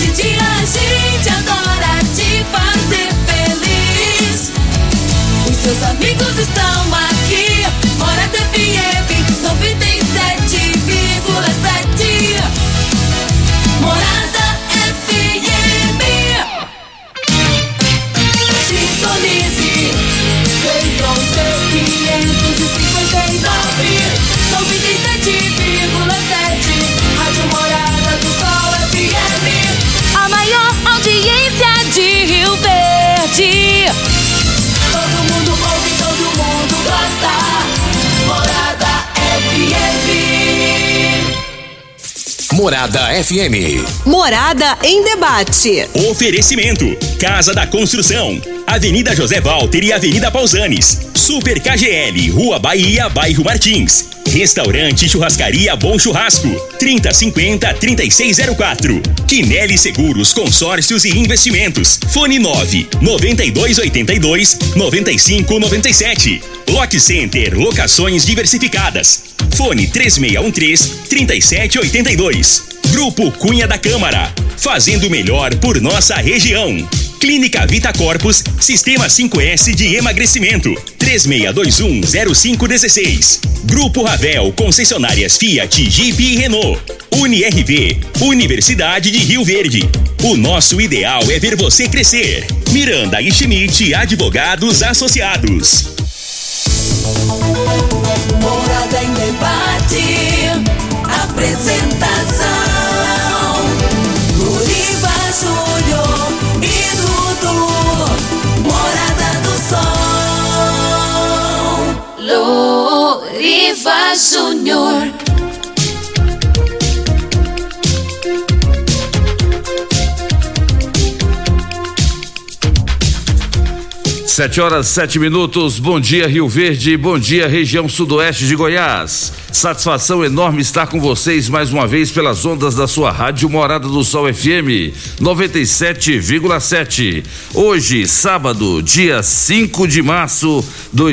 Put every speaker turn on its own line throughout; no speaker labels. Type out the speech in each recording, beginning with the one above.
Hoje em dia a gente adora te fazer feliz. Os seus amigos estão aqui. Morada FM 97,7. Morada FM. Sintonize. Central 559. 97,7. Rádio Morada do Sol FM. A maior audiência de Rio Verde. Todo mundo ouve, todo mundo gosta. Morada FM.
Morada FM.
Morada em debate.
Oferecimento: Casa da Construção, Avenida José Walter e Avenida Pausanes. Super KGL, Rua Bahia, Bairro Martins. Restaurante Churrascaria Bom Churrasco, 3050-3604. Quinelli Seguros, Consórcios e Investimentos. Fone 99282-9597. Lock Center, locações diversificadas. Fone 3613-3782. Grupo Cunha da Câmara, fazendo melhor por nossa região. Clínica Vita Corpus, Sistema 5S de emagrecimento, 36210516. Grupo Ravel, concessionárias Fiat, Jeep e Renault. UniRV, Universidade de Rio Verde. O nosso ideal é ver você crescer. Miranda e Schmidt, Advogados Associados.
Morada em debate. Apresentação: Luriva Júnior e Dudu. Morada do Sol. Luriva Júnior.
7:07. Bom dia, Rio Verde. Bom dia, região sudoeste de Goiás. Satisfação enorme estar com vocês mais uma vez pelas ondas da sua rádio Morada do Sol FM 97,7. Hoje, sábado, dia 5 de março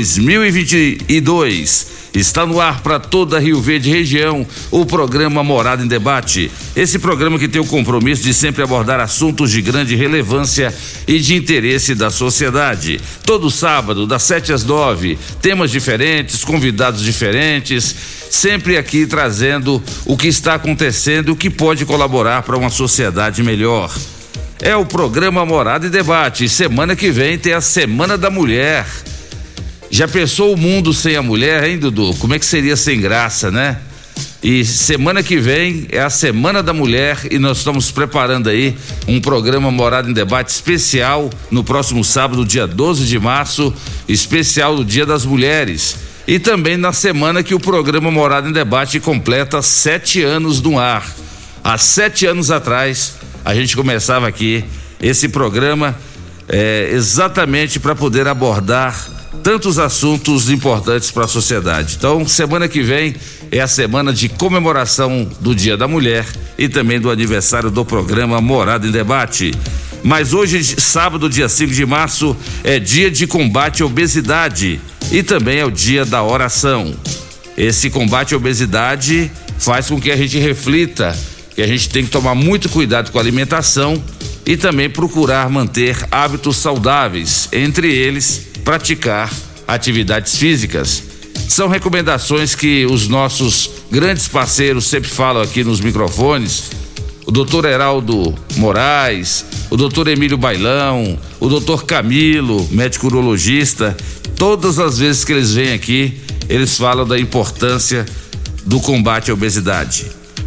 2022. Está no ar para toda a Rio Verde região o programa Morada em Debate. Esse programa que tem o compromisso de sempre abordar assuntos de grande relevância e de interesse da sociedade. Todo sábado, das 7 às 9, temas diferentes, convidados diferentes, sempre aqui trazendo o que está acontecendo e o que pode colaborar para uma sociedade melhor. É o programa Morada em Debate. Semana que vem tem a Semana da Mulher. Já pensou o mundo sem a mulher, hein, Dudu? Como é que seria sem graça, né? E semana que vem é a Semana da Mulher e nós estamos preparando aí um programa Morada em Debate especial no próximo sábado, dia 12 de março, especial do Dia das Mulheres. E também na semana que o programa Morada em Debate completa 7 anos no ar. Há 7 anos atrás, a gente começava aqui esse programa exatamente para poder abordar tantos assuntos importantes para a sociedade. Então, semana que vem é a semana de comemoração do Dia da Mulher e também do aniversário do programa Morada em Debate. Mas hoje, sábado, dia 5 de março, é dia de combate à obesidade e também é o dia da oração. Esse combate à obesidade faz com que a gente reflita que a gente tem que tomar muito cuidado com a alimentação e também procurar manter hábitos saudáveis, entre eles praticar atividades físicas. São recomendações que os nossos grandes parceiros sempre falam aqui nos microfones. O doutor Heraldo Moraes, o doutor Emílio Bailão, o doutor Camilo, médico urologista. Todas as vezes que eles vêm aqui, eles falam da importância do combate à obesidade.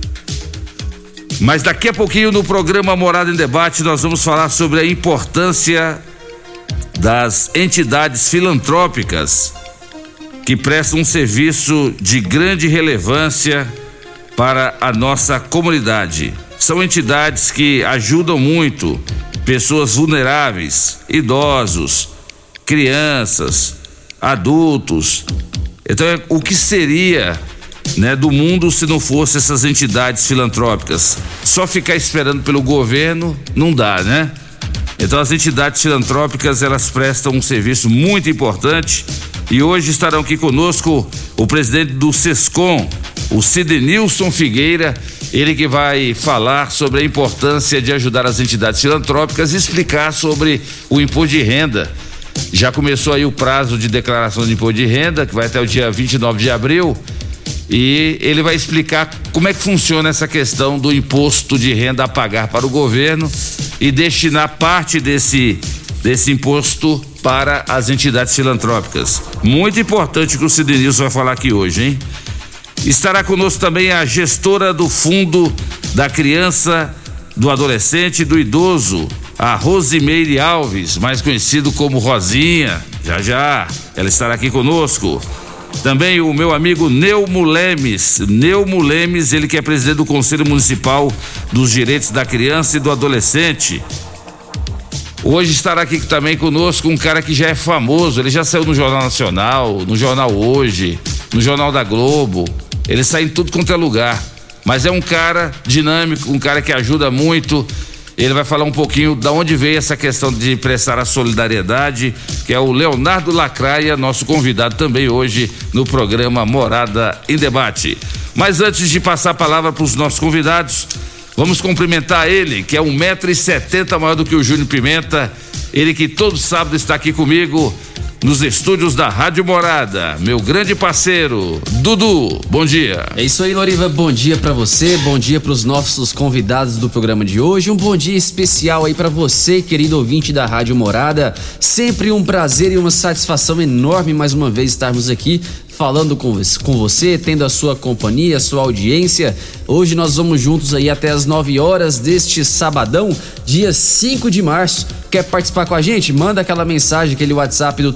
Mas daqui a pouquinho no programa Morada em Debate nós vamos falar sobre a importância das entidades filantrópicas que prestam um serviço de grande relevância para a nossa comunidade. São entidades que ajudam muito pessoas vulneráveis, idosos, crianças, adultos. Então, o que seria, né, do mundo se não fosse essas entidades filantrópicas? Só ficar esperando pelo governo não dá, né? Então as entidades filantrópicas, elas prestam um serviço muito importante e hoje estarão aqui conosco o presidente do SESCOM, o Cidenilson Figueira, ele que vai falar sobre a importância de ajudar as entidades filantrópicas e explicar sobre o imposto de renda. Já começou aí o prazo de declaração de imposto de renda, que vai até o dia 29 de abril, e ele vai explicar como é que funciona essa questão do imposto de renda a pagar para o governo e destinar parte desse imposto para as entidades filantrópicas. Muito importante que o Cidenilson vai falar aqui hoje, hein? Estará conosco também a gestora do Fundo da Criança, do Adolescente e do Idoso, a Rosimeire Alves, mais conhecido como Rosinha. Já ela estará aqui conosco. Também o meu amigo Neumo Lemes, ele que é presidente do Conselho Municipal dos Direitos da Criança e do Adolescente. Hoje estará aqui também conosco um cara que já é famoso, ele já saiu no Jornal Nacional, no Jornal Hoje, no Jornal da Globo, ele sai em tudo quanto é lugar, mas é um cara dinâmico, um cara que ajuda muito. Ele vai falar um pouquinho de onde veio essa questão de prestar a solidariedade, que é o Leonardo Lacraia, nosso convidado também hoje no programa Morada em Debate. Mas antes de passar a palavra para os nossos convidados, vamos cumprimentar ele, que é 1,70 m maior do que o Júnior Pimenta, ele que todo sábado está aqui comigo nos estúdios da Rádio Morada, meu grande parceiro, Dudu, bom dia.
É isso aí, Loriva, bom dia pra você, bom dia pros nossos convidados do programa de hoje, um bom dia especial aí pra você, querido ouvinte da Rádio Morada, sempre um prazer e uma satisfação enorme mais uma vez estarmos aqui falando com você, tendo a sua companhia, a sua audiência. Hoje nós vamos juntos aí até as 9 horas deste sabadão, dia 5 de março. Quer participar com a gente? Manda aquela mensagem, aquele WhatsApp do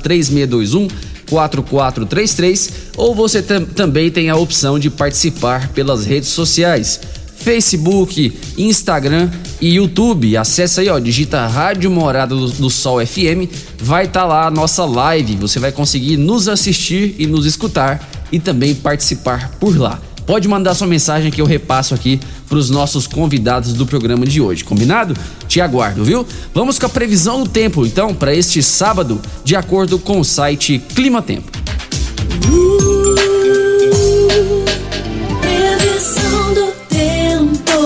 3621-4433, ou você também tem a opção de participar pelas redes sociais. Facebook, Instagram e YouTube. Acesse aí, digita Rádio Morada do Sol FM, vai estar lá a nossa live, você vai conseguir nos assistir e nos escutar e também participar por lá. Pode mandar sua mensagem que eu repasso aqui para os nossos convidados do programa de hoje, combinado? Te aguardo, viu? Vamos com a previsão do tempo, então, para este sábado, de acordo com o site Clima Tempo.
Previsão do tempo.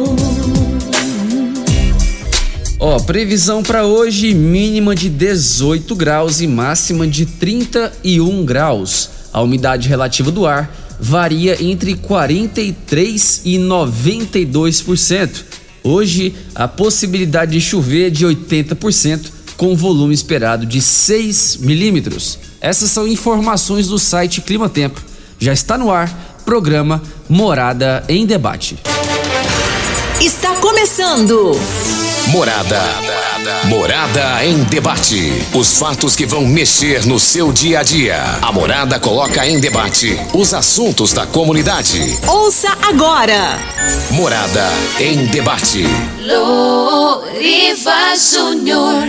Previsão para hoje, mínima de 18 graus e máxima de 31 graus. A umidade relativa do ar varia entre 43% e 92%. Hoje, a possibilidade de chover é de 80%, com volume esperado de 6 milímetros. Essas são informações do site Clima Tempo. Já está no ar, programa Morada em Debate.
Está começando
Morada em Debate. Os fatos que vão mexer no seu dia a dia. A Morada coloca em debate os assuntos da comunidade.
Ouça agora.
Morada em Debate.
Loriva Júnior.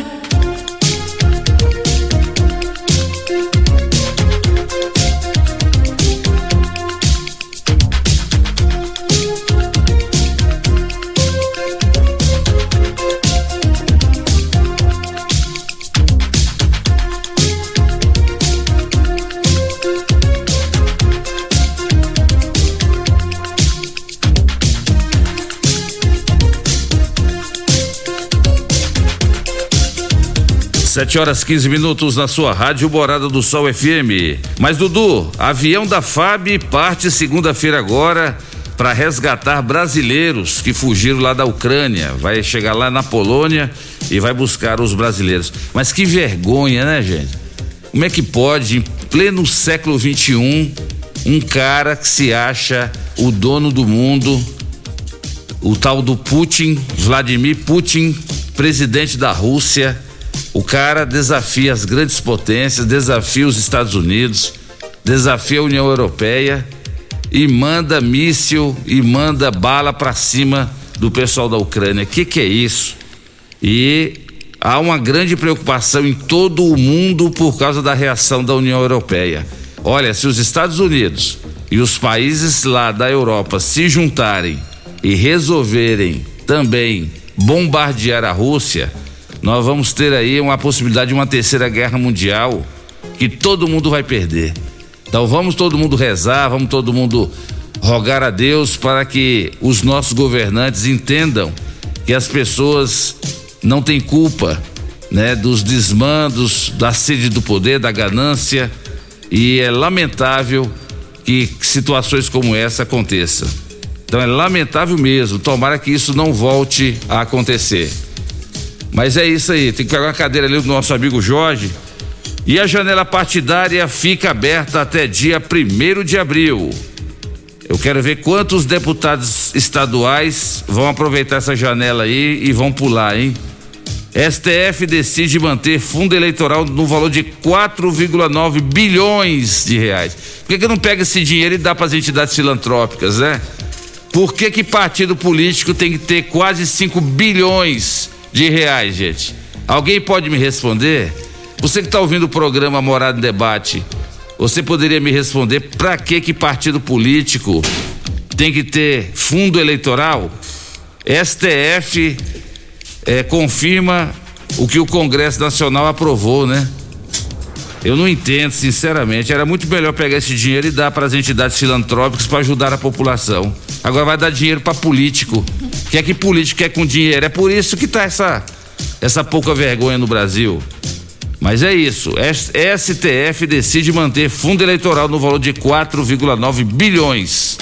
Sete horas 15 minutos na sua Rádio Morada do Sol FM. Mas, Dudu, avião da FAB parte segunda-feira agora para resgatar brasileiros que fugiram lá da Ucrânia. Vai chegar lá na Polônia e vai buscar os brasileiros. Mas que vergonha, né, gente? Como é que pode, em pleno século XXI, um cara que se acha o dono do mundo, o tal do Putin, Vladimir Putin, presidente da Rússia, o cara desafia as grandes potências, desafia os Estados Unidos, desafia a União Europeia e manda míssil e manda bala para cima do pessoal da Ucrânia. Que é isso? E há uma grande preocupação em todo o mundo por causa da reação da União Europeia. Olha, se os Estados Unidos e os países lá da Europa se juntarem e resolverem também bombardear a Rússia, nós vamos ter aí uma possibilidade de uma terceira guerra mundial que todo mundo vai perder. Então vamos todo mundo rezar, vamos todo mundo rogar a Deus para que os nossos governantes entendam que as pessoas não têm culpa, né, dos desmandos, da sede do poder, da ganância, e é lamentável que situações como essa aconteçam. Então é lamentável mesmo, tomara que isso não volte a acontecer. Mas é isso aí, tem que pegar a cadeira ali do nosso amigo Jorge. E a janela partidária fica aberta até dia 1º de abril. Eu quero ver quantos deputados estaduais vão aproveitar essa janela aí e vão pular, hein? STF decide manter fundo eleitoral no valor de 4,9 bilhões de reais. Por que não pega esse dinheiro e dá para as entidades filantrópicas, né? Por que partido político tem que ter quase 5 bilhões de reais, gente? Alguém pode me responder? Você que está ouvindo o programa Morada em Debate, você poderia me responder para que partido político tem que ter fundo eleitoral? STF confirma o que o Congresso Nacional aprovou, né? Eu não entendo, sinceramente. Era muito melhor pegar esse dinheiro e dar para as entidades filantrópicas para ajudar a população. Agora vai dar dinheiro para político. Que político quer com dinheiro? É por isso que tá essa pouca vergonha no Brasil. Mas é isso. STF decide manter fundo eleitoral no valor de 4,9 bilhões.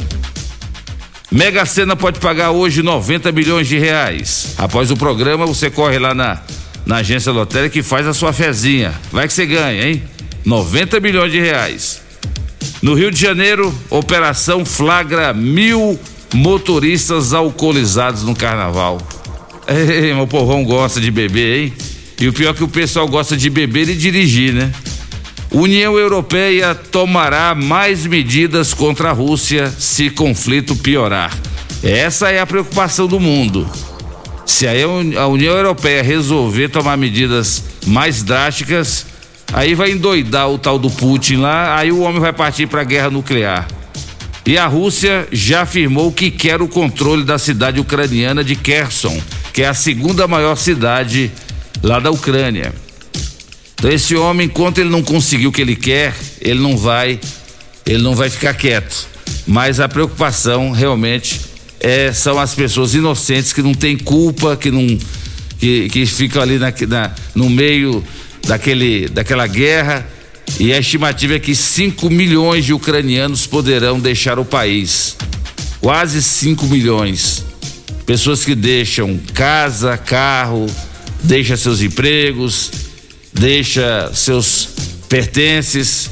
Mega Sena pode pagar hoje 90 milhões de reais. Após o programa, você corre lá na agência lotérica e faz a sua fezinha. Vai que você ganha, hein? 90 milhões de reais. No Rio de Janeiro, operação flagra 1.000 motoristas alcoolizados no carnaval. Ei, meu povão gosta de beber, hein? E o pior é que o pessoal gosta de beber e dirigir, né? União Europeia tomará mais medidas contra a Rússia se conflito piorar. Essa é a preocupação do mundo. Se a União Europeia resolver tomar medidas mais drásticas, aí vai endoidar o tal do Putin lá, aí o homem vai partir para a guerra nuclear. E a Rússia já afirmou que quer o controle da cidade ucraniana de Kherson, que é a segunda maior cidade lá da Ucrânia. Então esse homem, enquanto ele não conseguir o que ele quer, ele não vai ficar quieto. Mas a preocupação realmente são as pessoas inocentes que não têm culpa, que ficam ali no meio daquela guerra. E a estimativa é que 5 milhões de ucranianos poderão deixar o país. Quase 5 milhões. Pessoas que deixam casa, carro, deixam seus empregos, deixa seus pertences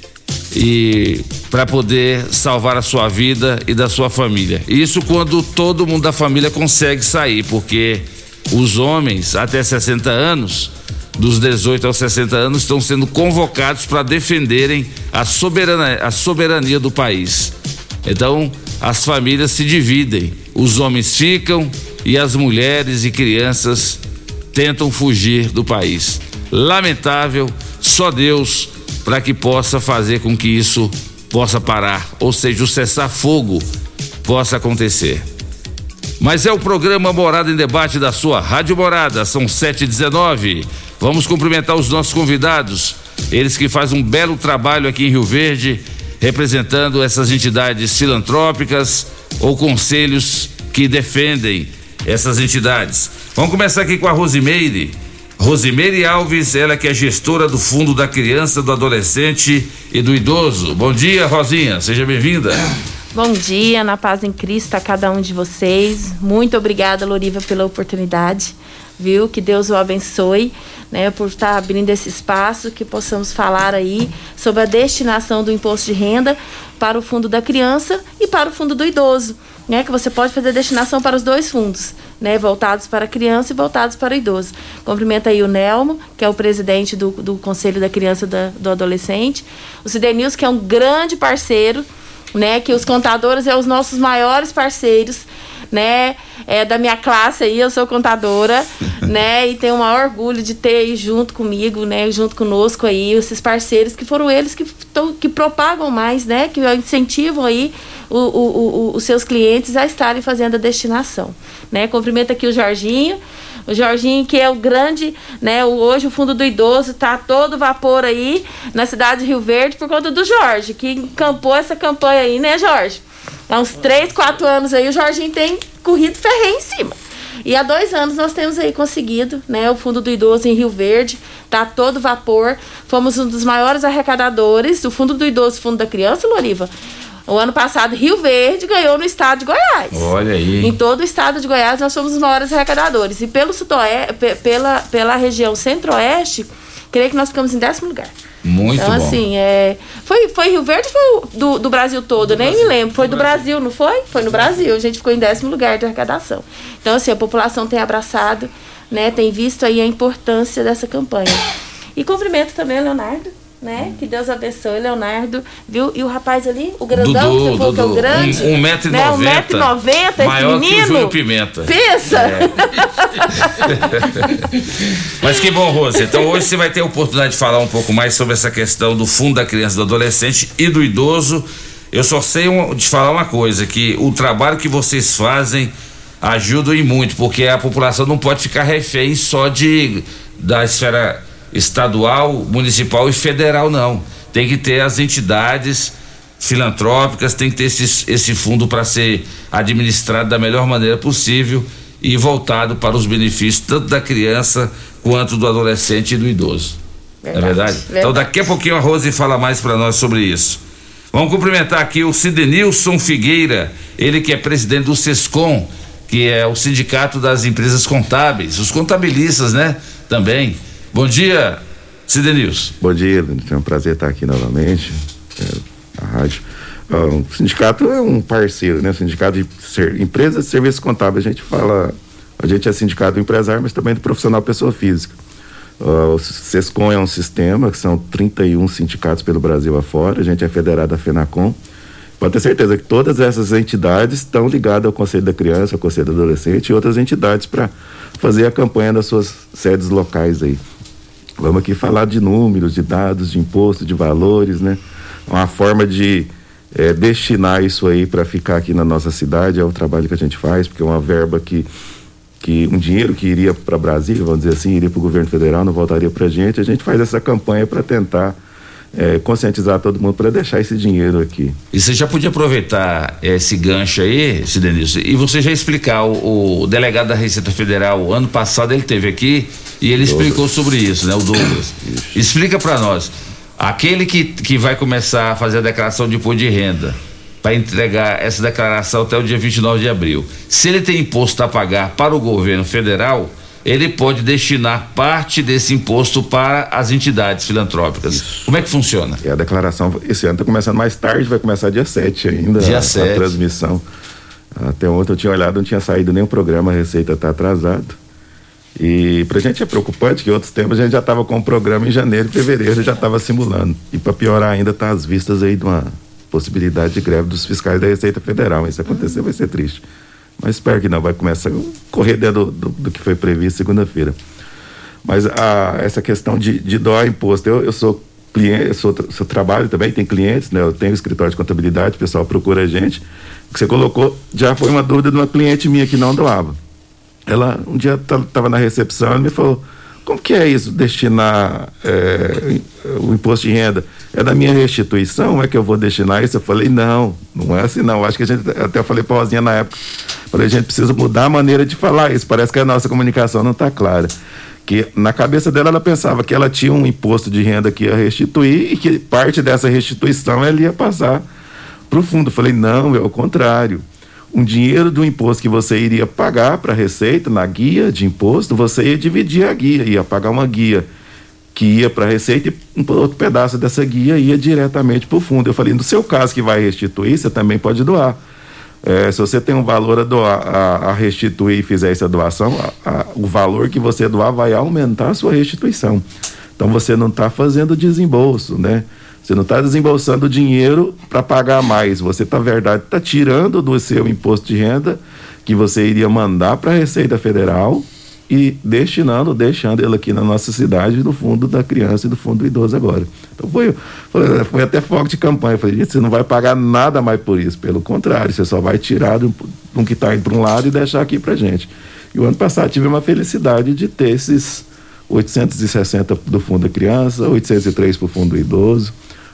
e para poder salvar a sua vida e da sua família. Isso quando todo mundo da família consegue sair, porque os homens até 60 anos, dos 18 aos 60 anos, estão sendo convocados para defenderem a soberania do país. Então, as famílias se dividem, os homens ficam e as mulheres e crianças tentam fugir do país. Lamentável, só Deus para que possa fazer com que isso possa parar, ou seja, o cessar-fogo possa acontecer. Mas é o programa Morada em Debate da sua Rádio Morada, são 7h19. Vamos cumprimentar os nossos convidados, eles que fazem um belo trabalho aqui em Rio Verde, representando essas entidades filantrópicas ou conselhos que defendem essas entidades. Vamos começar aqui com a Rosimeire Alves, ela que é gestora do Fundo da Criança, do Adolescente e do Idoso. Bom dia, Rosinha, seja bem-vinda.
Bom dia, na paz em Cristo a cada um de vocês. Muito obrigada, Loriva, pela oportunidade, viu? Que Deus o abençoe, né, por estar abrindo esse espaço, que possamos falar aí sobre a destinação do imposto de renda para o Fundo da Criança e para o Fundo do Idoso, né, que você pode fazer destinação para os dois fundos, né, voltados para a criança e voltados para o idoso. Cumprimento aí o Nelmo, que é o presidente do Conselho da Criança e do Adolescente, o Cidenilson, que é um grande parceiro, né, que os contadores são os nossos maiores parceiros, né, da minha classe aí, eu sou contadora, né, e tenho o maior orgulho de ter aí junto comigo, né, junto conosco aí, esses parceiros que foram eles que propagam mais, né, que incentivam aí os seus clientes a estarem fazendo a destinação, né. Cumprimento aqui o Jorginho, que é o grande, né, hoje o Fundo do Idoso está todo vapor aí na cidade de Rio Verde por conta do Jorge, que encampou essa campanha aí, né, Jorge? Há uns 3, 4 anos aí o Jorginho tem corrido ferrenho em cima. E há 2 anos nós temos aí conseguido, né? O Fundo do Idoso em Rio Verde tá a todo vapor. Fomos um dos maiores arrecadadores do Fundo do Idoso e Fundo da Criança, Loriva. O ano passado, Rio Verde ganhou no estado de Goiás.
Olha aí.
Em todo o estado de Goiás, nós somos os maiores arrecadadores. E pelo sudoeste, pela região centro-oeste, creio que nós ficamos em 10º lugar.
Muito
então,
bom.
Assim, foi Rio Verde ou foi do Brasil todo? Nem me lembro. Foi do Brasil, não foi? Foi no Brasil. A gente ficou em 10º lugar de arrecadação. Então, assim, a população tem abraçado, né? Tem visto aí a importância dessa campanha. E cumprimento também o Leonardo, né? Que Deus abençoe, Leonardo, viu? E o rapaz ali, o grandão, que você falou que é o grande.
1,90
né? 1,90 m,
maior
esse menino.
Que o Júlio Pimenta.
Pensa!
Mas que bom, Rose. Então hoje você vai ter a oportunidade de falar um pouco mais sobre essa questão do Fundo da Criança e do Adolescente e do Idoso. Eu só sei de falar uma coisa, que o trabalho que vocês fazem ajuda e muito, porque a população não pode ficar refém só da esfera estadual, municipal e federal, não. Tem que ter as entidades filantrópicas, tem que ter esse fundo para ser administrado da melhor maneira possível e voltado para os benefícios tanto da criança quanto do adolescente e do idoso. Verdade, não é verdade? Então daqui a pouquinho a Rose fala mais para nós sobre isso. Vamos cumprimentar aqui o Cidenilson Figueira, ele que é presidente do SESCOM, que é o Sindicato das Empresas Contábeis, os contabilistas, né? Também. Bom dia, Cidenilson.
Bom dia, é um prazer estar aqui novamente na rádio. O sindicato é um parceiro, né? O sindicato de empresas de serviços contábeis, a gente é sindicato do empresário, mas também do profissional pessoa física. O SESCOM é um sistema que são 31 sindicatos pelo Brasil afora, a gente é federado à FENACOM. Pode ter certeza que todas essas entidades estão ligadas ao Conselho da Criança, ao Conselho do Adolescente e outras entidades para fazer a campanha das suas sedes locais aí. Vamos aqui falar de números, de dados, de imposto, de valores, né? Uma forma de destinar isso aí para ficar aqui na nossa cidade é o trabalho que a gente faz, porque é uma verba que um dinheiro que iria para Brasília, vamos dizer assim, iria para o governo federal, não voltaria para a gente faz essa campanha para tentar conscientizar todo mundo para deixar esse dinheiro aqui.
E você já podia aproveitar esse gancho aí, Cidenilson, e você já explicar, o delegado da Receita Federal, ano passado ele esteve aqui e ele explicou sobre isso, né, o Douglas. Explica para nós, aquele que vai começar a fazer a declaração de imposto de renda, para entregar essa declaração até o dia 29 de abril, se ele tem imposto a pagar para o governo federal, ele pode destinar parte desse imposto para as entidades filantrópicas. Isso. Como é que funciona?
A declaração, esse ano está começando mais tarde, vai começar dia 7 ainda,
dia 7.
A transmissão. Até ontem eu tinha olhado, não tinha saído nenhum programa, a Receita está atrasado. E pra gente é preocupante que outros tempos a gente já estava com o programa em janeiro e fevereiro, já estava simulando. E para piorar ainda, tá às vistas aí de uma possibilidade de greve dos fiscais da Receita Federal. Isso acontecer vai ser triste. Mas espero que não, vai começar a correr dentro do que foi previsto segunda-feira. Mas essa questão de doar imposto, eu sou cliente, eu trabalho também, tem clientes, né? Eu tenho escritório de contabilidade, o pessoal procura a gente. O que você colocou já foi uma dúvida de uma cliente minha que não doava. Ela um dia estava na recepção e me falou: como que é isso, destinar o imposto de renda? É da minha restituição? É que eu vou destinar isso? Eu falei: não é assim não. Acho que até eu falei para a Rosinha na época, falei, a gente precisa mudar a maneira de falar isso. Parece que a nossa comunicação não está clara. Que na cabeça dela, ela pensava que ela tinha um imposto de renda que ia restituir e que parte dessa restituição ela ia passar para o fundo. Eu falei: não, é o contrário. Um dinheiro do imposto que você iria pagar para a Receita, na guia de imposto, você ia dividir a guia, ia pagar uma guia que ia para a Receita e um outro pedaço dessa guia ia diretamente para o fundo. Eu falei: no seu caso que vai restituir, você também pode doar. Se você tem um valor a doar, a restituir e fizer essa doação, o valor que você doar vai aumentar a sua restituição. Então você não está fazendo desembolso, né? Você não está desembolsando dinheiro para pagar mais. Você está tirando do seu imposto de renda que você iria mandar para a Receita Federal e deixando ele aqui na nossa cidade, no Fundo da Criança e do Fundo do Idoso agora. Então foi até foco de campanha. Eu falei: gente, você não vai pagar nada mais por isso. Pelo contrário, você só vai tirar de um que está indo para um lado e deixar aqui para gente. E o ano passado tive uma felicidade de ter esses 860 do Fundo da Criança, 803 para o Fundo do Idoso.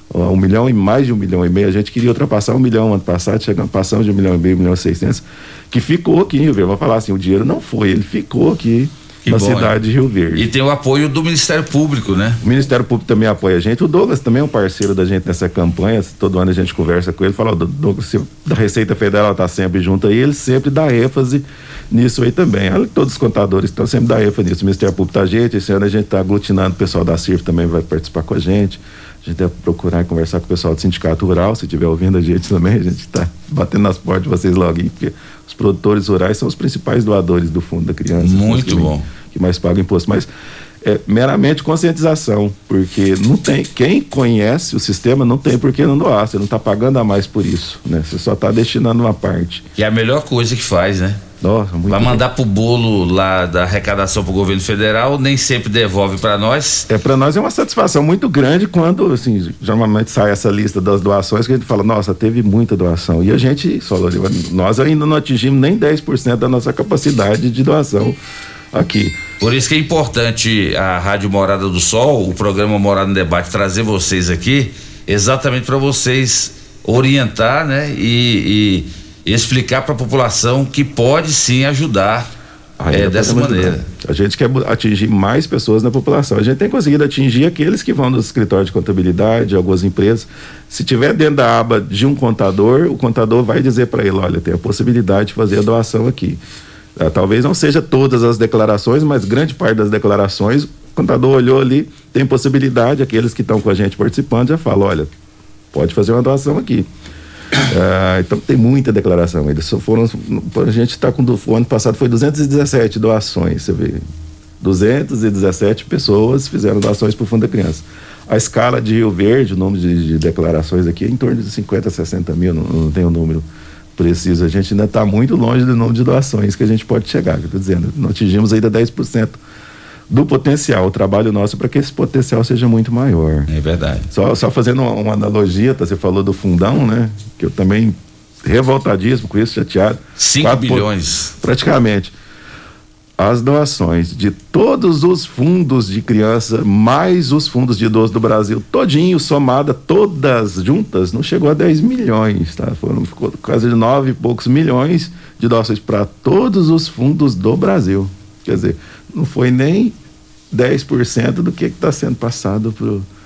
1 milhão e mais de 1,5 milhão. A gente queria ultrapassar 1 milhão ano passado, passamos de 1,5 milhão, 1 milhão e 600, que ficou aqui em Rio Verde. Vou falar assim, o dinheiro não foi, ele ficou aqui na cidade de Rio Verde.
E tem o apoio do Ministério Público, né? O
Ministério Público também apoia a gente. O Douglas também é um parceiro da gente nessa campanha. Todo ano a gente conversa com ele, fala, Douglas, da Receita Federal está sempre junto aí, ele sempre dá ênfase nisso aí também. Todos os contadores estão sempre dá ênfase nisso. O Ministério Público tá gente, esse ano a gente está aglutinando, o pessoal da CIRF também vai participar com a gente. A gente deve procurar conversar com o pessoal do Sindicato Rural, se estiver ouvindo a gente também, a gente está batendo nas portas de vocês logo aí, porque os produtores rurais são os principais doadores do Fundo da Criança.
Muito bom.
Que mais pagam imposto, mas é meramente conscientização, porque não tem, quem conhece o sistema não tem por que não doar, você não está pagando a mais por isso, né? Você só está destinando uma parte.
E é a melhor coisa que faz, né?
Nossa, muito
vai
bom.
mandar pro bolo lá da arrecadação pro governo federal, nem sempre devolve para nós.
Para nós é uma satisfação muito grande quando, assim, normalmente sai essa lista das doações que a gente fala, nossa, teve muita doação. E a gente, nós ainda não atingimos nem 10% da nossa capacidade de doação aqui.
Por isso que é importante a Rádio Morada do Sol, o programa Morada em Debate, trazer vocês aqui, exatamente para vocês orientar, né, e explicar para a população que pode sim ajudar dessa maneira.
A gente quer atingir mais pessoas na população. A gente tem conseguido atingir aqueles que vão nos escritórios de contabilidade, algumas empresas. Se tiver dentro da aba de um contador, o contador vai dizer para ele, olha, tem a possibilidade de fazer a doação aqui. Talvez não seja todas as declarações, mas grande parte das declarações, o contador olhou ali, tem possibilidade, aqueles que estão com a gente participando já falam, olha, pode fazer uma doação aqui. Então tem muita declaração ainda. A gente está com o ano passado foi 217 doações, você vê, 217 pessoas fizeram doações para o Fundo da Criança. A escala de Rio Verde, o número de declarações aqui é em torno de 50 a 60 mil, não tem o número preciso. A gente ainda está muito longe do número de doações que a gente pode chegar, que eu estou dizendo, não atingimos ainda 10% do potencial. O trabalho nosso é para que esse potencial seja muito maior.
É verdade.
Só fazendo uma analogia, você falou do fundão, né? Que eu também revoltadíssimo com isso, chateado.
5 bilhões.
Praticamente. As doações de todos os fundos de criança, mais os fundos de idoso do Brasil, todinho, somada, todas juntas, não chegou a 10 milhões, tá? Ficou quase de 9 e poucos milhões de doações para todos os fundos do Brasil. Quer dizer, não foi nem 10% do que está sendo passado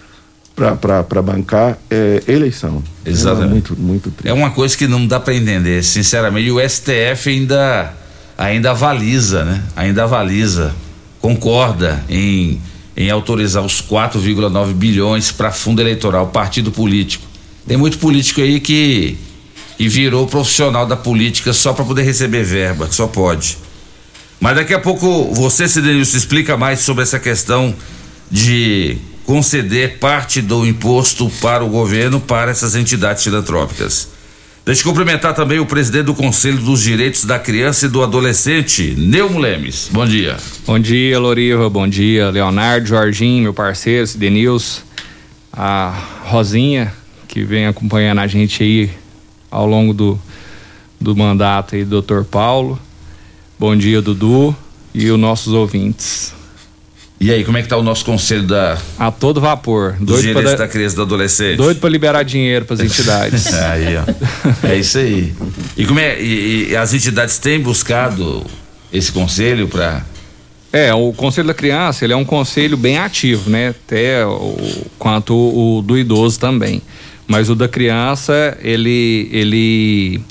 para bancar eleição.
Exatamente.
Muito triste.
É uma coisa que não dá para entender, sinceramente. E o STF ainda avaliza, né? Ainda avaliza, concorda em autorizar os 4,9 bilhões para fundo eleitoral, partido político. Tem muito político aí que virou profissional da política só para poder receber verba, só pode. Mas daqui a pouco você, Cidenilson, explica mais sobre essa questão de conceder parte do imposto para o governo para essas entidades filantrópicas. Deixa eu cumprimentar também o presidente do Conselho dos Direitos da Criança e do Adolescente, Neumo Lemes. Bom dia.
Bom dia, Loriva. Bom dia, Leonardo, Jorginho, meu parceiro, Cidenilson, a Rosinha, que vem acompanhando a gente aí ao longo do mandato aí do Dr. Paulo. Bom dia, Dudu, e os nossos ouvintes.
E aí, como é que tá o nosso conselho
a todo vapor.
Dos direitos da criança e do adolescente?
Doido para liberar dinheiro para as entidades.
Aí, ó. É isso aí. E como e as entidades têm buscado esse conselho para...
O Conselho da Criança, ele é um conselho bem ativo, né? Até quanto o do idoso também. Mas o da criança, ele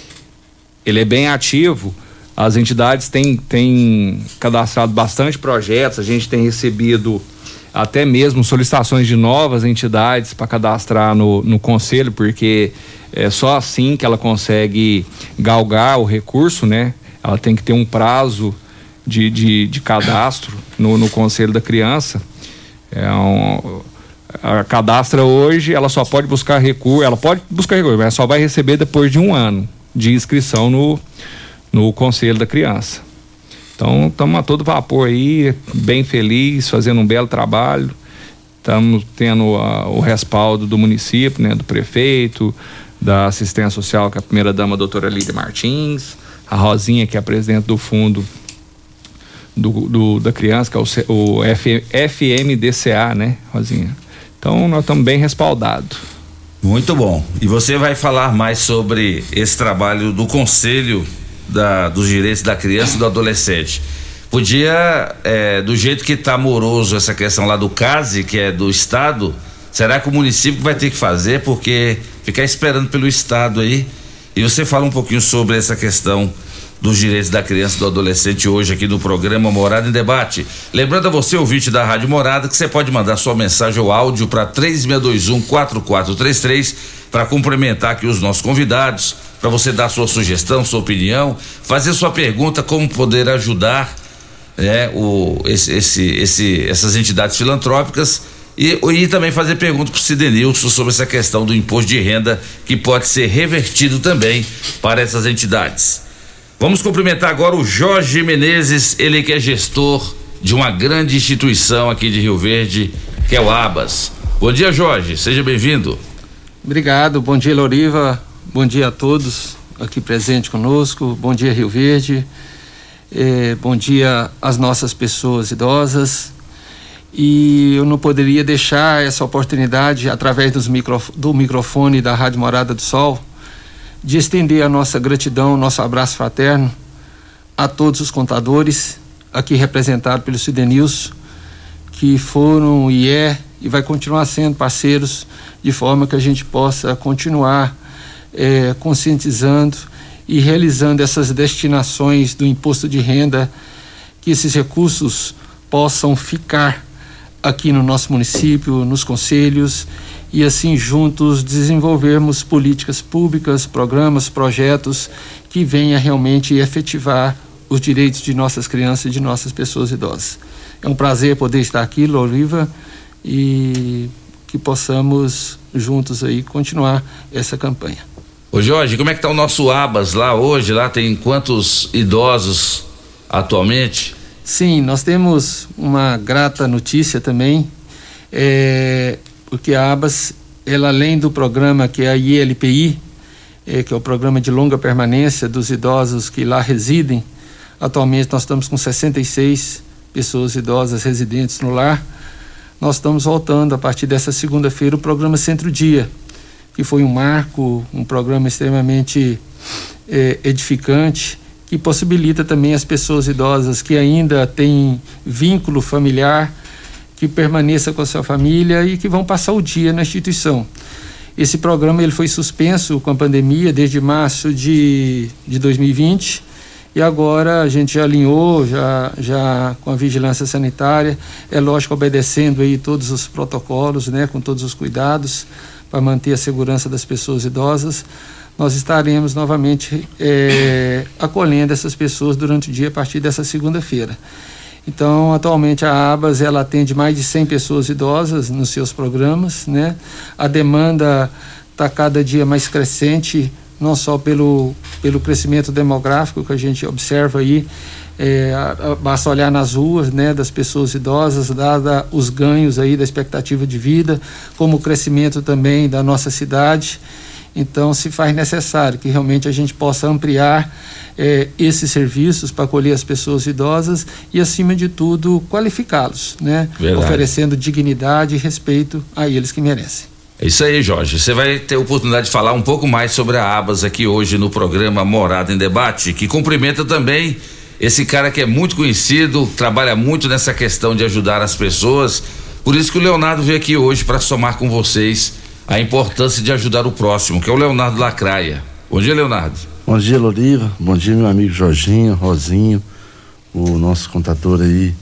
é bem ativo. As entidades têm cadastrado bastante projetos, a gente tem recebido até mesmo solicitações de novas entidades para cadastrar no conselho, porque é só assim que ela consegue galgar o recurso, né? Ela tem que ter um prazo de cadastro no Conselho da Criança. A cadastra hoje, ela só pode buscar recurso, mas só vai receber depois de 1 ano de inscrição no Conselho da Criança. Então, estamos a todo vapor aí, bem feliz, fazendo um belo trabalho. Estamos tendo o respaldo do município, né, do prefeito, da assistência social, que é a primeira-dama, a doutora Lídia Martins, a Rosinha, que é a presidente do fundo da criança, que é o FMDCA, né, Rosinha? Então nós estamos bem respaldados.
Muito bom. E você vai falar mais sobre esse trabalho do Conselho dos Direitos da Criança e do Adolescente. Podia, do jeito que está moroso essa questão lá do CASE, que é do Estado, será que o município vai ter que fazer? Porque ficar esperando pelo Estado aí. E você fala um pouquinho sobre essa questão dos direitos da criança e do adolescente hoje aqui no programa Morada em Debate. Lembrando a você, ouvinte da Rádio Morada, que você pode mandar sua mensagem ou áudio para 3621-4433 para cumprimentar aqui os nossos convidados, para você dar sua sugestão, sua opinião, fazer sua pergunta, como poder ajudar essas entidades filantrópicas e também fazer pergunta para o Cidenilson sobre essa questão do imposto de renda que pode ser revertido também para essas entidades. Vamos cumprimentar agora o Jorge Menezes, ele que é gestor de uma grande instituição aqui de Rio Verde, que é o ABAS. Bom dia, Jorge, seja bem-vindo.
Obrigado, bom dia, Loriva, bom dia a todos aqui presentes conosco, bom dia, Rio Verde, bom dia às nossas pessoas idosas. E eu não poderia deixar essa oportunidade, através do microfone da Rádio Morada do Sol, de estender a nossa gratidão, nosso abraço fraterno a todos os contadores, aqui representados pelo Cidenilson, que foram e vai continuar sendo parceiros, de forma que a gente possa continuar conscientizando e realizando essas destinações do imposto de renda, que esses recursos possam ficar aqui no nosso município, nos conselhos, e assim juntos desenvolvermos políticas públicas, programas, projetos que venha realmente efetivar os direitos de nossas crianças e de nossas pessoas idosas. É um prazer poder estar aqui, Loriva, e que possamos juntos aí continuar essa campanha.
Ô Jorge, como é que está o nosso ABAS lá hoje? Lá tem quantos idosos atualmente?
Sim, nós temos uma grata notícia também, porque a ABAS, ela, além do programa que é a ILPI, que é o programa de longa permanência dos idosos que lá residem, atualmente nós estamos com 66 pessoas idosas residentes no lar. Nós estamos voltando a partir dessa segunda-feira o programa Centro-Dia, que foi um marco, um programa extremamente edificante, que possibilita também as pessoas idosas que ainda têm vínculo familiar, que permaneça com a sua família e que vão passar o dia na instituição. Esse programa ele foi suspenso com a pandemia desde março de 2020, e agora a gente já alinhou, já com a vigilância sanitária, é lógico, obedecendo aí todos os protocolos, né, com todos os cuidados para manter a segurança das pessoas idosas. Nós estaremos novamente acolhendo essas pessoas durante o dia a partir dessa segunda-feira. Então, atualmente a ABAS, ela atende mais de 100 pessoas idosas nos seus programas, né? A demanda está cada dia mais crescente, não só pelo crescimento demográfico que a gente observa aí, basta olhar nas ruas, né, das pessoas idosas, dada os ganhos aí da expectativa de vida, como o crescimento também da nossa cidade. Então, se faz necessário que realmente a gente possa ampliar esses serviços para acolher as pessoas idosas e, acima de tudo, qualificá-los, né? Oferecendo dignidade e respeito a eles que merecem.
É isso aí, Jorge. Você vai ter a oportunidade de falar um pouco mais sobre a ABAS aqui hoje no programa Morada em Debate, que cumprimenta também esse cara que é muito conhecido, trabalha muito nessa questão de ajudar as pessoas. Por isso que o Leonardo veio aqui hoje para somar com vocês a importância de ajudar o próximo, que é o Leonardo Lacraia. Bom dia, Leonardo.
Bom dia, Loriva. Bom dia, meu amigo Jorginho, Rosinho, o nosso contador aí,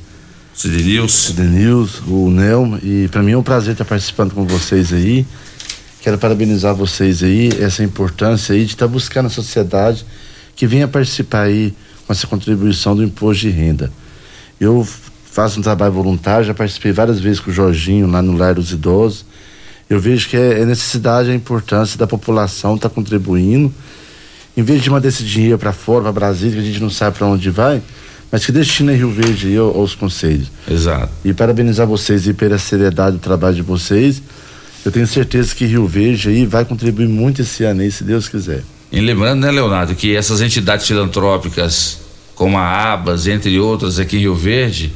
Cidenilson, o Nelma, e para mim é um prazer estar participando com vocês aí. Quero parabenizar vocês aí, essa importância aí de estar buscando a sociedade que venha participar aí com essa contribuição do imposto de renda. Eu faço um trabalho voluntário, já participei várias vezes com o Jorginho lá no Lar dos Idosos. Eu vejo que é necessidade, a importância da população estar contribuindo, em vez de mandar esse dinheiro para fora, para Brasília, que a gente não sabe para onde vai, mas que destina Rio Verde aí aos conselhos.
Exato. E
parabenizar vocês aí pela seriedade do trabalho de vocês. Eu tenho certeza que Rio Verde aí vai contribuir muito esse ano aí, se Deus quiser.
E lembrando, né, Leonardo, que essas entidades filantrópicas, como a ABAS, entre outras aqui em Rio Verde,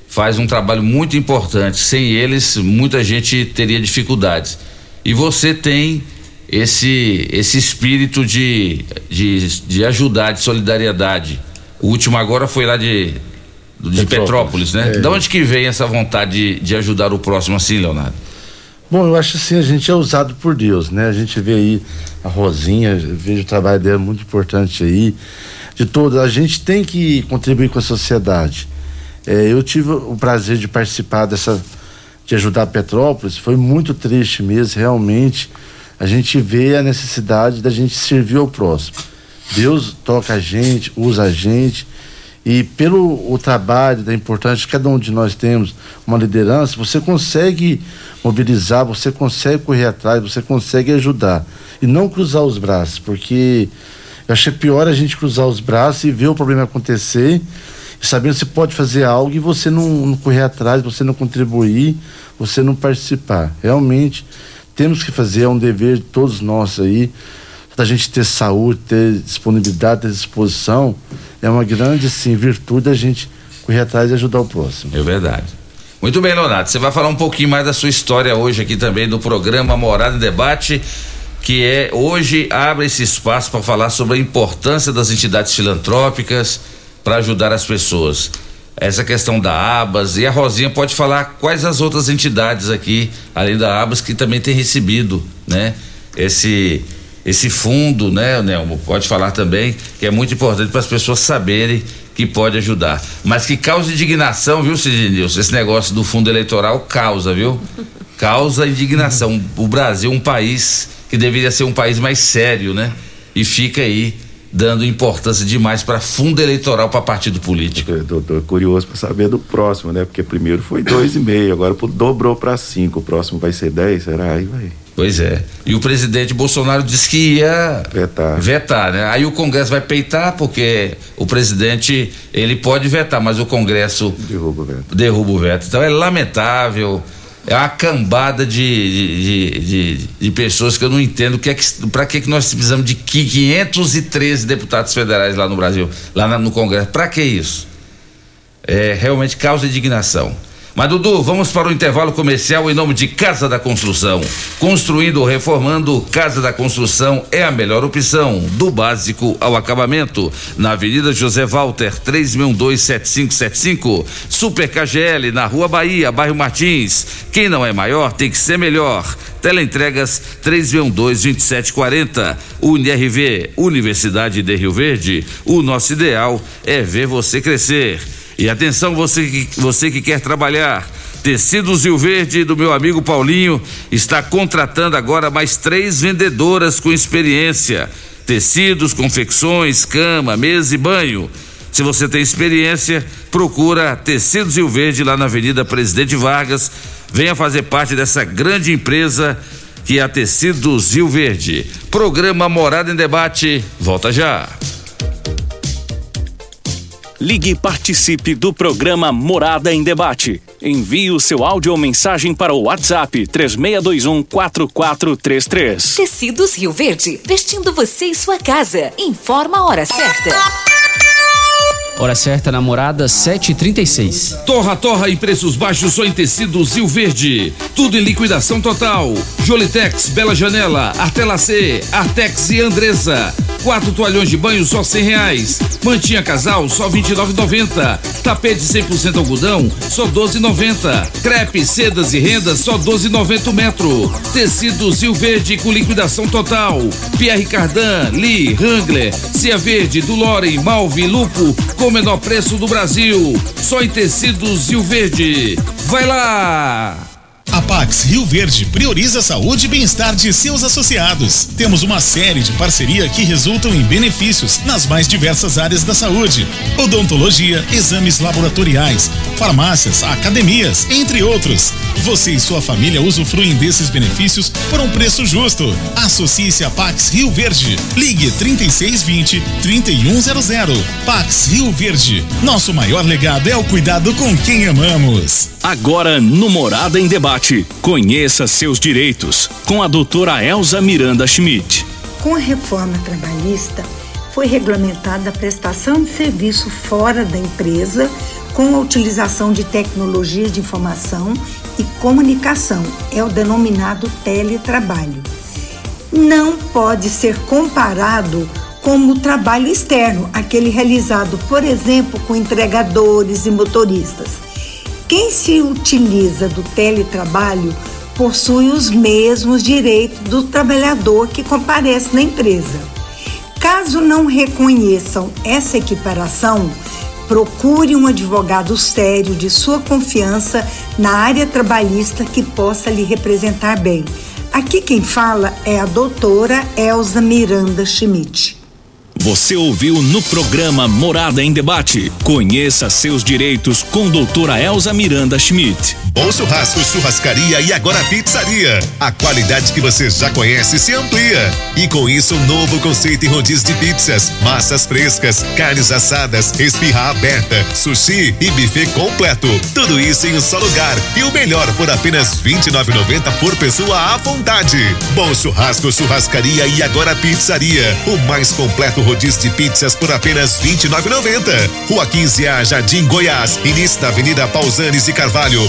faz um trabalho muito importante. Sem eles, muita gente teria dificuldades. E você tem esse espírito de ajudar, de solidariedade. O último agora foi lá de Petrópolis, né? De onde que vem essa vontade de ajudar o próximo assim, Leonardo?
Bom, eu acho assim, a gente é usado por Deus, né? A gente vê aí a Rosinha, vejo o trabalho dela muito importante aí, de toda, a gente tem que contribuir com a sociedade. Eu tive o prazer de participar de ajudar Petrópolis, foi muito triste mesmo, realmente, a gente vê a necessidade da gente servir ao próximo. Deus toca a gente, usa a gente, e pelo o trabalho, da importância que cada um de nós temos, uma liderança, você consegue mobilizar, você consegue correr atrás, você consegue ajudar, e não cruzar os braços, porque eu acho que é pior a gente cruzar os braços e ver o problema acontecer, sabendo que você pode fazer algo e você não correr atrás, você não contribuir, você não participar. Realmente temos que fazer, é um dever de todos nós aí, da gente ter saúde, ter disponibilidade, ter disposição, é uma grande, assim, virtude a gente correr atrás e ajudar o próximo.
É verdade. Muito bem, Leonardo, você vai falar um pouquinho mais da sua história hoje aqui também do programa Morada em Debate, que hoje abre esse espaço para falar sobre a importância das entidades filantrópicas para ajudar as pessoas. Essa questão da ABAS, e a Rosinha pode falar quais as outras entidades aqui, além da ABAS, que também tem recebido, né, esse fundo, né, Nelmo? Pode falar também, que é muito importante para as pessoas saberem que pode ajudar. Mas que causa indignação, viu, Sidney Nilson? Esse negócio do fundo eleitoral causa, viu? Causa indignação. O Brasil, um país que deveria ser um país mais sério, né? E fica aí dando importância demais para fundo eleitoral para partido político.
Eu tô curioso para saber do próximo, né? Porque primeiro foi 2,5, agora dobrou para 5, o próximo vai ser 10, será? Aí vai.
Pois é. E o presidente Bolsonaro disse que ia vetar, né? Aí o Congresso vai peitar, porque o presidente, ele pode vetar, mas o Congresso derruba o veto. Então é lamentável. É uma cambada de pessoas que eu não entendo para que nós precisamos de 513 deputados federais lá no Brasil, lá no Congresso. Para que isso? Realmente causa indignação. Mas, Dudu, vamos para o intervalo comercial em nome de Casa da Construção. Construindo ou reformando, Casa da Construção é a melhor opção, do básico ao acabamento. Na Avenida José Walter, 3612-7575. Super KGL, na Rua Bahia, bairro Martins. Quem não é maior tem que ser melhor. Teleentregas 3612-2740. UniRV, Universidade de Rio Verde. O nosso ideal é ver você crescer. E atenção, você que quer trabalhar, Tecidos Rio Verde do meu amigo Paulinho está contratando agora mais 3 vendedoras com experiência. Tecidos, confecções, cama, mesa e banho. Se você tem experiência, procura Tecidos Rio Verde lá na Avenida Presidente Vargas. Venha fazer parte dessa grande empresa que é a Tecidos Rio Verde. Programa Morada em Debate, volta já.
Ligue e participe do programa Morada em Debate. Envie o seu áudio ou mensagem para o WhatsApp 3621-4433.
Tecidos Rio Verde, vestindo você e sua casa. Informa a hora certa.
Hora certa, namorada, 7h36.
Torra e preços baixos só em Tecidos Rio Verde. Tudo em liquidação total. Jolitex, Bela Janela, Artelacê, Artex e Andresa. 4 toalhões de banho só R$100. Mantinha casal só R$29,90. Tapete 100% algodão só R$12,90. Crepe, sedas e rendas só R$12,90 o metro. Tecidos Rio Verde com liquidação total. Pierre Cardin, Lee, Wrangler, Cia Verde, Dulore, Malve, Lupo com o menor preço do Brasil. Só em Tecidos Rio Verde. Vai lá!
A Pax Rio Verde prioriza a saúde e bem-estar de seus associados. Temos uma série de parceria que resultam em benefícios nas mais diversas áreas da saúde: odontologia, exames laboratoriais, farmácias, academias, entre outros. Você e sua família usufruem desses benefícios por um preço justo. Associe-se a Pax Rio Verde. Ligue 3620-3100. Pax Rio Verde. Nosso maior legado é o cuidado com quem amamos.
Agora no Morada em Debate, conheça seus direitos, com a doutora Elza Miranda Schmidt.
Com a reforma trabalhista, foi regulamentada a prestação de serviço fora da empresa com a utilização de tecnologias de informação e comunicação. É o denominado teletrabalho. Não pode ser comparado com o trabalho externo, aquele realizado, por exemplo, com entregadores e motoristas. Quem se utiliza do teletrabalho possui os mesmos direitos do trabalhador que comparece na empresa. Caso não reconheçam essa equiparação, procure um advogado sério de sua confiança na área trabalhista que possa lhe representar bem. Aqui quem fala é a doutora Elza Miranda Schmidt.
Você ouviu no programa Morada em Debate. Conheça seus direitos com doutora Elza Miranda Schmidt.
Bom Churrasco, Churrascaria e agora Pizzaria. A qualidade que você já conhece se amplia. E com isso, um novo conceito em rodízio de pizzas, massas frescas, carnes assadas, esfirra aberta, sushi e buffet completo. Tudo isso em um só lugar. E o melhor por apenas R$ 29,90 por pessoa à vontade. Bom Churrasco, Churrascaria e agora Pizzaria. O mais completo rodízio de pizzas por apenas R$ 29,90. Rua 15A, Jardim Goiás. Início da Avenida Pausanes e Carvalho.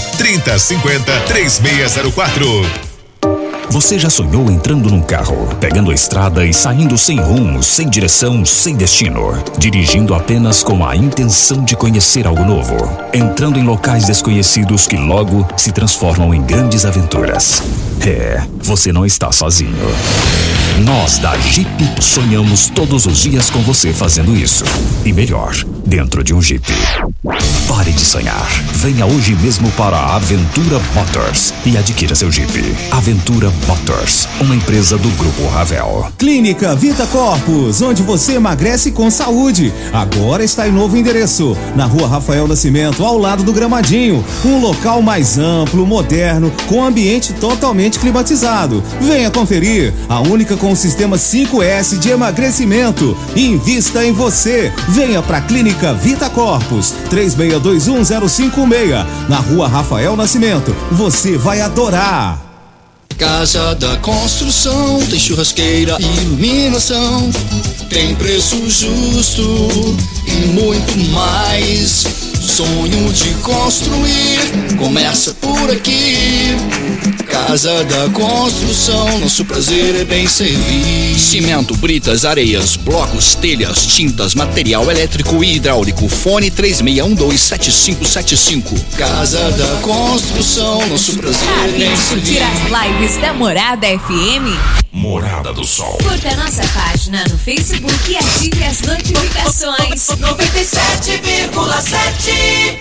3050-3604.
Você já sonhou entrando num carro, pegando a estrada e saindo sem rumo, sem direção, sem destino, dirigindo apenas com a intenção de conhecer algo novo, entrando em locais desconhecidos que logo se transformam em grandes aventuras? É, você não está sozinho. Nós da Jeep sonhamos todos os dias com você fazendo isso. E melhor, dentro de um Jeep. Pare de sonhar. Venha hoje mesmo para a Aventura Motors e adquira seu Jeep. Aventura Motors, uma empresa do Grupo Ravel.
Clínica Vita Corpus, onde você emagrece com saúde. Agora está em novo endereço, na Rua Rafael Nascimento, ao lado do Gramadinho. Um local mais amplo, moderno, com ambiente totalmente climatizado. Venha conferir, a única com o sistema 5S de emagrecimento. Invista em você. Venha para a Clínica Vita Corpus, 36210516, na Rua Rafael Nascimento. Você vai adorar.
Casa da Construção, tem churrasqueira e iluminação, tem preço justo e muito mais. Sonho de construir começa por aqui. Casa da Construção, nosso prazer é bem servir.
Cimento, britas, areias, blocos, telhas, tintas, material elétrico e hidráulico. Fone 36127575.
Casa da Construção, nosso prazer é bem servir.
Curtir as lives da Morada FM?
Morada do Sol.
Curta nossa página no Facebook e ative as notificações.
97,7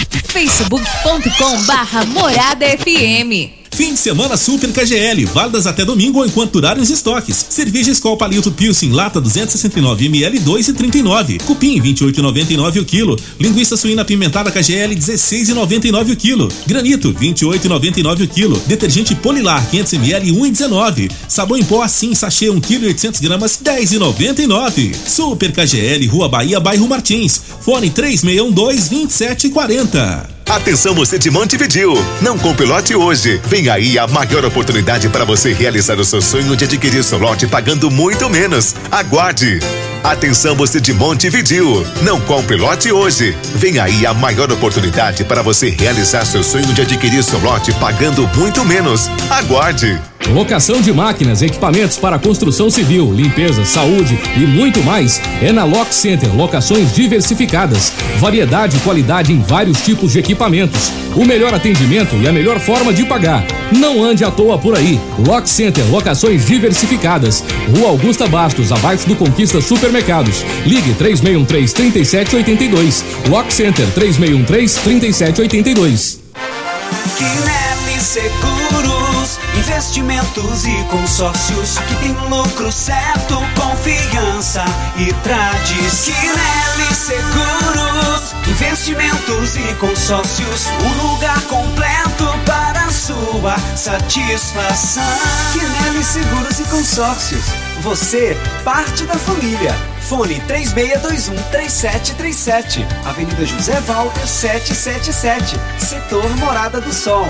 facebook.com/Morada FM.
Fim de semana Super KGL, válidas até domingo ou enquanto durarem os estoques. Cerveja Skol Palito Pilsen, lata 269 ml, 2,39. Cupim, 28,99 o quilo. Linguiça suína apimentada KGL, 16,99 o quilo. Granito, 28,99 o quilo. Detergente Polilar, 500 ml, 1,19. Sabão em pó assim, sachê 1 kg 800 gramas, 10,99. Super KGL, Rua Bahia, bairro Martins. Fone 3612-2740.
Atenção você de Montevidéu, não compre lote hoje. Vem aí a maior oportunidade para você realizar o seu sonho de adquirir seu lote pagando muito menos. Aguarde. Atenção você de Montevidéu, não compre lote hoje. Vem aí a maior oportunidade para você realizar seu sonho de adquirir seu lote pagando muito menos. Aguarde.
Locação de máquinas, equipamentos para construção civil, limpeza, saúde e muito mais é na Lock Center. Locações diversificadas, variedade e qualidade em vários tipos de equipamentos, o melhor atendimento e a melhor forma de pagar. Não ande à toa por aí. Lock Center, locações diversificadas. Rua Augusta Bastos, abaixo do Conquista Supermercados. Ligue 3613-3782. Lock Center 3613-3782.
Quinelli Seguros, investimentos e consórcios. Aqui tem lucro certo, confiança e tradição. Quinelli Seguros, investimentos e consórcios. Um lugar completo para a sua satisfação. Quinelli Seguros e Consórcios. Você, parte da família. Fone 3621-3737. Avenida José Walter 777. Setor Morada do Sol.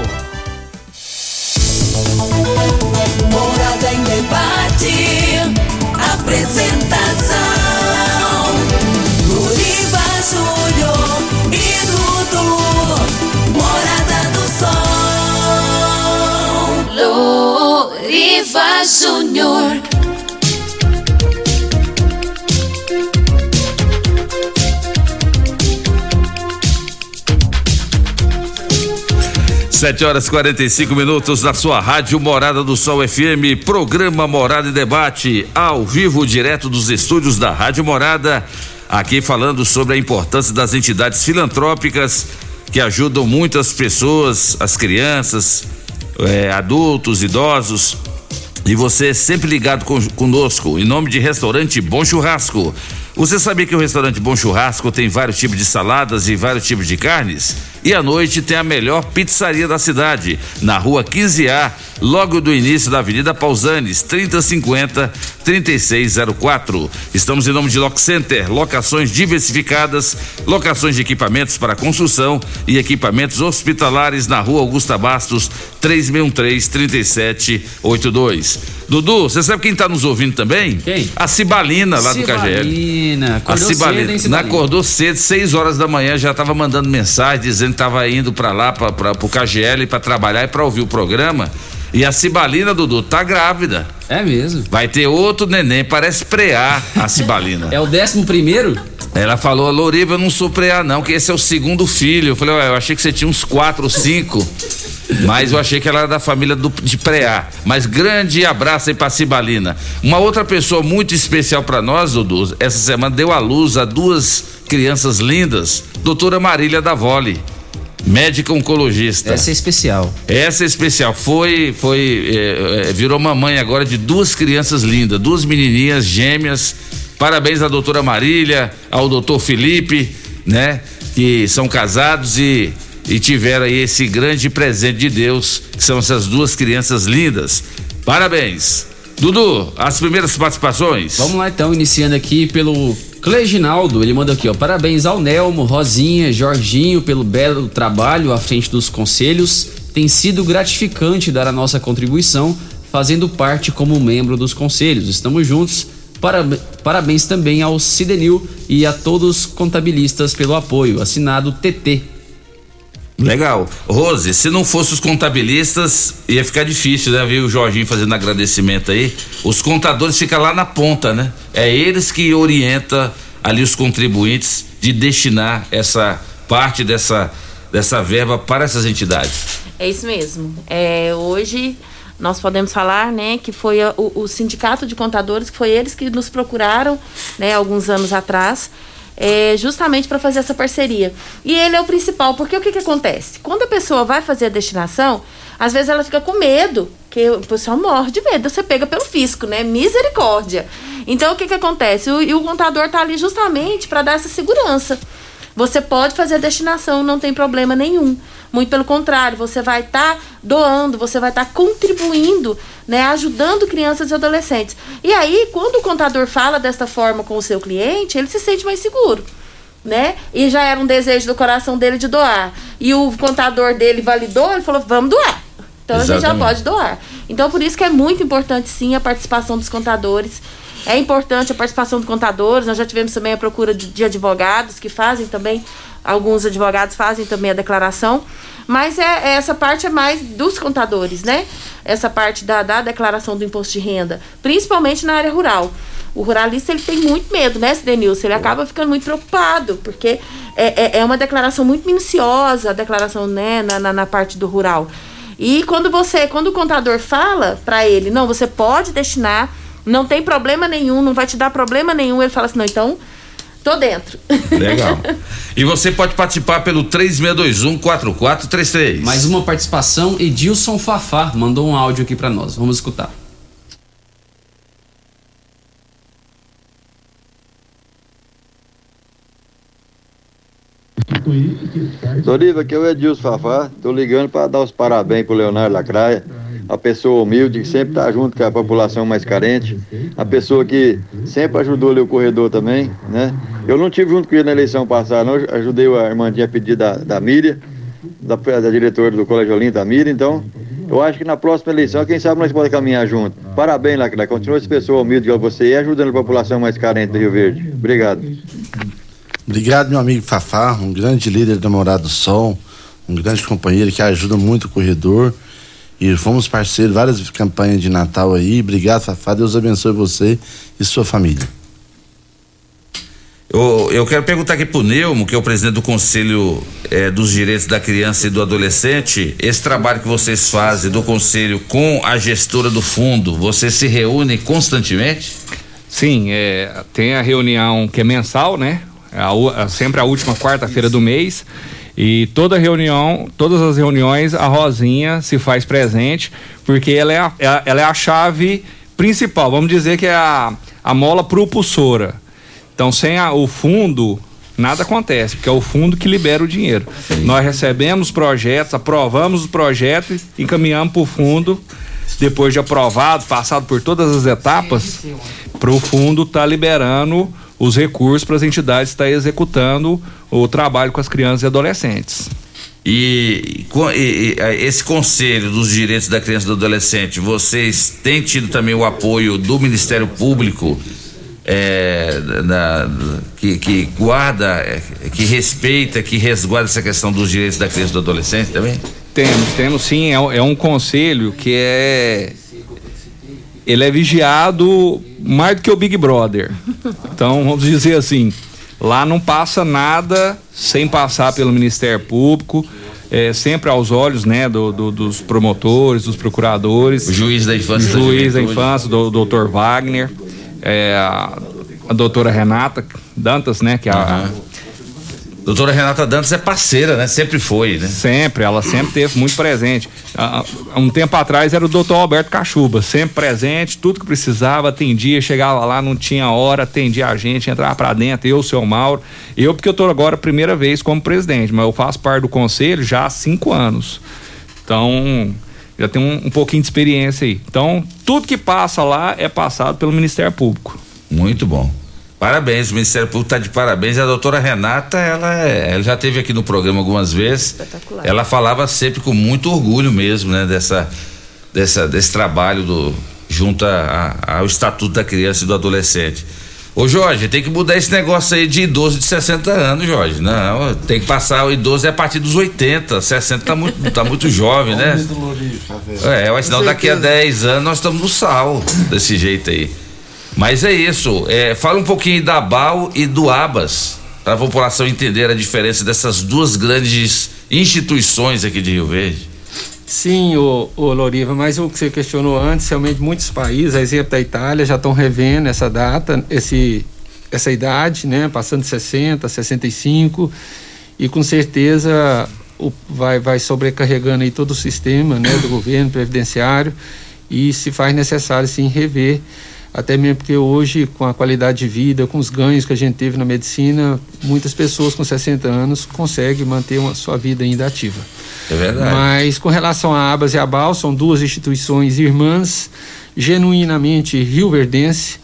Morada em Debate. Apresentação: Luriva Júnior e Dudu. tudo. Morada do Sol. Loriva Júnior.
Sete horas 45 minutos na sua rádio Morada do Sol FM, programa Morada em Debate, ao vivo, direto dos estúdios da Rádio Morada, aqui falando sobre a importância das entidades filantrópicas que ajudam muitas pessoas, as crianças, adultos, idosos, e você sempre ligado conosco, em nome de Restaurante Bom Churrasco. Você sabia que o Restaurante Bom Churrasco tem vários tipos de saladas e vários tipos de carnes? E à noite tem a melhor pizzaria da cidade, na rua 15A, logo do início da Avenida Pausanes, 3050-3604. Estamos em nome de Lock Center, locações diversificadas, locações de equipamentos para construção e equipamentos hospitalares na rua Augusta Bastos, 3613-3782. Dudu, você sabe quem está nos ouvindo também?
Quem?
A Cibalina, lá do KGL.
Acordou cedo, hein, Cibalina?
Acordou cedo, 6 horas da manhã, já estava mandando mensagem dizendo que estava indo para lá, pro KGL, para trabalhar e para ouvir o programa. E a Cibalina, Dudu, tá grávida.
É mesmo?
Vai ter outro neném, parece preá a Cibalina.
É o 11º?
Ela falou: Loriva, eu não sou preá não, que esse é o segundo filho. Eu falei: ué, eu achei que você tinha uns 4 ou 5. Mas eu achei que ela era da família de preá. Mas grande abraço aí pra Cibalina. Uma outra pessoa muito especial pra nós, Dudu, essa semana deu à luz a 2 crianças lindas, doutora Marília Davoli, médica oncologista.
Essa é especial.
Essa é especial. Virou mamãe agora de 2 crianças lindas, 2 menininhas gêmeas. Parabéns à doutora Marília, ao doutor Felipe, né? Que são casados e tiveram aí esse grande presente de Deus, que são essas 2 crianças lindas. Parabéns. Dudu, as primeiras participações.
Vamos lá então, iniciando aqui pelo Cleginaldo, ele manda aqui, ó: parabéns ao Nelmo, Rosinha, Jorginho pelo belo trabalho à frente dos conselhos. Tem sido gratificante dar a nossa contribuição, fazendo parte como membro dos conselhos. Estamos juntos. Parabéns também ao Cidenil e a todos os contabilistas pelo apoio. Assinado TT.
Legal. Rose, se não fosse os contabilistas, ia ficar difícil, né? Ver o Jorginho fazendo agradecimento aí. Os contadores ficam lá na ponta, né? É eles que orientam ali os contribuintes de destinar essa parte dessa verba para essas entidades.
É isso mesmo. Hoje nós podemos falar, né, que foi o sindicato de contadores, que foi eles que nos procuraram, né, alguns anos atrás, justamente para fazer essa parceria. E ele é o principal, porque o que acontece? Quando a pessoa vai fazer a destinação, às vezes ela fica com medo, que o pessoal morre de medo, você pega pelo fisco, né? Misericórdia. Então o que acontece? O contador tá ali justamente para dar essa segurança. Você pode fazer a destinação, não tem problema nenhum. Muito pelo contrário, você vai estar doando, você vai estar contribuindo, né, ajudando crianças e adolescentes. E aí, quando o contador fala desta forma com o seu cliente, ele se sente mais seguro, né? E já era um desejo do coração dele de doar. E o contador dele validou, ele falou: vamos doar. Então Exatamente. A gente já pode doar. Então, por isso que é muito importante, sim, a participação dos contadores. É importante a participação dos contadores. Nós já tivemos também a procura de advogados que fazem também, alguns advogados fazem também a declaração, mas essa parte é mais dos contadores, né? Essa parte da declaração do imposto de renda, principalmente na área rural. O ruralista, ele tem muito medo, né, Cidenilson? Ele acaba ficando muito preocupado, porque é uma declaração muito minuciosa, a declaração, né, na parte do rural. E quando o contador fala para ele: não, você pode destinar, não tem problema nenhum, não vai te dar problema nenhum, ele fala assim: não, então tô dentro.
Legal. E você pode participar pelo 3621-4433.
Mais uma participação, Edilson Fafá mandou um áudio aqui para nós, vamos escutar.
Loriva, aqui é o Edilson Fafá, tô ligando para dar os parabéns pro Leonardo Lacraia, a pessoa humilde que sempre tá junto com a população mais carente, a pessoa que sempre ajudou ali o corredor também, né? Eu não tive junto com ele na eleição passada, não, ajudei a Irmandinha a pedir da Miriam, da diretora do Colégio Olinda, a Miriam, então eu acho que na próxima eleição, quem sabe nós podemos caminhar junto. Parabéns, Lacraia, continua essa pessoa humilde igual você e ajudando a população mais carente do Rio Verde. Obrigado.
Obrigado, meu amigo Fafá, um grande líder da Morada do Sol, um grande companheiro que ajuda muito o corredor. E fomos parceiros, várias campanhas de Natal aí. Obrigado, Fafá. Deus abençoe você e sua família.
Eu quero perguntar aqui pro Neumo, que é o presidente do Conselho dos Direitos da Criança e do Adolescente. Esse trabalho que vocês fazem do Conselho com a gestora do fundo, vocês se reúnem constantemente?
Sim, tem a reunião que é mensal, né? Sempre a última quarta-feira do mês. E todas as reuniões, a Rosinha se faz presente, porque ela é a chave principal, vamos dizer que é a mola propulsora. Então, sem o fundo, nada acontece, porque é o fundo que libera o dinheiro. Sim. Nós recebemos projetos, aprovamos os projetos, encaminhamos para o fundo, depois de aprovado, passado por todas as etapas, para o fundo estar liberando os recursos para as entidades estar executando o trabalho com as crianças e adolescentes.
E esse Conselho dos Direitos da Criança e do Adolescente, vocês têm tido também o apoio do Ministério Público, que guarda, que respeita, que resguarda essa questão dos direitos da criança e do adolescente também?
Temos sim, é um conselho que ele é vigiado mais do que o Big Brother. Então, vamos dizer assim, lá não passa nada sem passar pelo Ministério Público, sempre aos olhos, né, dos promotores, dos procuradores.
O juiz da infância.
O juiz da infância, do Dr. Wagner, a doutora Renata Dantas, né, que é a...
Doutora Renata Dantas é parceira, né? Sempre foi, né?
Ela sempre esteve muito presente. Há um tempo atrás era o doutor Alberto Cachuba, sempre presente, tudo que precisava, atendia, chegava lá, não tinha hora, atendia a gente, entrava pra dentro, eu, o seu Mauro. Porque eu tô agora a primeira vez como presidente, mas eu faço parte do conselho já há 5 anos. Então, já tenho um pouquinho de experiência aí. Então, tudo que passa lá é passado pelo Ministério Público.
Muito bom. Parabéns, o Ministério Público está de parabéns. A doutora Renata, ela já esteve aqui no programa algumas vezes. Espetacular. Ela falava sempre com muito orgulho mesmo, né? Desse trabalho junto ao Estatuto da Criança e do Adolescente. Ô Jorge, tem que mudar esse negócio aí de idoso de 60 anos, Jorge. Não, tem que passar o idoso a partir dos 80, 60 tá muito jovem, né? Mas senão daqui a 10 anos nós estamos no sal, desse jeito aí. Mas é isso, fala um pouquinho da ABAL e do ABAS, para a população entender a diferença dessas duas grandes instituições aqui de Rio Verde.
Sim, ô Loriva, mas o que você questionou antes, realmente muitos países, a exemplo da Itália, já estão revendo essa data, essa idade, né, passando de 60, 65, e com certeza vai sobrecarregando aí todo o sistema, né, do governo previdenciário, e se faz necessário sim rever, até mesmo porque hoje, com a qualidade de vida, com os ganhos que a gente teve na medicina, muitas pessoas com 60 anos conseguem manter sua vida ainda ativa.
É verdade.
Mas com relação à ABAS e à ABAL, são duas instituições irmãs, genuinamente rioverdense.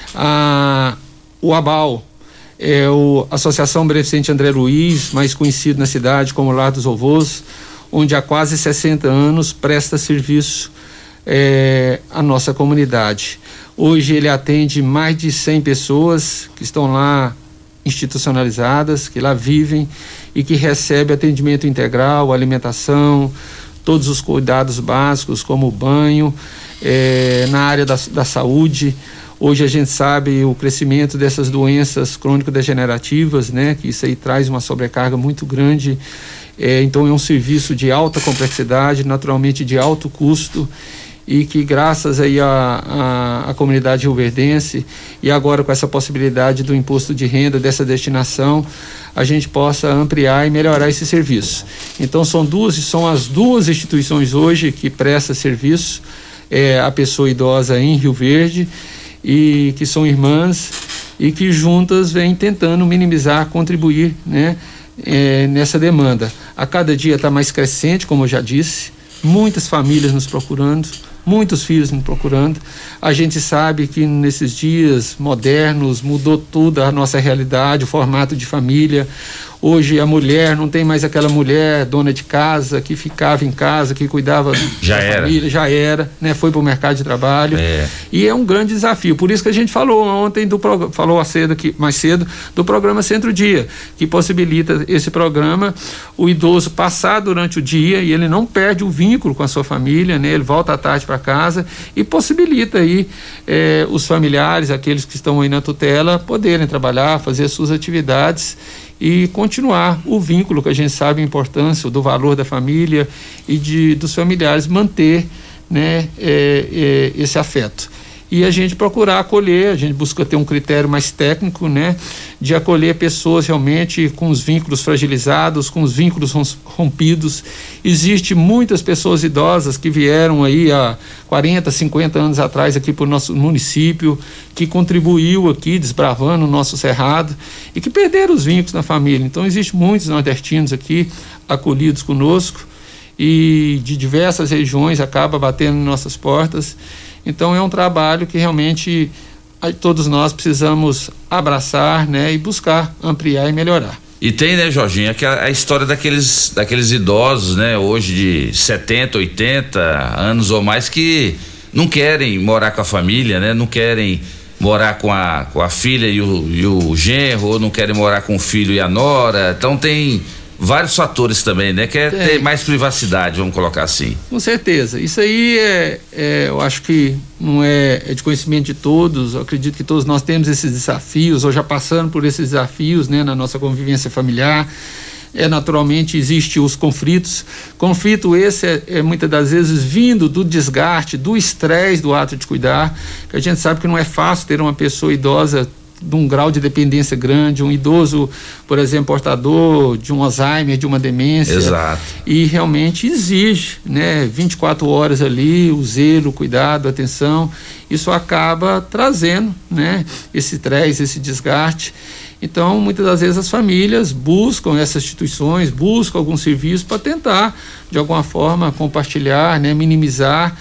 O ABAL é a Associação Beneficente André Luiz, mais conhecido na cidade como Lar dos Vovôs, onde há quase 60 anos presta serviço à nossa comunidade. Hoje ele atende mais de 100 pessoas que estão lá institucionalizadas, que lá vivem e que recebem atendimento integral, alimentação, todos os cuidados básicos como banho, na área da saúde. Hoje a gente sabe o crescimento dessas doenças crônico-degenerativas, né? Que isso aí traz uma sobrecarga muito grande. Então é um serviço de alta complexidade, naturalmente de alto custo, e que graças aí à comunidade rioverdense e agora com essa possibilidade do imposto de renda dessa destinação, a gente possa ampliar e melhorar esse serviço. Então são as duas instituições hoje que prestam serviço à pessoa idosa em Rio Verde, e que são irmãs e que juntas vêm tentando minimizar, contribuir, né, nessa demanda. A cada dia está mais crescente, como eu já disse, muitas famílias nos procurando, muitos filhos nos procurando. A gente sabe que nesses dias modernos mudou tudo a nossa realidade, o formato de família. Hoje a mulher, não tem mais aquela mulher dona de casa, que ficava em casa, que cuidava da família, já era, né? Foi para o mercado de trabalho. E é um grande desafio. Por isso que a gente falou ontem, mais cedo, do programa Centro-Dia, que possibilita esse programa, o idoso passar durante o dia e ele não perde o vínculo com a sua família, né? Ele volta à tarde para casa e possibilita aí os familiares, aqueles que estão aí na tutela, poderem trabalhar, fazer suas atividades e continuar o vínculo, que a gente sabe a importância do valor da família e dos familiares, manter, né, esse afeto. E a gente procurar acolher, a gente busca ter um critério mais técnico, né, de acolher pessoas realmente com os vínculos fragilizados, com os vínculos rompidos. Existe muitas pessoas idosas que vieram aí há 40, 50 anos atrás aqui para o nosso município, que contribuiu aqui desbravando o nosso cerrado e que perderam os vínculos na família. Então existe muitos nordestinos aqui acolhidos conosco e de diversas regiões acaba batendo em nossas portas. Então é um trabalho que realmente todos nós precisamos abraçar, né, e buscar ampliar e melhorar.
E tem, né, Jorginho, a história daqueles idosos, né, hoje de 70, 80 anos ou mais, que não querem morar com a família, né, não querem morar com a filha e o genro, ou não querem morar com o filho e a nora. Então tem vários fatores também, né? Quer ter mais privacidade, vamos colocar assim.
Com certeza. Isso aí eu acho que não é de conhecimento de todos. Eu acredito que todos nós temos esses desafios, ou já passando por esses desafios, né, na nossa convivência familiar. Naturalmente existe os conflitos. Conflito esse é muitas das vezes vindo do desgaste, do estresse do ato de cuidar, que a gente sabe que não é fácil ter uma pessoa idosa de um grau de dependência grande, um idoso, por exemplo, portador de um Alzheimer, de uma demência.
Exato.
E realmente exige, né, 24 horas ali, o zelo, o cuidado, a atenção. Isso acaba trazendo, né, esse estresse, esse desgaste. Então, muitas das vezes as famílias buscam essas instituições, buscam algum serviço para tentar, de alguma forma, compartilhar, né, minimizar,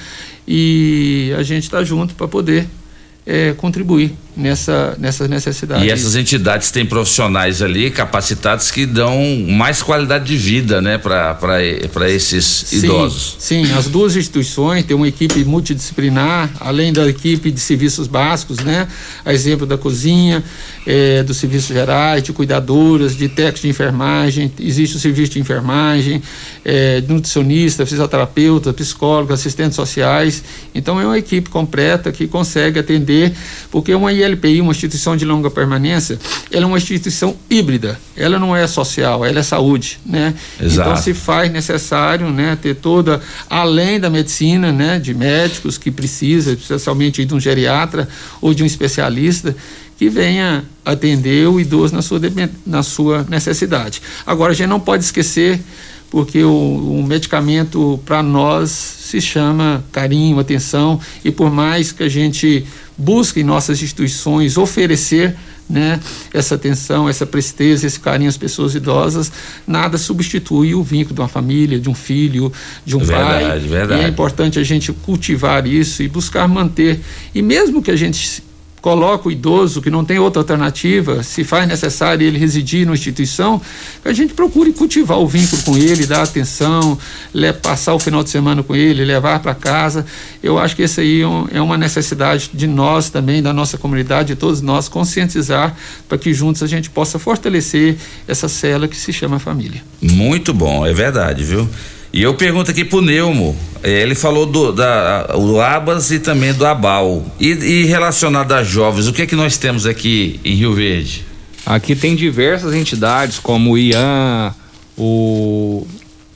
e a gente está junto para poder contribuir nessas necessidades.
E essas entidades têm profissionais ali capacitados que dão mais qualidade de vida, né, para esses idosos.
Sim, as duas instituições têm uma equipe multidisciplinar, além da equipe de serviços básicos, né, a exemplo da cozinha, dos serviços gerais, de cuidadoras, de técnicos de enfermagem. Existe o serviço de enfermagem, nutricionista, fisioterapeuta, psicólogo, assistentes sociais. Então é uma equipe completa que consegue atender, porque uma ILPI, uma instituição de longa permanência, ela é uma instituição híbrida, ela não é social, ela é saúde, né?
Exato.
Então se faz necessário, né, ter toda, além da medicina, né, de médicos que precisa, especialmente de um geriatra ou de um especialista, que venha atender o idoso na sua necessidade. Agora, a gente não pode esquecer, porque o medicamento para nós se chama carinho, atenção, e por mais que a gente busque em nossas instituições oferecer, né, essa atenção, essa presteza, esse carinho às pessoas idosas, nada substitui o vínculo de uma família, de um filho, de um pai.
Verdade.
E é importante a gente cultivar isso e buscar manter. E mesmo que a gente coloca o idoso, que não tem outra alternativa, se faz necessário ele residir numa instituição, que a gente procure cultivar o vínculo com ele, dar atenção, passar o final de semana com ele, levar para casa. Eu acho que isso aí é uma necessidade de nós também, da nossa comunidade, de todos nós, conscientizar para que juntos a gente possa fortalecer essa célula que se chama família.
Muito bom, é verdade, viu? E eu pergunto aqui pro Neumo, ele falou do ABAS e também do ABAL. E relacionado a jovens, o que é que nós temos aqui em Rio Verde?
Aqui tem diversas entidades, como o IAN, como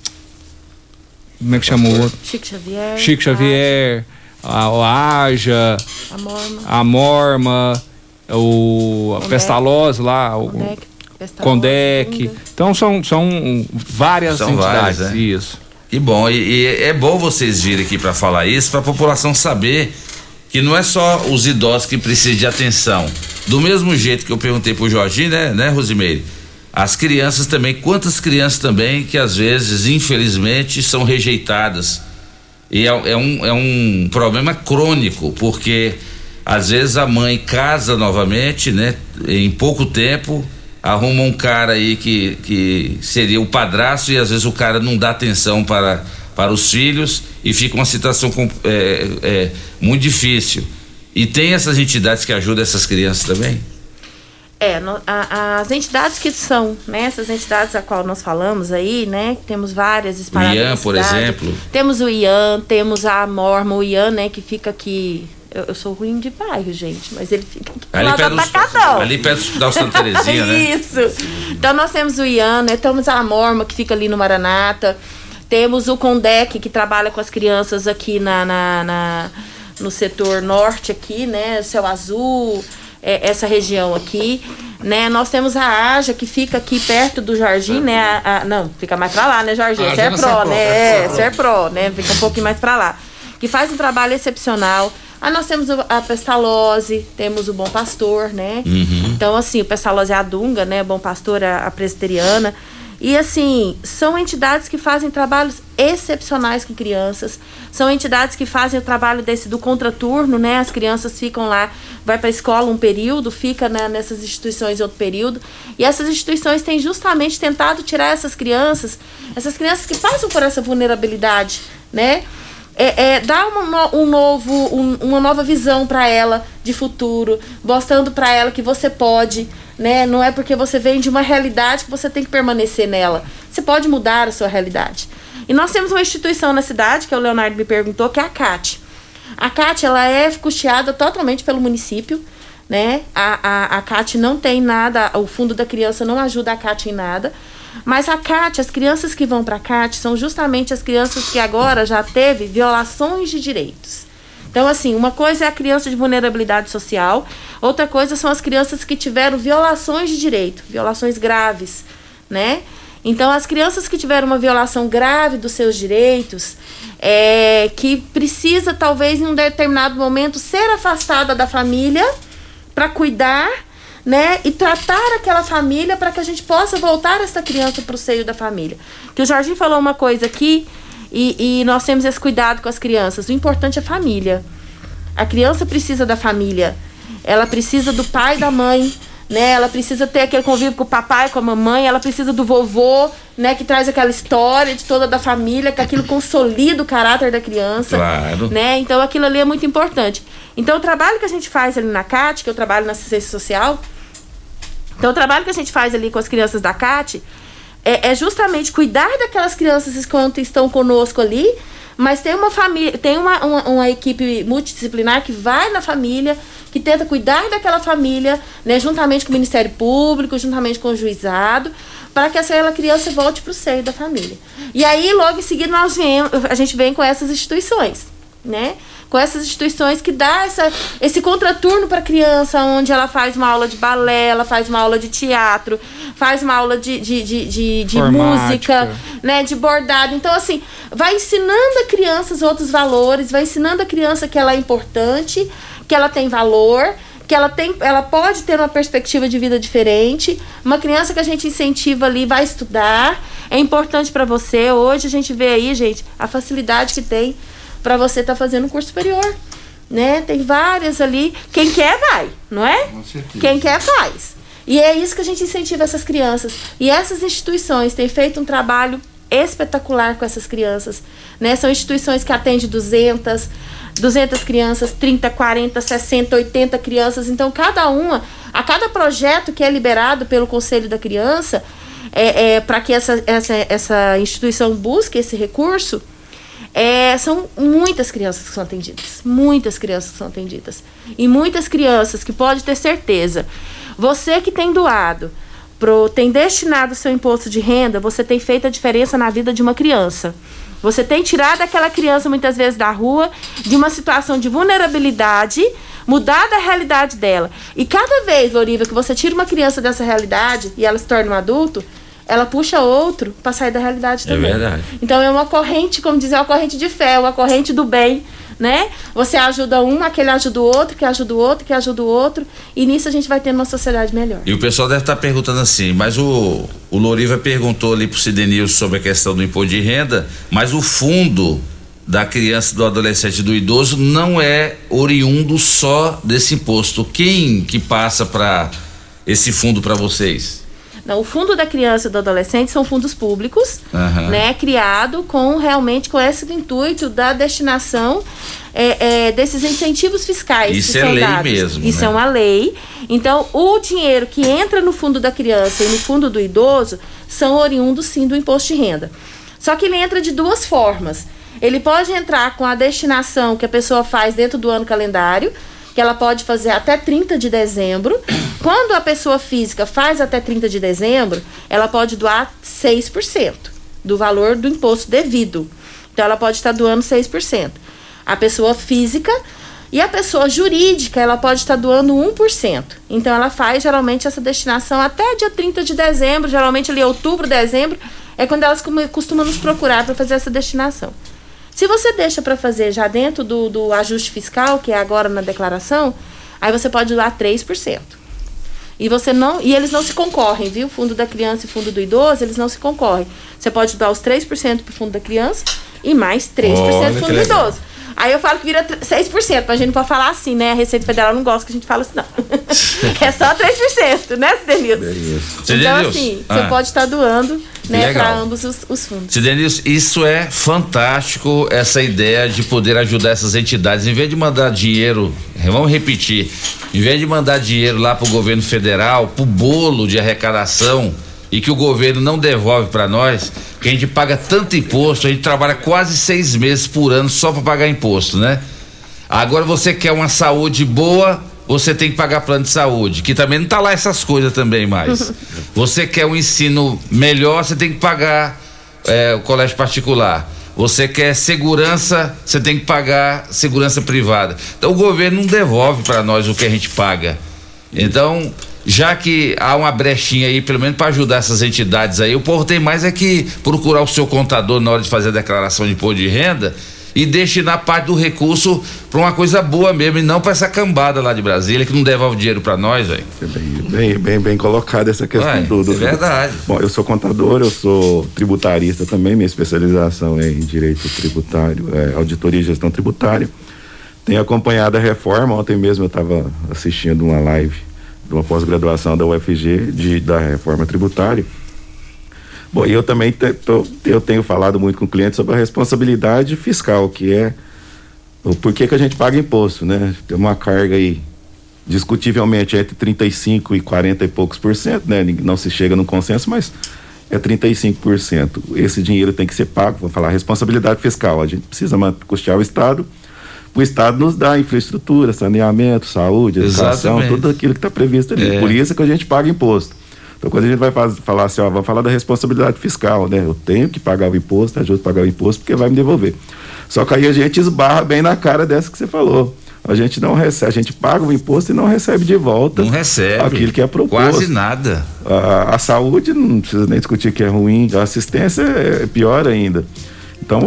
é que chamou? Chico Xavier, a AJA, a Morma, a Pestalozzi lá, o Condec. Então são várias entidades,
várias, né?
Isso.
Que bom, e é bom vocês virem aqui para falar isso, para a população saber que não é só os idosos que precisam de atenção. Do mesmo jeito que eu perguntei pro Jorginho, né, Rosimeire? As crianças também, quantas crianças também que às vezes, infelizmente, são rejeitadas. E é um problema crônico, porque às vezes a mãe casa novamente, né, em pouco tempo, arruma um cara aí que seria o padrasto e às vezes o cara não dá atenção para os filhos e fica uma situação muito difícil. E tem essas entidades que ajudam essas crianças também?
As entidades que são, né, essas entidades a qual nós falamos aí, né, temos várias espalhadas.
O IAN, por exemplo.
Temos o IAN, temos a Morma, o IAN, né, que fica aqui. Eu sou ruim de bairro, gente, mas ele fica aqui
ali perto do Atacadão. Ali perto do Hospital Santa Terezinha, né? Isso.
Então nós temos o IAN, né, temos a Morma, que fica ali no Maranata. Temos o CONDEC, que trabalha com as crianças aqui no setor norte aqui, né, Céu Azul, essa região aqui, né? Nós temos a AJA, que fica aqui perto do Jardim, né? Não, fica mais pra lá, né, Jorginho? Serpro, né? Serpro, né? Fica um pouquinho mais pra lá. Que faz um trabalho excepcional. Aí nós temos a Pestalozzi, temos o Bom Pastor, né? Uhum. Então, assim, o Pestalozzi é a Dunga, né? Bom Pastor é a presbiteriana. E, assim, são entidades que fazem trabalhos excepcionais com crianças. São entidades que fazem o trabalho do contraturno, né? As crianças ficam lá, vai para a escola um período, fica, né, nessas instituições outro período. E essas instituições têm justamente tentado tirar essas crianças que passam por essa vulnerabilidade, né? Dar uma nova visão para ela de futuro, mostrando para ela que você pode, né? Não é porque você vem de uma realidade que você tem que permanecer nela. Você pode mudar a sua realidade. E nós temos uma instituição na cidade, que o Leonardo me perguntou, que é a CAT. A CAT, ela é custeada totalmente pelo município, né? A CAT não tem nada, o Fundo da Criança não ajuda a CAT em nada. Mas a CAT, as crianças que vão para a CAT são justamente as crianças que agora já teve violações de direitos. Então, assim, uma coisa é a criança de vulnerabilidade social, outra coisa são as crianças que tiveram violações de direito, violações graves, né? Então, as crianças que tiveram uma violação grave dos seus direitos, que precisa, talvez, em um determinado momento, ser afastada da família para cuidar, né, e tratar aquela família para que a gente possa voltar essa criança para o seio da família. Que o Jorginho falou uma coisa aqui, e nós temos esse cuidado com as crianças. O importante é a família. A criança precisa da família. Ela precisa do pai e da mãe, né? Ela precisa ter aquele convívio com o papai, com a mamãe. Ela precisa do vovô, né, que traz aquela história de toda da família, que aquilo consolida o caráter da criança. Claro. Né? Então aquilo ali é muito importante. Então o trabalho que a gente faz ali na CAT, que eu trabalho na assistência social, então o trabalho que a gente faz ali com as crianças da CAT é justamente cuidar daquelas crianças enquanto estão conosco ali, mas tem uma família, tem uma equipe multidisciplinar que vai na família, que tenta cuidar daquela família, né, juntamente com o Ministério Público, juntamente com o juizado, para que aquela criança volte para o seio da família. E aí, logo em seguida, a gente vem com essas instituições, né? Com essas instituições que dá esse contraturno para a criança, onde ela faz uma aula de balé, ela faz uma aula de teatro, faz uma aula de música, né, de bordado. Então, assim, vai ensinando a criança os outros valores, vai ensinando a criança que ela é importante, que ela tem valor, que ela pode ter uma perspectiva de vida diferente. Uma criança que a gente incentiva ali vai estudar, é importante para você. Hoje a gente vê aí, gente, a facilidade que tem para você estar fazendo um curso superior, né? Tem várias ali. Quem quer, vai, não é? Quem quer, faz. E é isso que a gente incentiva essas crianças. E essas instituições têm feito um trabalho espetacular com essas crianças, né? São instituições que atendem 200 crianças, 30, 40, 60, 80 crianças. Então, a cada projeto que é liberado pelo Conselho da Criança, para que essa instituição busque esse recurso, são muitas crianças que são atendidas. Muitas crianças que são atendidas. E muitas crianças que pode ter certeza. Você que tem doado, tem destinado o seu imposto de renda, você tem feito a diferença na vida de uma criança. Você tem tirado aquela criança, muitas vezes, da rua, de uma situação de vulnerabilidade, mudado a realidade dela. E cada vez, Loriva, que você tira uma criança dessa realidade e ela se torna um adulto, ela puxa outro para sair da realidade também. É verdade. Então é uma corrente, como dizer, uma corrente de fé, uma corrente do bem, né? Você ajuda um, aquele ajuda o outro, que ajuda o outro, que ajuda o outro, e nisso a gente vai tendo uma sociedade melhor.
E o pessoal deve estar perguntando assim, mas o Loriva perguntou ali pro Cidenilson sobre a questão do imposto de renda, mas o fundo da criança, do adolescente e do idoso não é oriundo só desse imposto. Quem que passa para esse fundo para vocês?
Não, o Fundo da Criança e do Adolescente são fundos públicos, né, criado realmente com esse intuito da destinação desses incentivos fiscais.
Isso
que
é
são
lei
dados.
mesmo.
Isso
né?
é uma lei. Então, o dinheiro que entra no Fundo da Criança e no Fundo do Idoso são oriundos, sim, do imposto de renda. Só que ele entra de duas formas. Ele pode entrar com a destinação que a pessoa faz dentro do ano calendário, que ela pode fazer até 30 de dezembro. Quando a pessoa física faz até 30 de dezembro, ela pode doar 6% do valor do imposto devido. Então, ela pode estar doando 6%. A pessoa física e a pessoa jurídica, ela pode estar doando 1%. Então, ela faz, geralmente, essa destinação até dia 30 de dezembro, geralmente ali outubro, dezembro, é quando elas costumam nos procurar para fazer essa destinação. Se você deixa para fazer já dentro do ajuste fiscal, que é agora na declaração, aí você pode doar 3%. E eles não se concorrem, viu? Fundo da Criança e Fundo do Idoso, eles não se concorrem. Você pode doar os 3% para o Fundo da Criança e mais 3% para o Fundo do Idoso. Aí eu falo que vira 6%, mas a gente não pode falar assim, né? A Receita Federal não gosta que a gente fale assim, não. É só 3%, né, Cidenilson? Então, assim, você pode estar doando, né, para ambos os fundos.
Cidenilson, isso é fantástico, essa ideia de poder ajudar essas entidades. Em vez de mandar dinheiro, vamos repetir, em vez de mandar dinheiro lá pro governo federal, pro bolo de arrecadação, e que o governo não devolve para nós, que a gente paga tanto imposto, a gente trabalha quase 6 meses por ano só para pagar imposto, né? Agora você quer uma saúde boa, você tem que pagar plano de saúde, que também não tá lá essas coisas também mais. Você quer um ensino melhor, você tem que pagar o colégio particular. Você quer segurança, você tem que pagar segurança privada. Então o governo não devolve para nós o que a gente paga. Então, já que há uma brechinha aí, pelo menos para ajudar essas entidades aí, o povo tem mais que procurar o seu contador na hora de fazer a declaração de imposto de renda e destinar parte do recurso para uma coisa boa mesmo, e não para essa cambada lá de Brasília que não devolve dinheiro para nós, velho.
Bem colocada essa questão do.
É verdade.
Bom, eu sou contador, eu sou tributarista também, minha especialização é em direito tributário, auditoria e gestão tributária. Tenho acompanhado a reforma. Ontem mesmo eu estava assistindo uma live de uma pós-graduação da UFG da reforma tributária. Bom, e eu também eu tenho falado muito com o cliente sobre a responsabilidade fiscal, que é o porquê que a gente paga imposto, né? Tem uma carga aí discutivelmente entre 35% e 40 e poucos por cento, né? Não se chega num consenso, mas é 35%. Esse dinheiro tem que ser pago, vou falar responsabilidade fiscal. A gente precisa custear o Estado. O Estado nos dá infraestrutura, saneamento, saúde, educação, tudo aquilo que está previsto ali. Por isso que a gente paga imposto. Então, quando a gente vai falar assim, vamos falar da responsabilidade fiscal, né? Eu tenho que pagar o imposto, ajudo a pagar o imposto, porque vai me devolver. Só que aí a gente esbarra bem na cara dessa que você falou. A gente não recebe, a gente paga o imposto e não recebe de volta.
Não recebe.
Aquilo que é proposto.
Quase nada.
A saúde, não precisa nem discutir que é ruim, a assistência é pior ainda. Então,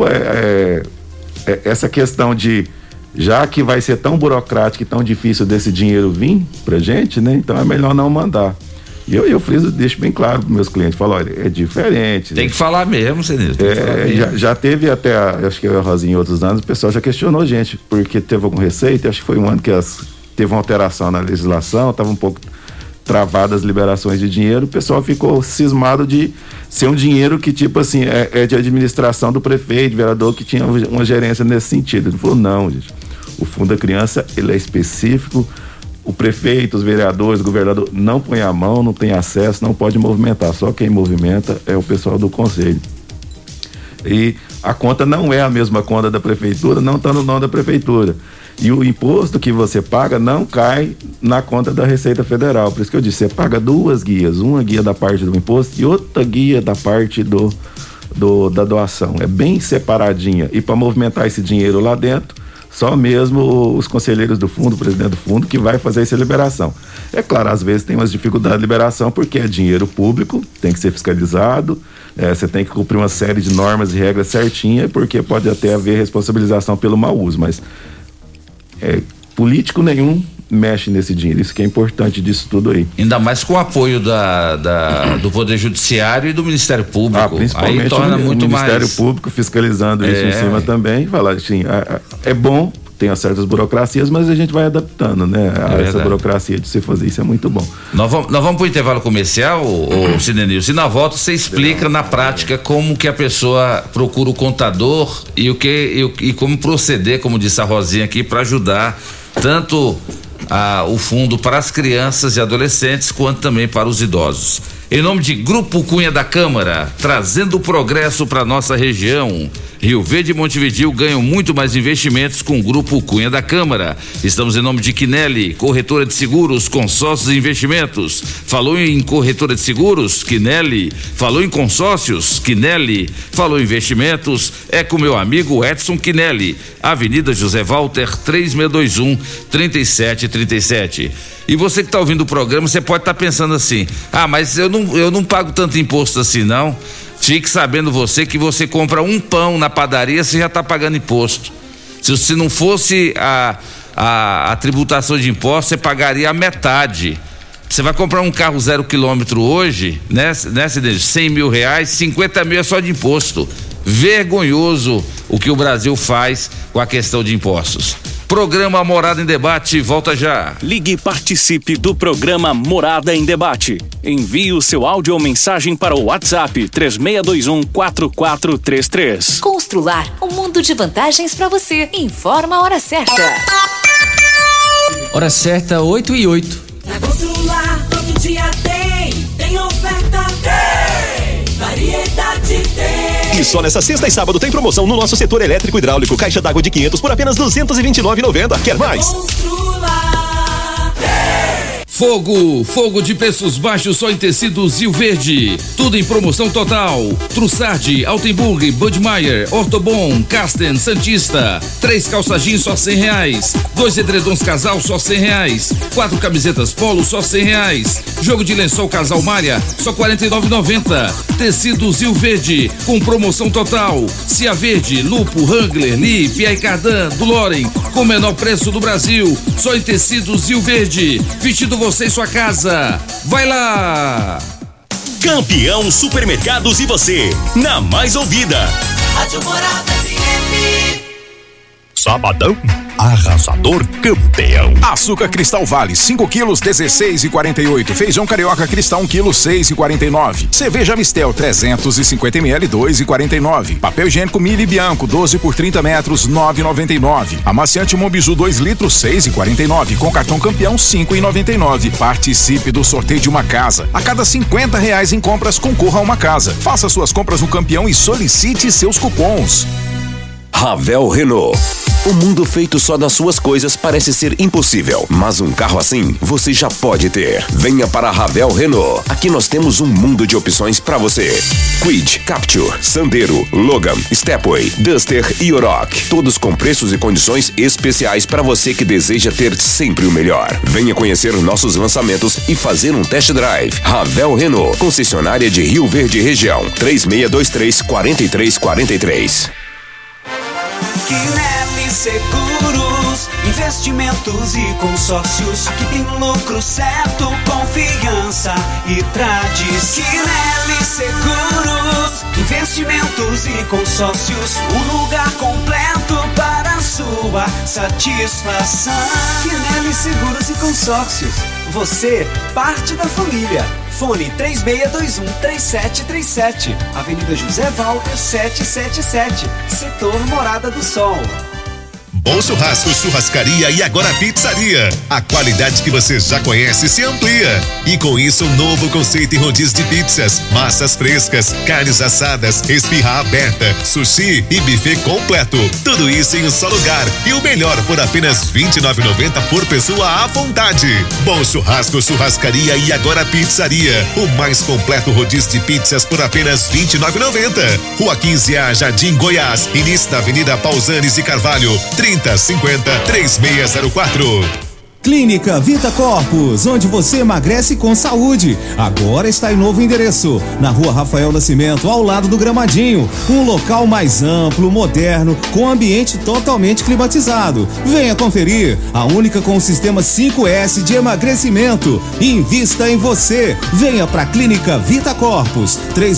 essa questão de, já que vai ser tão burocrático e tão difícil desse dinheiro vir pra gente, né? Então é melhor não mandar. E eu deixo bem claro para meus clientes, falo, olha, é diferente.
Tem que falar mesmo, Senhor.
Já teve até, acho que eu, Rosinha, em outros anos, o pessoal já questionou a gente, porque teve algum receita, acho que foi um ano que teve uma alteração na legislação, estava um pouco travadas as liberações de dinheiro, o pessoal ficou cismado de ser um dinheiro que, tipo assim, é de administração do prefeito, vereador, que tinha uma gerência nesse sentido. Ele falou, não, gente, o Fundo da Criança, ele é específico, o prefeito, os vereadores, o governador não põe a mão, não tem acesso, não pode movimentar, só quem movimenta é o pessoal do conselho. E a conta não é a mesma conta da prefeitura, não está no nome da prefeitura. E o imposto que você paga não cai na conta da Receita Federal. Por isso que eu disse, você paga duas guias, uma guia da parte do imposto e outra guia da parte da doação. É bem separadinha. E para movimentar esse dinheiro lá dentro, só mesmo os conselheiros do fundo, o presidente do fundo, que vai fazer essa liberação. É claro, às vezes tem umas dificuldades de liberação, porque é dinheiro público, tem que ser fiscalizado, você tem que cumprir uma série de normas e regras certinhas, porque pode até haver responsabilização pelo mau uso, mas político nenhum mexe nesse dinheiro, isso que é importante disso tudo aí.
Ainda mais com o apoio do Poder Judiciário e do Ministério Público.
Principalmente
aí torna muito
o Ministério
mais...
Público fiscalizando isso em cima também, falar assim, é bom tem certas burocracias, mas a gente vai adaptando, né? Essa burocracia de se fazer isso é muito bom.
Nós vamos para o intervalo comercial, ô Cidenilson, e na volta você explica na prática como que a pessoa procura o contador e como proceder, como disse a Rosinha aqui, para ajudar tanto o fundo para as crianças e adolescentes quanto também para os idosos. Em nome de Grupo Cunha da Câmara, trazendo progresso para nossa região. Rio Verde e Montevidéu ganham muito mais investimentos com o Grupo Cunha da Câmara. Estamos em nome de Quinelli, corretora de seguros, consórcios e investimentos. Falou em corretora de seguros? Quinelli. Falou em consórcios? Quinelli. Falou em investimentos? É com meu amigo Edson Quinelli. Avenida José Walter, 3621-3737. E você que está ouvindo o programa, você pode estar pensando assim: mas eu não pago tanto imposto assim, não. Fique sabendo você que você compra um pão na padaria, você já está pagando imposto. Se não fosse a tributação de impostos, você pagaria a metade. Você vai comprar um carro 0 quilômetro hoje, né, 100 mil reais, 50 mil é só de imposto. Vergonhoso o que o Brasil faz com a questão de impostos. Programa Morada em Debate, volta já.
Ligue e participe do programa Morada em Debate. Envie o seu áudio ou mensagem para o WhatsApp 3621-4433.
Constrular um mundo de vantagens para você. Informa a hora certa.
Hora certa, 8:08.
Na Constrular todo dia tem oferta, tem variedade, tem.
E só nessa sexta e sábado tem promoção no nosso setor elétrico hidráulico. Caixa d'água de 500 por apenas R$ 229,90. Quer mais?
Fogo de preços baixos só em tecidos Rio Verde. Tudo em promoção total. Trussardi, Altenburg, Budmeier, Ortobon, Carsten, Santista. 3 calça jeans só R$100. 2 edredons casal só R$100. 4 camisetas polo só R$100. Jogo de lençol casal malha só R$49,90. Tecidos Rio Verde com promoção total. Cia Verde, Lupo, Wrangler, Lee, Pierre Cardin, do Loren com o menor preço do Brasil. Só em tecidos Rio Verde. Vestido você em sua casa. Vai lá!
Campeão Supermercados e você, na mais ouvida.
Rádio Morada FM.
Sabadão, arrasador campeão. Açúcar Cristal Vale, 5 quilos, 16,48. Feijão Carioca Cristal, 1 quilo, 6,49. Cerveja Mistel, 350 ml, 2,49. Papel higiênico Mili Bianco, 12 por 30 metros, 9,99. Amaciante Monbiju, 2 litros, 6,49. Com cartão campeão, 5,99. Participe do sorteio de uma casa. A cada R$50 em compras, concorra a uma casa. Faça suas compras no campeão e solicite seus cupons.
Ravel Renault. O mundo feito só das suas coisas parece ser impossível, mas um carro assim você já pode ter. Venha para a Ravel Renault. Aqui nós temos um mundo de opções para você. Kwid, Captur, Sandero, Logan, Stepway, Duster e Oroch. Todos com preços e condições especiais para você que deseja ter sempre o melhor. Venha conhecer nossos lançamentos e fazer um test drive. Ravel Renault, concessionária de Rio Verde Região. 3623-4343.
Quinelli Seguros, investimentos e consórcios. Aqui tem lucro certo, confiança e tradição. Quinelli Seguros, investimentos e consórcios. Um lugar completo para a sua satisfação. Quinelli Seguros e Consórcios. Você, parte da família. Fone 3621-3737. Avenida José Walter 777. Setor Morada do Sol.
Bom Churrasco, Churrascaria e agora Pizzaria. A qualidade que você já conhece se amplia. E com isso, um novo conceito em rodízio de pizzas, massas frescas, carnes assadas, esfirra aberta, sushi e buffet completo. Tudo isso em um só lugar. E o melhor por apenas R$29,90 por pessoa à vontade. Bom Churrasco, Churrascaria e agora Pizzaria. O mais completo rodízio de pizzas por apenas R$29,90. Rua 15A, Jardim Goiás. Início da Avenida Pausanes e Carvalho. 3050-3604.
Clínica Vita Corpus, onde você emagrece com saúde. Agora está em novo endereço, na Rua Rafael Nascimento, ao lado do Gramadinho. Um local mais amplo, moderno, com ambiente totalmente climatizado. Venha conferir, a única com o sistema 5S de emagrecimento. Invista em você. Venha pra Clínica Vita Corpus,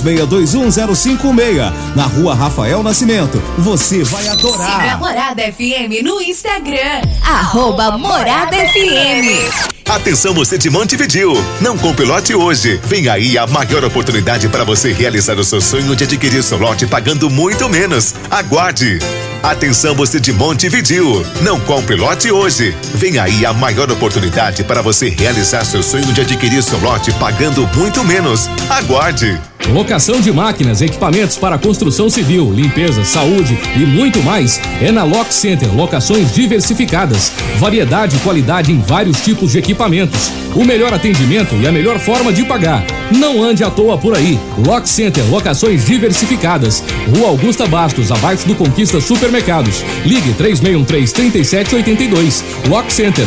36210516, na Rua Rafael Nascimento. Você vai adorar.
Siga a Morada FM no Instagram, @Morada FM.
Atenção você de Montevidéu, não compre lote hoje. Vem aí a maior oportunidade para você realizar o seu sonho de adquirir seu lote pagando muito menos. Aguarde. Atenção você de Montevidéu, não compre lote hoje. Vem aí a maior oportunidade para você realizar seu sonho de adquirir seu lote pagando muito menos. Aguarde.
Locação de máquinas, equipamentos para construção civil, limpeza, saúde e muito mais é na Lock Center. Locações diversificadas, variedade e qualidade em vários tipos de equipamentos, o melhor atendimento e a melhor forma de pagar. Não ande à toa por aí. Lock Center, locações diversificadas. Rua Augusta Bastos, abaixo do Conquista Supermercados. Ligue 3613-3782. Lock Center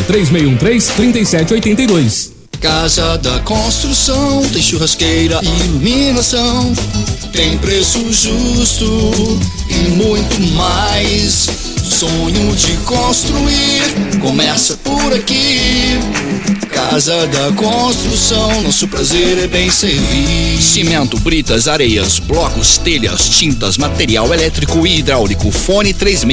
3613-3782.
Casa da Construção, tem churrasqueira e iluminação, tem preço justo e muito mais. Sonho de construir começa por aqui. Casa da Construção, nosso prazer é bem servir.
Cimento, britas, areias, blocos, telhas, tintas, material elétrico e hidráulico. Fone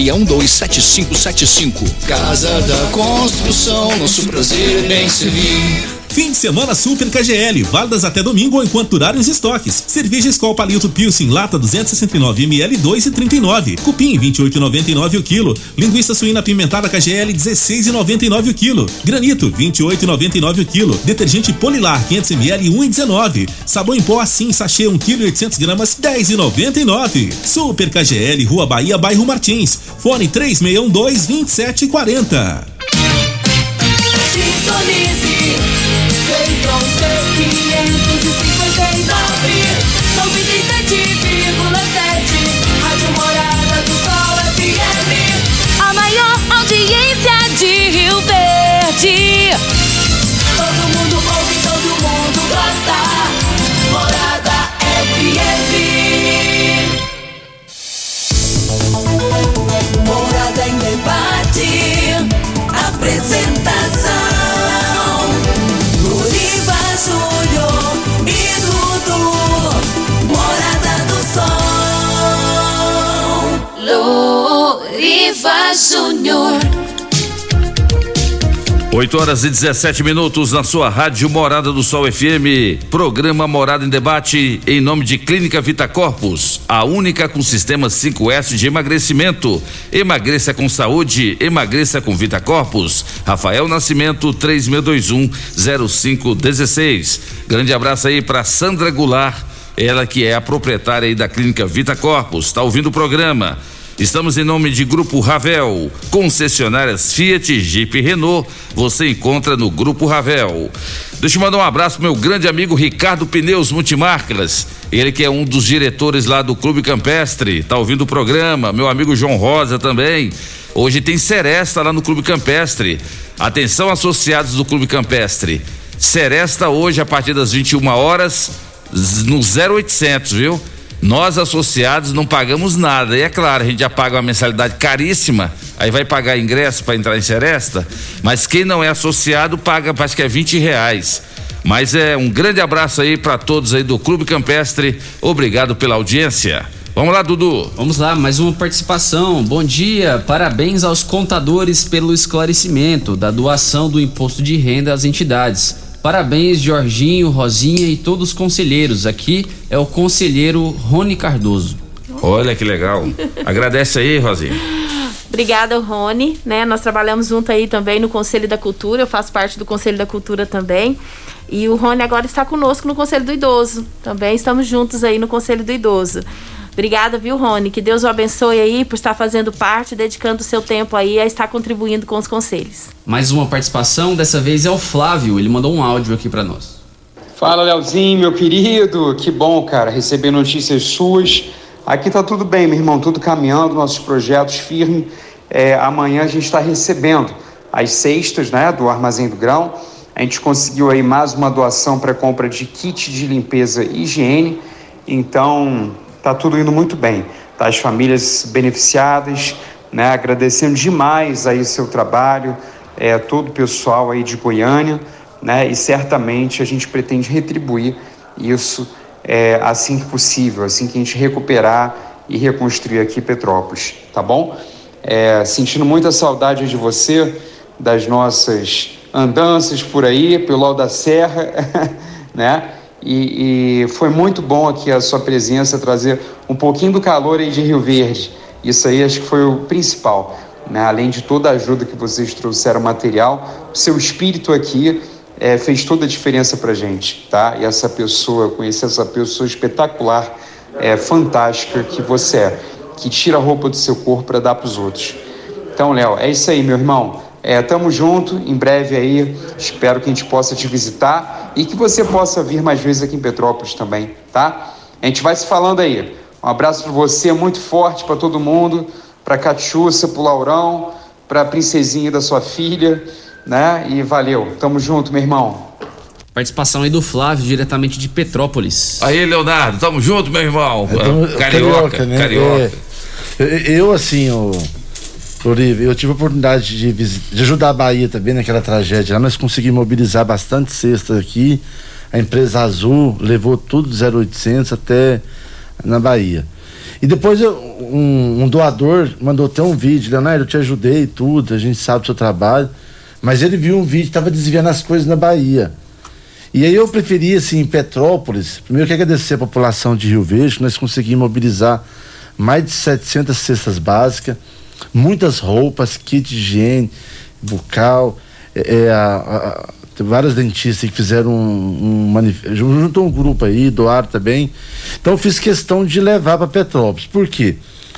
3612-7575.
Casa da Construção, nosso prazer é bem servir.
Fim de semana Super KGL, válidas até domingo ou enquanto durarem os estoques. Cerveja Skol Palito Pilsen, lata 269 ml, 2,39. Cupim, 28,99 o quilo. Linguiça suína apimentada KGL, 16,99 o quilo. Granito, 28,99 o quilo. Detergente Polilar, 500 ml, 1,19. Sabão em pó assim, sachê 1 kg 800 gramas, 10,99. Super KGL, Rua Bahia, bairro Martins. Fone 3612-2740.
Sintonize. Feitron C559, 97,7, Rádio Morada do Sol FM.
A maior audiência de Rio Verde.
Todo mundo ouve, todo mundo gosta. Morada FM. Morada em debate. Apresentação Júnior e Dudu, Morada do Sol. Loriva Júnior.
8h17 na sua rádio Morada do Sol FM. Programa Morada em Debate em nome de Clínica Vita Corpus, a única com sistema 5S de emagrecimento. Emagreça com saúde, emagreça com Vita Corpus. Rafael Nascimento, 3621-0516. Grande abraço aí para Sandra Goulart, ela que é a proprietária aí da Clínica Vita Corpus. Tá ouvindo o programa? Estamos em nome de Grupo Ravel, concessionárias Fiat, Jeep e Renault, você encontra no Grupo Ravel. Deixa eu mandar um abraço pro meu grande amigo Ricardo Pneus Multimarcas, ele que é um dos diretores lá do Clube Campestre, tá ouvindo o programa, meu amigo João Rosa também. Hoje tem seresta lá no Clube Campestre. Atenção, associados do Clube Campestre, seresta hoje a partir das 21 horas no 0800, viu? Nós associados não pagamos nada, e é claro, a gente já paga uma mensalidade caríssima, aí vai pagar ingresso para entrar em seresta, mas quem não é associado paga, acho que é R$20. Mas é um grande abraço aí para todos aí do Clube Campestre, obrigado pela audiência. Vamos lá, Dudu.
Vamos lá, mais uma participação. Bom dia, parabéns aos contadores pelo esclarecimento da doação do imposto de renda às entidades. Parabéns, Jorginho, Rosinha e todos os conselheiros. Aqui é o conselheiro Rony Cardoso.
Olha que legal. Agradece aí, Rosinha.
Obrigada, Rony, né? Nós trabalhamos junto aí também no Conselho da Cultura, eu faço parte do Conselho da Cultura também. E o Rony agora está conosco no Conselho do Idoso. Também estamos juntos aí no Conselho do Idoso. Obrigada, viu, Rony? Que Deus o abençoe aí por estar fazendo parte, dedicando o seu tempo aí a estar contribuindo com os conselhos.
Mais uma participação, dessa vez é o Flávio, ele mandou um áudio aqui para nós.
Fala, Leozinho, meu querido, que bom, cara, receber notícias suas. Aqui tá tudo bem, meu irmão, tudo caminhando, nossos projetos firmes. Amanhã a gente está recebendo as cestas, né, do Armazém do Grão. A gente conseguiu aí mais uma doação para compra de kit de limpeza e higiene. Então, tá tudo indo muito bem. Tá? As famílias beneficiadas, né? Agradecendo demais aí o seu trabalho, todo o pessoal aí de Goiânia, né? E certamente a gente pretende retribuir isso assim que possível, assim que a gente recuperar e reconstruir aqui Petrópolis, tá bom? Sentindo muita saudade de você, das nossas andanças por aí, pelo Alto da Serra, né? E foi muito bom aqui a sua presença, trazer um pouquinho do calor aí de Rio Verde. Isso aí acho que foi o principal, né? Além de toda a ajuda que vocês trouxeram material, o seu espírito aqui fez toda a diferença pra gente, tá? E essa pessoa, conhecer essa pessoa espetacular, fantástica que você é, que tira a roupa do seu corpo para dar pros outros. Então, Léo, é isso aí, meu irmão. Tamo junto, em breve aí, espero que a gente possa te visitar e que você possa vir mais vezes aqui em Petrópolis também, tá? A gente vai se falando aí. Um abraço para você, muito forte para todo mundo, para Catiúcia, pro Laurão, pra princesinha da sua filha, né? E valeu, tamo junto, meu irmão.
Participação aí do Flávio, diretamente de Petrópolis.
Aí, Leonardo, tamo junto, meu irmão. Carioca,
né?
Carioca.
Eu assim, Floriva, eu tive a oportunidade de ajudar a Bahia também naquela tragédia. Lá nós conseguimos mobilizar bastante cesta aqui. A empresa Azul levou tudo de 0800 até na Bahia. E depois um doador mandou até um vídeo: Leonardo, eu te ajudei e tudo, a gente sabe do seu trabalho. Mas ele viu um vídeo, estava desviando as coisas na Bahia. E aí eu preferi, assim, em Petrópolis, primeiro que agradecer a população de Rio Verde, que nós conseguimos mobilizar mais de 700 cestas básicas, muitas roupas, kit de higiene, bucal, várias dentistas que fizeram juntou um grupo aí, doaram também. Então eu fiz questão de levar para Petrópolis. Por quê?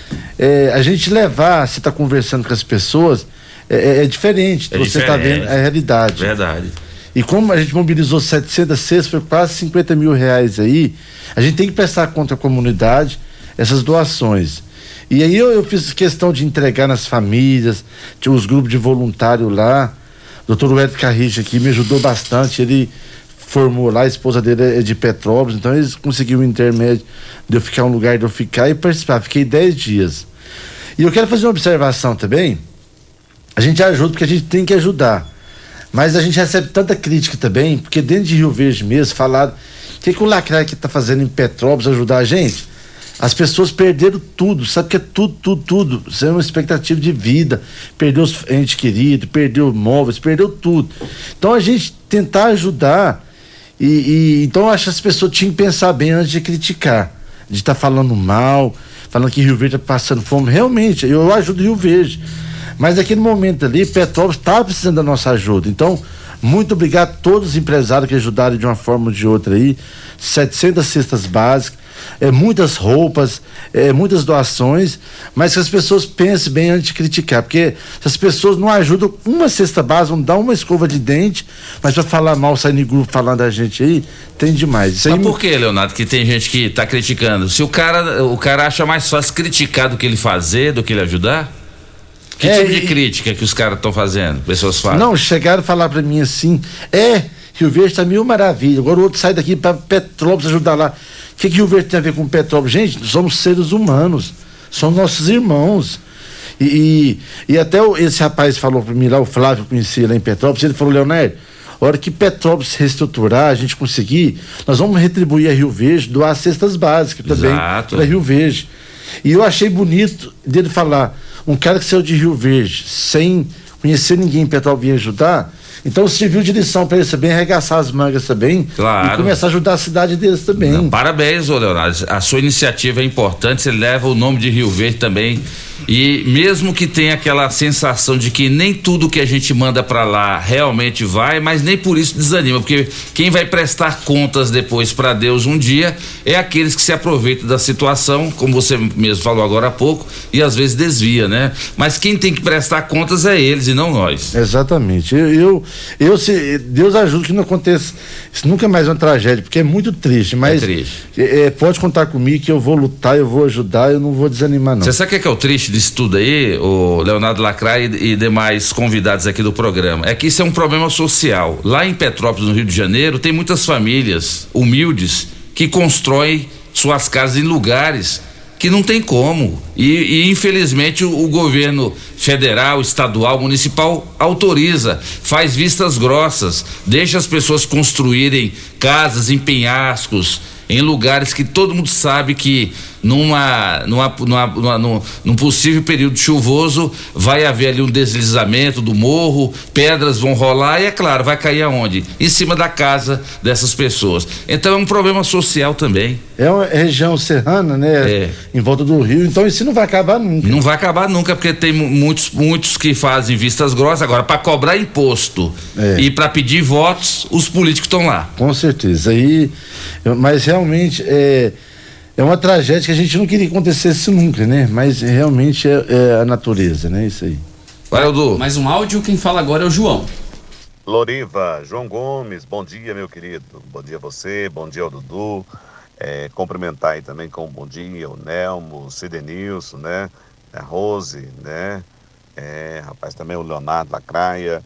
A gente levar, você está conversando com as pessoas, é diferente, você está vendo a realidade.
Verdade.
E como a gente mobilizou 700 cestas, foi quase 50 mil reais aí, a gente tem que prestar conta à comunidade essas doações. E aí eu fiz questão de entregar nas famílias, tinha os grupos de voluntário lá, o Dr. Hélio Carriche aqui me ajudou bastante, ele formou lá, a esposa dele é de Petrópolis, então eles conseguiram o intermédio de eu ficar um lugar de eu ficar e participar, fiquei 10 dias. E eu quero fazer uma observação também, a gente ajuda porque a gente tem que ajudar, mas a gente recebe tanta crítica também, porque dentro de Rio Verde mesmo falaram, o que o Lacraia que tá fazendo em Petrópolis ajudar a gente? As pessoas perderam tudo, sabe que é tudo. Isso é uma expectativa de vida. Perdeu os entes queridos, perdeu móveis, perdeu tudo. Então a gente tentar ajudar, então eu acho que as pessoas tinham que pensar bem antes de criticar, de estar falando mal, falando que Rio Verde está passando fome. Realmente, eu ajudo Rio Verde. Mas naquele momento ali, Petrópolis estava precisando da nossa ajuda. Então, muito obrigado a todos os empresários que ajudaram de uma forma ou de outra aí. 700 cestas básicas, muitas roupas, muitas doações, mas que as pessoas pensem bem antes de criticar, porque se as pessoas não ajudam uma cesta básica, vão dar uma escova de dente, mas para falar mal, sair no grupo falando da gente aí, tem demais. Isso aí
por que, Leonardo, que tem gente que tá criticando? Se o cara acha mais fácil criticar do que ele fazer, do que ele ajudar? Que tipo de crítica que os caras estão fazendo? Pessoas falam.
Não, chegaram a falar para mim assim, Rio Verde tá mil maravilha, agora o outro sai daqui para Petrópolis ajudar lá. O que Rio Verde tem a ver com Petrópolis? Gente, somos seres humanos, somos nossos irmãos. E até esse rapaz falou para mim lá, o Flávio, que eu conheci lá em Petrópolis, ele falou: Leonardo, a hora que Petrópolis se reestruturar, a gente conseguir, nós vamos retribuir a Rio Verde, doar cestas básicas também para Rio Verde. E eu achei bonito dele falar, um cara que saiu de Rio Verde sem conhecer ninguém em Petrópolis vir ajudar, então serviu de lição para eles também arregaçar as mangas também, e começar a ajudar a cidade deles também.
Não, parabéns, Leonardo, a sua iniciativa é importante, você leva o nome de Rio Verde também, e mesmo que tenha aquela sensação de que nem tudo que a gente manda para lá realmente vai, mas nem por isso desanima, porque quem vai prestar contas depois para Deus um dia é aqueles que se aproveitam da situação, como você mesmo falou agora há pouco, e às vezes desvia, né? Mas quem tem que prestar contas é eles e não nós.
Exatamente. Se Deus ajuda que não aconteça, isso nunca mais é uma tragédia, porque é muito triste, mas pode contar comigo que eu vou lutar, eu vou ajudar, eu não vou desanimar não.
Você sabe o que é o triste, triste disso tudo aí, o Leonardo Lacraia e demais convidados aqui do programa, é que isso é um problema social. Lá em Petrópolis, no Rio de Janeiro, tem muitas famílias humildes que constroem suas casas em lugares que não tem como. E infelizmente o governo federal, estadual, municipal autoriza, faz vistas grossas, deixa as pessoas construírem casas em penhascos, em lugares que todo mundo sabe que num possível período chuvoso vai haver ali um deslizamento do morro, pedras vão rolar e, é claro, vai cair aonde? Em cima da casa dessas pessoas. Então é um problema social também.
É uma região serrana, né? Em volta do rio, então isso não vai acabar nunca.
Não vai acabar nunca, porque tem muitos que fazem vistas grossas. Agora, para cobrar imposto e para pedir votos, os políticos estão lá.
Com certeza. Mas realmente é uma tragédia que a gente não queria que acontecesse nunca, né? Mas realmente é a natureza, né? Isso aí.
Vai, Edu.
Mais um áudio, quem fala agora é o João.
Loriva, João Gomes, bom dia, meu querido. Bom dia a você, bom dia ao Dudu. Cumprimentar aí também com um bom dia o Nelmo, o Cidenilson, né? A Rose, né? Rapaz, também o Leonardo Lacraia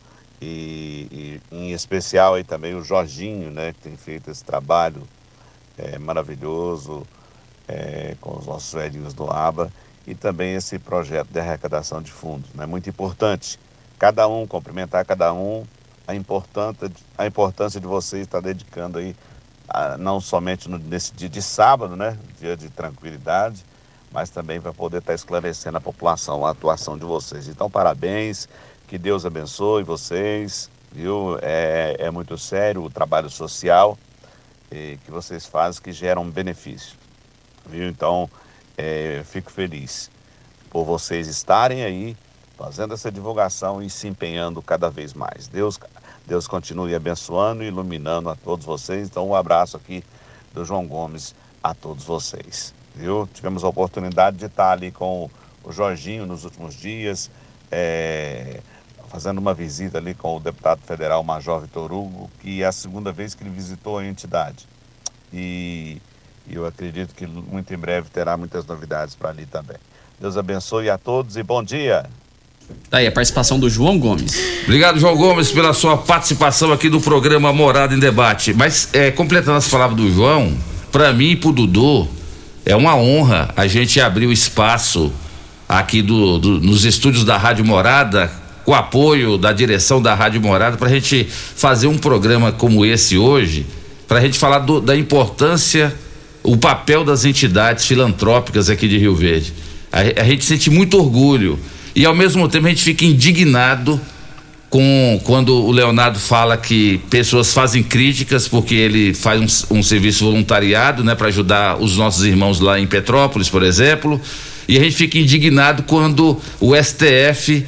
e em especial aí também o Jorginho, né? Que tem feito esse trabalho maravilhoso com os nossos velhinhos do ABA e também esse projeto de arrecadação de fundos, né? Muito importante. Cumprimentar cada um, a importância de você estar dedicando aí, não somente nesse dia de sábado, né? Dia de tranquilidade, mas também para poder estar esclarecendo a população, a atuação de vocês. Então, parabéns, que Deus abençoe vocês, viu? É muito sério o trabalho social que vocês fazem, que gera um benefício, viu? Então, fico feliz por vocês estarem aí fazendo essa divulgação e se empenhando cada vez mais. Deus continue abençoando e iluminando a todos vocês. Então, um abraço aqui do João Gomes a todos vocês, viu? Tivemos a oportunidade de estar ali com o Jorginho nos últimos dias, fazendo uma visita ali com o deputado federal Major Vitor Hugo, que é a segunda vez que ele visitou a entidade. E eu acredito que muito em breve terá muitas novidades para ali também. Deus abençoe a todos e bom dia.
Tá aí a participação do João Gomes.
Obrigado, João Gomes, pela sua participação aqui do programa Morada em Debate. Mas, completando as palavras do João, para mim e pro Dudu, é uma honra a gente abrir o espaço aqui nos estúdios da Rádio Morada, com o apoio da direção da Rádio Morada, pra gente fazer um programa como esse hoje, pra gente falar da importância, o papel das entidades filantrópicas aqui de Rio Verde. A gente sente muito orgulho e ao mesmo tempo a gente fica indignado quando o Leonardo fala que pessoas fazem críticas porque ele faz um serviço voluntariado, né, para ajudar os nossos irmãos lá em Petrópolis, por exemplo, e a gente fica indignado quando o STF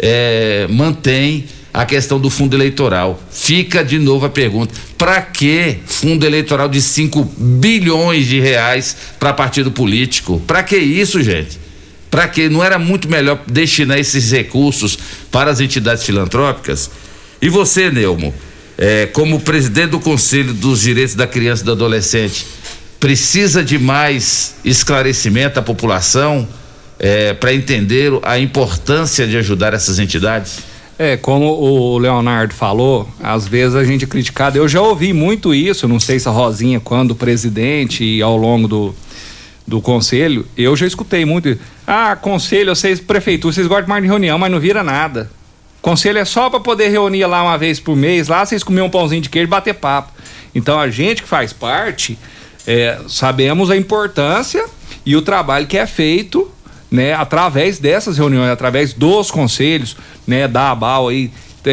mantém a questão do fundo eleitoral. Fica de novo a pergunta: para que fundo eleitoral de 5 bilhões de reais para partido político? Para que isso, gente? Para que não era muito melhor destinar esses recursos para as entidades filantrópicas? E você, Nelmo, como presidente do Conselho dos Direitos da Criança e do Adolescente, precisa de mais esclarecimento à população para entender a importância de ajudar essas entidades?
Como o Leonardo falou, às vezes a gente é criticado. Eu já ouvi muito isso, não sei se a Rosinha, quando presidente e ao longo do conselho, eu já escutei muito. Conselho, vocês, prefeitura, vocês gostam mais de reunião, mas não vira nada. Conselho é só para poder reunir lá uma vez por mês, lá vocês comer um pãozinho de queijo e bater papo. Então a gente que faz parte, sabemos a importância e o trabalho que é feito, né, através dessas reuniões, através dos conselhos, né, da ABAL aí,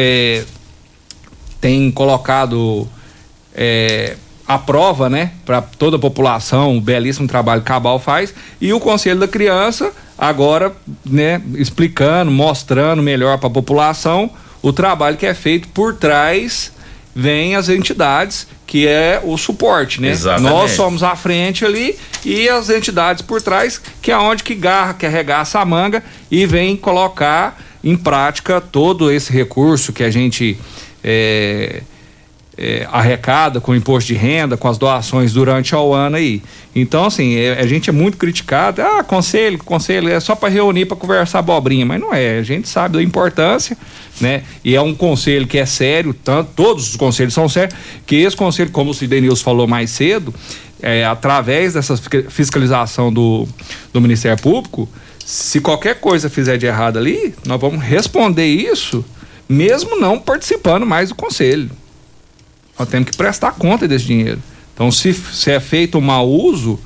tem colocado a prova, né, para toda a população, o belíssimo trabalho que a ABAL faz, e o Conselho da Criança agora, né, explicando, mostrando melhor para a população o trabalho que é feito por trás. Vem as entidades, que é o suporte, né?
Exatamente.
Nós somos à frente ali e as entidades por trás, que é onde que arregaça a manga e vem colocar em prática todo esse recurso que a gente arrecada com o imposto de renda, com as doações durante o ano aí. Então, assim, a gente é muito criticado. Conselho é só para reunir, para conversar abobrinha, mas não é. A gente sabe da importância, né? E é um conselho que é sério, todos os conselhos são sérios, que esse conselho, como o Sidenilson falou mais cedo, através dessa fiscalização do Ministério Público, se qualquer coisa fizer de errado ali, nós vamos responder isso, mesmo não participando mais do conselho. Nós temos que prestar conta desse dinheiro. Então, se é feito um mau uso,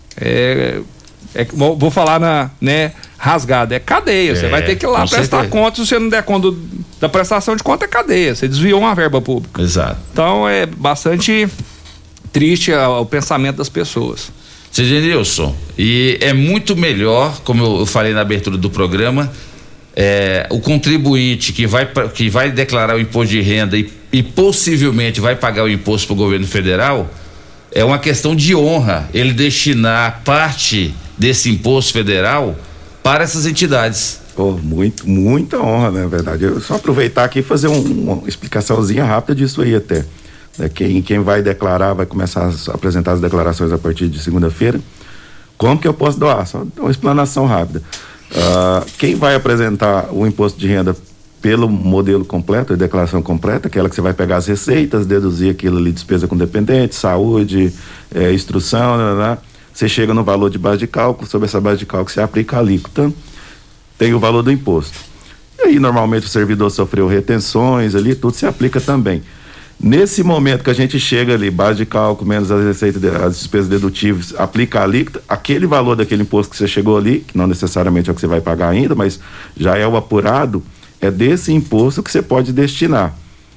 vou falar rasgado, é cadeia. Você vai ter que ir lá prestar conta. Se você não der conta da prestação de conta, é cadeia. Você desviou uma verba pública.
Exato.
Então, é bastante triste o pensamento das pessoas.
Sidenilson, e é muito melhor, como eu falei na abertura do programa, o contribuinte que vai declarar o imposto de renda e possivelmente vai pagar o imposto para o governo federal, é uma questão de honra ele destinar parte desse imposto federal para essas entidades.
Muita honra, na verdade. Eu só aproveitar aqui e fazer uma explicaçãozinha rápida disso aí até. Quem vai declarar vai começar a apresentar as declarações a partir de segunda-feira. Como que eu posso doar? Só uma explanação rápida. Quem vai apresentar o imposto de renda pelo modelo completo, a declaração completa, aquela que você vai pegar as receitas, deduzir aquilo ali, despesa com dependente, saúde, instrução, você chega no valor de base de cálculo, sobre essa base de cálculo você aplica a alíquota, tem o valor do imposto. E aí normalmente o servidor sofreu retenções ali, tudo se aplica também. Nesse momento que a gente chega ali, base de cálculo, menos as receitas, as despesas dedutíveis, aplica a alíquota, aquele valor daquele imposto que você chegou ali, que não necessariamente é o que você vai pagar ainda, mas já é o apurado, é desse imposto que você pode destinar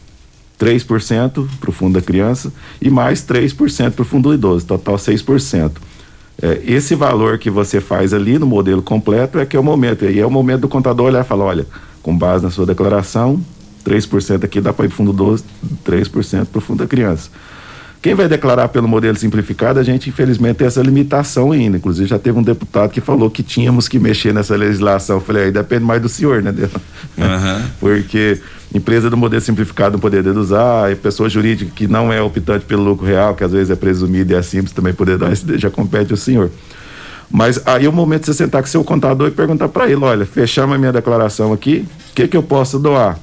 3% para o fundo da criança e mais 3% para o fundo do idoso, total 6%. Esse valor que você faz ali no modelo completo é que é o momento, e aí é o momento do contador olhar e falar, olha, com base na sua declaração, 3% aqui dá para ir para o fundo 12, 3% para o fundo da criança. Quem vai declarar pelo modelo simplificado, a gente infelizmente tem essa limitação ainda. Inclusive já teve um deputado que falou que tínhamos que mexer nessa legislação. Eu falei, aí depende mais do senhor, né? Porque empresa do modelo simplificado não poder deduzar, e pessoa jurídica que não é optante pelo lucro real, que às vezes é presumido e é simples também poder dar, isso já compete ao senhor. Mas aí é o momento de você sentar com seu contador e perguntar para ele, olha, fechamos a minha declaração aqui, o que eu posso doar?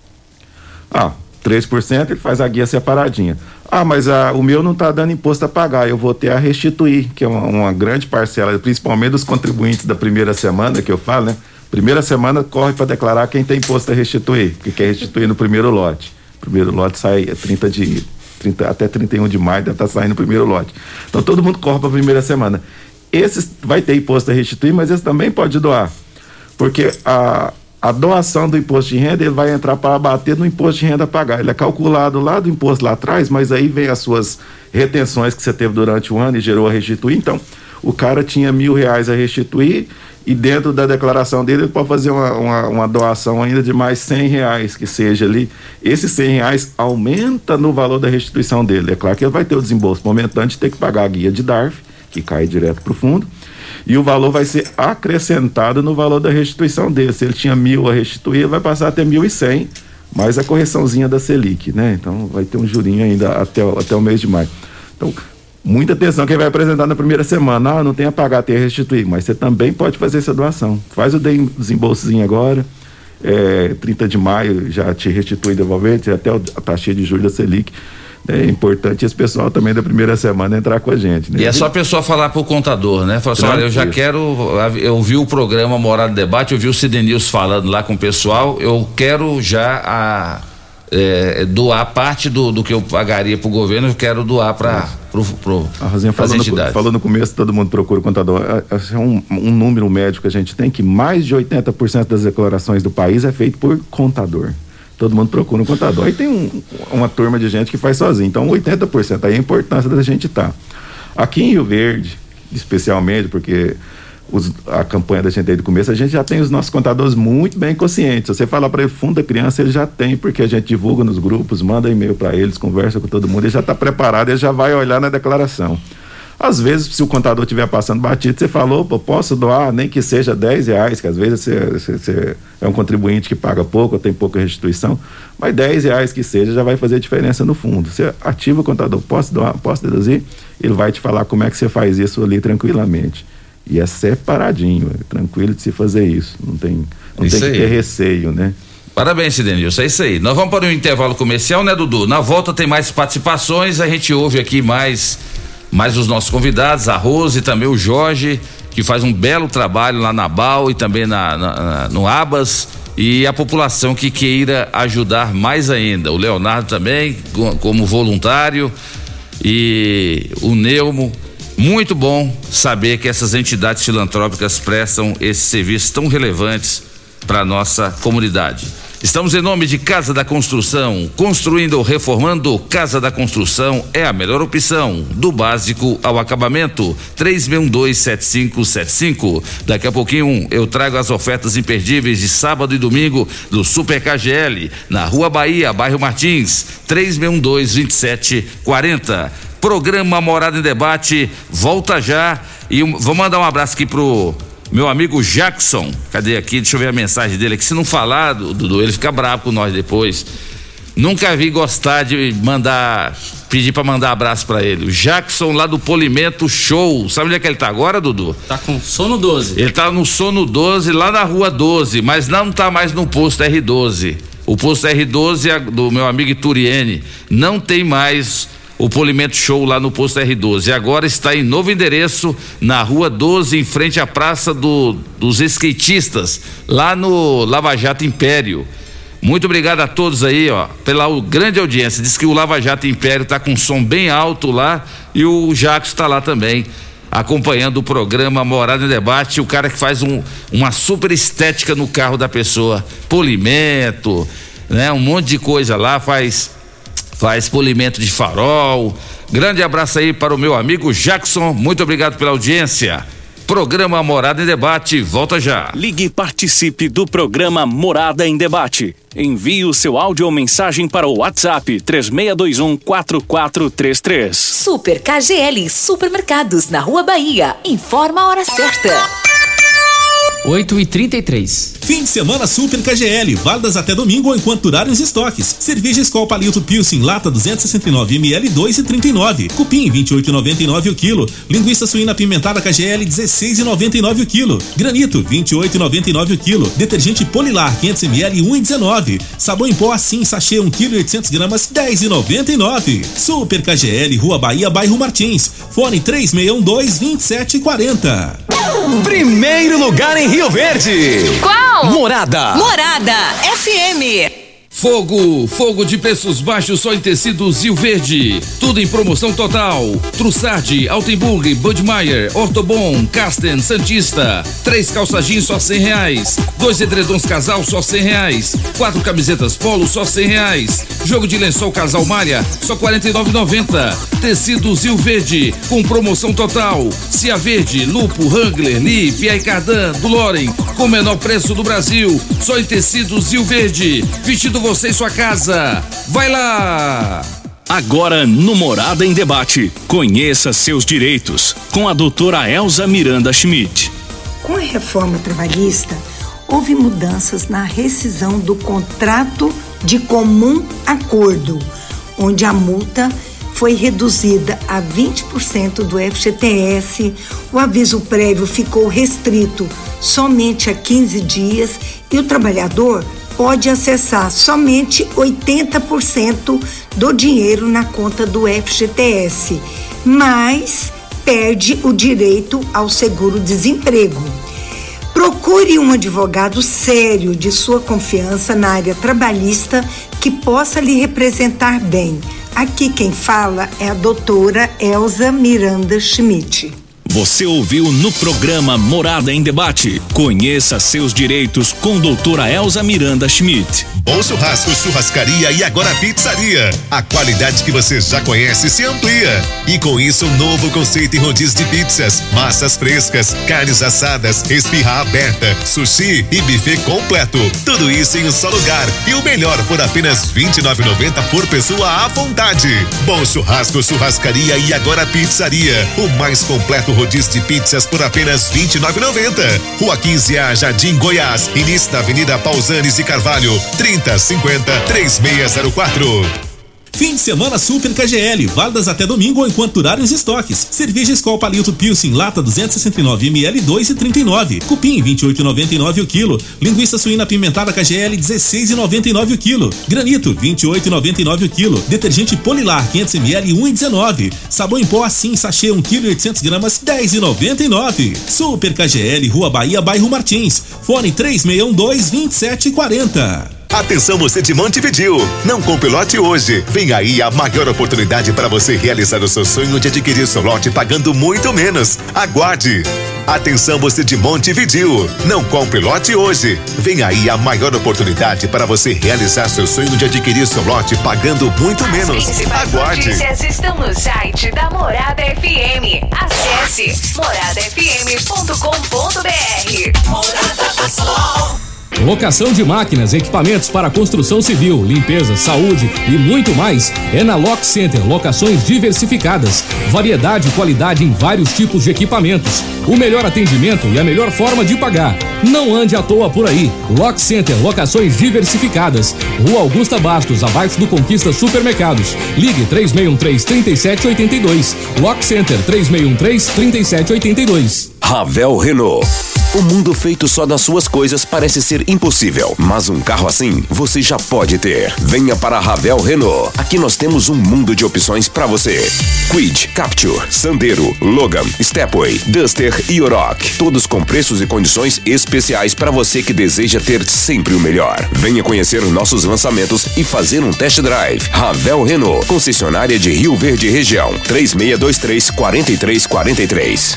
3%, ele faz a guia separadinha. Mas o meu não está dando imposto a pagar, eu vou ter a restituir, que é uma grande parcela, principalmente dos contribuintes da primeira semana, que eu falo, né? Primeira semana corre para declarar quem tem imposto a restituir, que quer restituir no primeiro lote. O primeiro lote sai 30 até 31 de maio, deve estar saindo o primeiro lote. Então todo mundo corre para a primeira semana. Esses vai ter imposto a restituir, mas esse também pode doar, porque a doação do imposto de renda, ele vai entrar para abater no imposto de renda a pagar. Ele é calculado lá do imposto lá atrás, mas aí vem as suas retenções que você teve durante o ano e gerou a restituir. Então, o cara tinha R$1.000 a restituir e dentro da declaração dele, ele pode fazer uma doação ainda de mais R$100 que seja ali. Esses R$100 aumenta no valor da restituição dele. É claro que ele vai ter o desembolso momentâneo de ter que pagar a guia de DARF, que cai direto para o fundo, e o valor vai ser acrescentado no valor da restituição dele. Se ele tinha 1.000 a restituir, ele vai passar a ter 1.100, mais a correçãozinha da Selic, né? Então vai ter um jurinho ainda até o mês de maio. Então, muita atenção quem vai apresentar na primeira semana. Não tem a pagar, tem a restituir, mas você também pode fazer essa doação. Faz o desembolsozinho agora, 30 de maio já te restitui devolvente, até a taxa de juros da Selic. É importante esse pessoal também da primeira semana entrar com a gente, né?
E é só a pessoa falar pro contador, né? Falar assim, olha, eu já quero, eu vi o programa Morada em Debate, eu vi o Sidenilson falando lá com o pessoal, eu quero já doar parte do que eu pagaria pro governo, eu quero doar para as entidades.
Falou no começo, todo mundo procura o contador. É um número médio que a gente tem, que mais de 80% das declarações do país é feito por contador. Todo mundo procura um contador. Aí tem uma turma de gente que faz sozinho. Então, 80%. Aí a importância da gente estar. Aqui em Rio Verde, especialmente, porque a campanha da gente desde o começo, a gente já tem os nossos contadores muito bem conscientes. Se você falar para ele, fundo da criança, ele já tem, porque a gente divulga nos grupos, manda e-mail para eles, conversa com todo mundo, ele já está preparado, ele já vai olhar na declaração. Às vezes, se o contador estiver passando batido, você falou, posso doar nem que seja R$10, que às vezes você é um contribuinte que paga pouco, ou tem pouca restituição, mas R$10 que seja já vai fazer diferença no fundo. Você ativa o contador, posso doar, posso deduzir, ele vai te falar como é que você faz isso ali tranquilamente. E é separadinho, tranquilo de se fazer isso, não tem que ter receio, né?
Parabéns, Sidenilson, é isso aí. Nós vamos para um intervalo comercial, né, Dudu? Na volta tem mais participações, a gente ouve aqui mais os nossos convidados, a Rose e também o Jorge, que faz um belo trabalho lá na BAL e também no Abas, e a população que queira ajudar mais ainda. O Leonardo também, como voluntário, e o Neumo. Muito bom saber que essas entidades filantrópicas prestam esses serviços tão relevantes para nossa comunidade. Estamos em nome de Casa da Construção, construindo ou reformando. Casa da Construção é a melhor opção, do básico ao acabamento. 36127575. Daqui a pouquinho eu trago as ofertas imperdíveis de sábado e domingo do Super KGL, na Rua Bahia, bairro Martins, 36122740. Programa Morada em Debate volta já, e vou mandar um abraço aqui pro meu amigo Jackson. Cadê aqui? Deixa eu ver a mensagem dele aqui. Se não falar, Dudu, ele fica bravo com nós depois. Nunca vi gostar de pedir pra mandar abraço pra ele. O Jackson lá do Polimento Show. Sabe onde é que ele tá agora, Dudu?
Tá com Sono 12.
Ele tá no Sono 12, lá na Rua 12, mas não tá mais no posto R12. O posto R12 do meu amigo Ituriene não tem mais o Polimento Show lá no posto R12. Agora está em novo endereço, na Rua 12, em frente à Praça dos Skatistas, lá no Lava Jato Império. Muito obrigado a todos aí, pela grande audiência. Diz que o Lava Jato Império tá com um som bem alto lá, e o Jacques está lá também, acompanhando o programa Morada em Debate, o cara que faz uma super estética no carro da pessoa, polimento, né? Um monte de coisa lá, faz polimento de farol. Grande abraço aí para o meu amigo Jackson, muito obrigado pela audiência. Programa Morada em Debate, volta já.
Ligue e participe do programa Morada em Debate. Envie o seu áudio ou mensagem para o WhatsApp 3621-4433.
Super KGL Supermercados, na Rua Bahia. Informa a hora certa.
8h33.
Fim de semana Super KGL, válidas até domingo ou enquanto durarem os estoques. Cerveja Skol Palito Pilsen, lata 269 ml, 2,39. Cupim, 28,99 o quilo. Linguiça suína apimentada KGL, 16,99 o quilo. Granito, 28,99 o quilo. Detergente Polilar, 500 ml, 1,19. Sabão em pó assim, sachê 1 kg 800 gramas, 10,99. Super KGL, Rua Bahia, bairro Martins. Fone 3612-2740.
Primeiro lugar em Rio Verde.
Qual?
Morada
FM.
Fogo de preços baixos só em tecidos Rio Verde. Tudo em promoção total. Trussardi, Altenburg, Budmeier, Ortobon, Casten, Santista. 3 calça jeans só R$100. 2 edredons casal só R$100. 4 camisetas polo só R$100. Jogo de lençol casal malha só R$49,90. Tecidos Rio Verde com promoção total. Cia Verde, Lupo, Wrangler, Lee, Pierre Cardin, do Loren, com o menor preço do Brasil. Só em tecidos Rio Verde. Vestido você em sua casa. Vai lá!
Agora no Morada em Debate, conheça seus direitos com a doutora Elza Miranda Schmidt.
Com a reforma trabalhista, houve mudanças na rescisão do contrato de comum acordo, onde a multa foi reduzida a 20% do FGTS, o aviso prévio ficou restrito somente a 15 dias e o trabalhador pode acessar somente 80% do dinheiro na conta do FGTS, mas perde o direito ao seguro-desemprego. Procure um advogado sério de sua confiança na área trabalhista que possa lhe representar bem. Aqui quem fala é a doutora Elza Miranda Schmidt.
Você ouviu no programa Morada em Debate. Conheça seus direitos com doutora Elza Miranda Schmidt.
Bom Churrasco, Churrascaria e agora Pizzaria. A qualidade que você já conhece se amplia. E com isso, um novo conceito em rodízio de pizzas, massas frescas, carnes assadas, esfirra aberta, sushi e buffet completo. Tudo isso em um só lugar. E o melhor por apenas R$ 29,90 por pessoa à vontade. Bom Churrasco, Churrascaria e agora Pizzaria. O mais completo rodízio de pizzas por apenas R$ 29,90. Rua 15A, Jardim Goiás. Início da Avenida Pausanes e Carvalho. 3050-3604.
Fim de semana Super KGL, válidas até domingo ou enquanto durarem os estoques. Cerveja Skol Palito Pilsen, lata 269ml, 2,39. Cupim, 28,99 o quilo. Linguiça suína apimentada KGL, 16,99 o quilo. Granito, 28,99 o quilo. Detergente Polilar, 500ml, 1,19. Sabão em pó assim, sachê 1 kg e 800 gramas, 10,99. Super KGL, Rua Bahia, bairro Martins. Fone 3612-2740.
Atenção você de Montevidéu, não compre lote hoje. Vem aí a maior oportunidade para você realizar o seu sonho de adquirir seu lote pagando muito menos. Aguarde. Atenção você de Montevidéu, não compre lote hoje. Vem aí a maior oportunidade para você realizar seu sonho de adquirir seu lote pagando muito menos. Aguarde.
As notícias estão no site da Morada FM. Acesse moradafm.com.br. Morada do Sol.
Locação de máquinas, equipamentos para construção civil, limpeza, saúde e muito mais é na Lock Center. Locações diversificadas, variedade e qualidade em vários tipos de equipamentos, o melhor atendimento e a melhor forma de pagar. Não ande à toa por aí. Lock Center, locações diversificadas. Rua Augusta Bastos, abaixo do Conquista Supermercados. Ligue 3613-3782. Lock Center 3613-3782.
Ravel Renault. O mundo feito só das suas coisas parece ser impossível, mas um carro assim você já pode ter. Venha para a Ravel Renault. Aqui nós temos um mundo de opções para você. Kwid, Captur, Sandero, Logan, Stepway, Duster e Oroch. Todos com preços e condições especiais para você que deseja ter sempre o melhor. Venha conhecer nossos lançamentos e fazer um test drive. Ravel Renault, concessionária de Rio Verde Região. 3623-4343.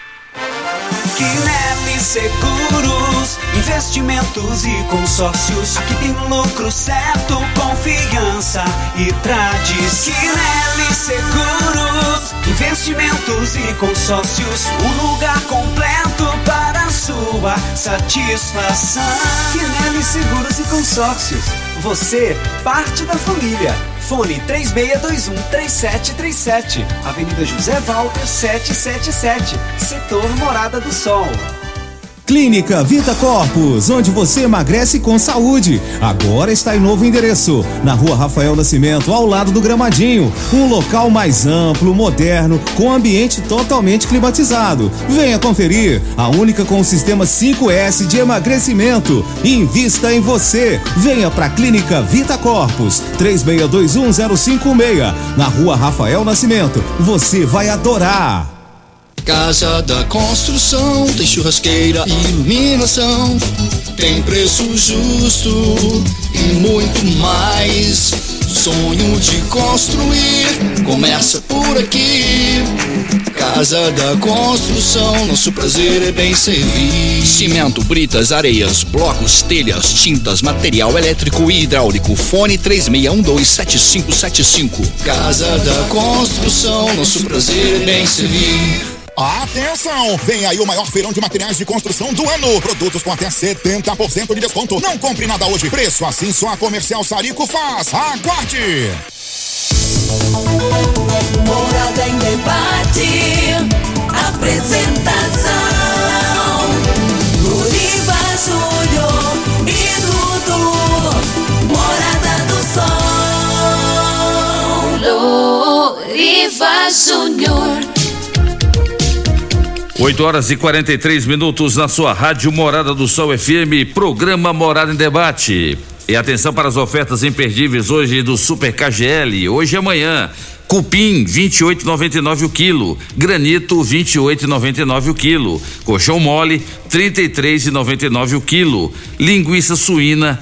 Quinelli Seguros, investimentos e consórcios. Aqui tem lucro certo, confiança e tradição. Quinelli Seguros, investimentos e consórcios. Um lugar completo para a sua satisfação. Quinelli Seguros e Consórcios. Você, parte da família. Fone 3621-3737. Avenida José Walter 777. Setor Morada do Sol.
Clínica Vita Corpus, onde você emagrece com saúde. Agora está em novo endereço, na Rua Rafael Nascimento, ao lado do Gramadinho. Um local mais amplo, moderno, com ambiente totalmente climatizado. Venha conferir, a única com o sistema 5S de emagrecimento. Invista em você. Venha para a Clínica Vita Corpus, 3621-056, na Rua Rafael Nascimento. Você vai adorar.
Casa da Construção, tem churrasqueira e iluminação, tem preço justo e muito mais. Sonho de construir começa por aqui. Casa da Construção, nosso prazer é bem servir.
Cimento, britas, areias, blocos, telhas, tintas, material elétrico e hidráulico. Fone 3612-7575.
Casa da Construção, nosso prazer é bem servir.
Atenção! Vem aí o maior feirão de materiais de construção do ano. Produtos com até 70% de desconto. Não compre nada hoje. Preço assim só a Comercial Sarico faz. Aguarde!
Morada em Debate. Apresentação: Luriva Júnior e Dudu. Morada do Sol. Luriva Júnior.
8h43 na sua rádio Morada do Sol FM, programa Morada em Debate. E atenção para as ofertas imperdíveis hoje do Super KGL, hoje e amanhã. Cupim, 28,99 o quilo. Granito, 28,99 o quilo. Colchão mole, 33,99 o quilo. Linguiça suína,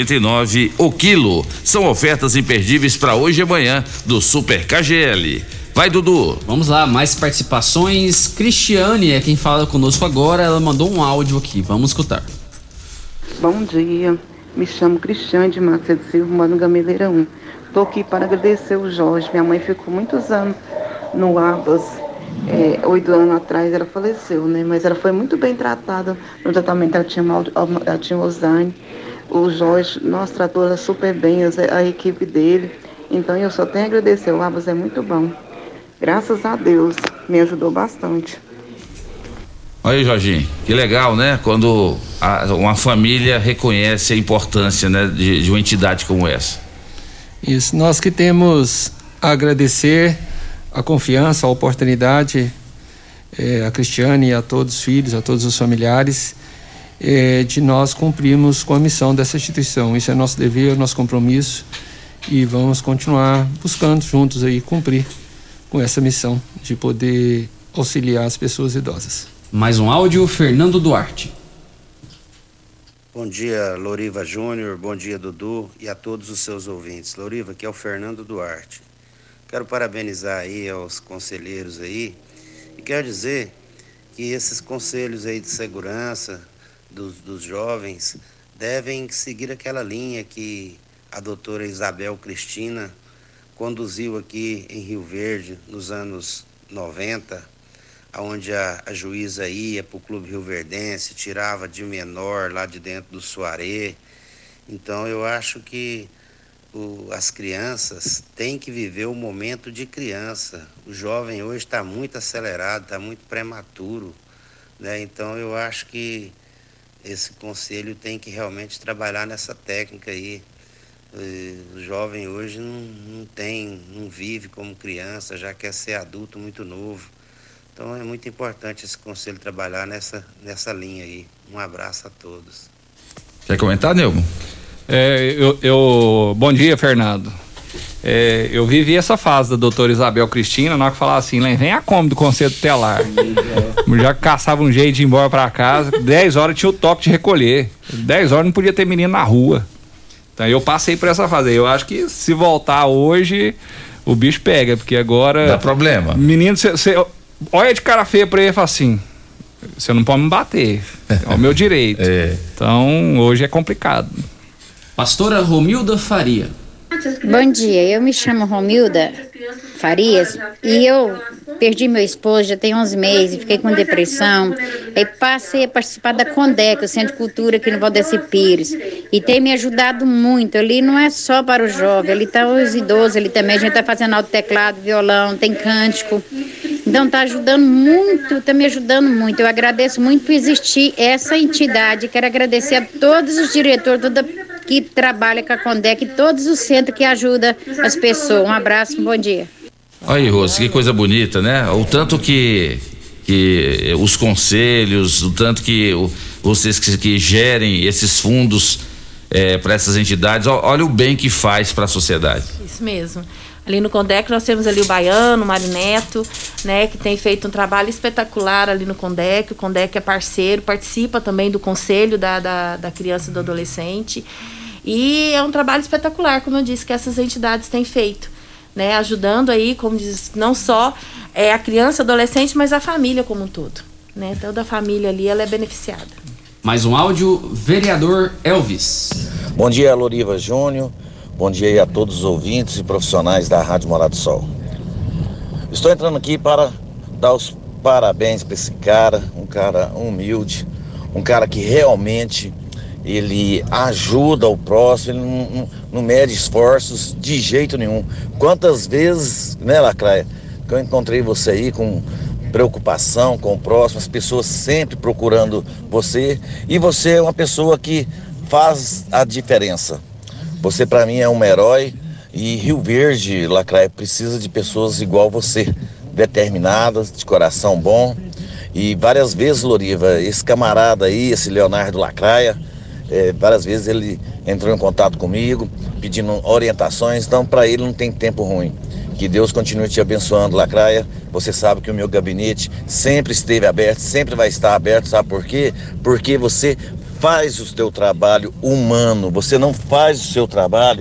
16,99 o quilo. São ofertas imperdíveis para hoje e amanhã do Super KGL. Vai, Dudu.
Vamos lá, mais participações. Cristiane é quem fala conosco agora, ela mandou um áudio aqui, vamos escutar.
Bom dia, me chamo Cristiane de Macedo Silva, moro no Gameleira 1. Estou aqui para agradecer o Jorge, minha mãe ficou muitos anos no Abas, 8 anos atrás ela faleceu, né? Mas ela foi muito bem tratada no tratamento, ela tinha Alzheimer. O Jorge, nós tratou ela super bem, a equipe dele, então eu só tenho a agradecer, o Abas é muito bom. Graças a Deus, me ajudou bastante.
Olha aí, Jorginho, que legal, né? Quando uma família reconhece a importância, né, de uma entidade como essa.
Isso, nós que temos a agradecer a confiança, a oportunidade, a Cristiane e a todos os filhos, a todos os familiares, de nós cumprirmos com a missão dessa instituição. Isso é nosso dever, nosso compromisso, e vamos continuar buscando juntos aí cumprir com essa missão de poder auxiliar as pessoas idosas.
Mais um áudio, Fernando Duarte.
Bom dia, Loriva Júnior, bom dia, Dudu, e a todos os seus ouvintes. Loriva, aqui é o Fernando Duarte. Quero parabenizar aí aos conselheiros aí, e quero dizer que esses conselhos aí de segurança dos jovens devem seguir aquela linha que a doutora Isabel Cristina conduziu aqui em Rio Verde nos anos 90, onde a juíza ia para o Clube Rioverdense, tirava de menor lá de dentro do soaré. Então eu acho que as crianças têm que viver o momento de criança. O jovem hoje está muito acelerado, está muito prematuro, né? Então eu acho que esse conselho tem que realmente trabalhar nessa técnica aí. O jovem hoje não vive como criança, já quer ser adulto muito novo. Então é muito importante esse conselho trabalhar nessa linha aí. Um abraço a todos.
Quer comentar, Neumo?
Bom dia, Fernando. Eu vivi essa fase da doutora Isabel Cristina, na hora que falava assim, vem a Kombi do Conselho Tutelar. Já caçava um jeito de ir embora pra casa, 10 horas tinha o toque de recolher, 10 horas não podia ter menino na rua. Então eu passei por essa fase. Eu acho que se voltar hoje, o bicho pega, porque agora...
Dá problema.
Menino, você olha de cara feia pra ele e fala assim, você não pode me bater, é o meu direito. Então hoje é complicado.
Pastora Romilda Faria.
Bom dia, eu me chamo Romilda Farias e eu perdi meu esposo já tem 11 meses, fiquei com depressão, aí passei a participar da CONDEC, o Centro de Cultura aqui no Valdeci Pires, e tem me ajudado muito. Ali não é só para o jovem, ali tá os idosos, ali também a gente tá fazendo alto teclado, violão, tem cântico, então tá ajudando muito, tá me ajudando muito. Eu agradeço muito por existir essa entidade, quero agradecer a todos os diretores, que trabalha com a CONDEC e todos os centros que ajudam as pessoas. Um abraço, um bom dia.
Olha aí, Rose, que coisa bonita, né? O tanto que os conselhos, o tanto que vocês que gerem esses fundos para essas entidades, olha o bem que faz para a sociedade.
Isso mesmo. Ali no CONDEC nós temos ali o Baiano, o Mário Neto, né, que tem feito um trabalho espetacular ali no CONDEC. O CONDEC é parceiro, participa também do conselho da criança e do adolescente. E é um trabalho espetacular, como eu disse, que essas entidades têm feito, né, ajudando aí, como diz, não só a criança e adolescente, mas a família como um todo, né? Toda a família ali, ela é beneficiada.
Mais um áudio, vereador Elvis.
Bom dia, Loriva Júnior. Bom dia aí a todos os ouvintes e profissionais da Rádio Morada do Sol. Estou entrando aqui para dar os parabéns para esse cara, um cara humilde, um cara que realmente ele ajuda o próximo, ele não mede esforços de jeito nenhum. Quantas vezes, né, Lacraia, que eu encontrei você aí com preocupação com o próximo, as pessoas sempre procurando você, e você é uma pessoa que faz a diferença. Você para mim é um herói, e Rio Verde, Lacraia, precisa de pessoas igual você, determinadas, de coração bom. E várias vezes, Loriva, esse camarada aí, esse Leonardo Lacraia, várias vezes ele entrou em contato comigo, pedindo orientações, então para ele não tem tempo ruim. Que Deus continue te abençoando, Lacraia. Você sabe que o meu gabinete sempre esteve aberto, sempre vai estar aberto, sabe por quê? Porque você faz o seu trabalho humano, você não faz o seu trabalho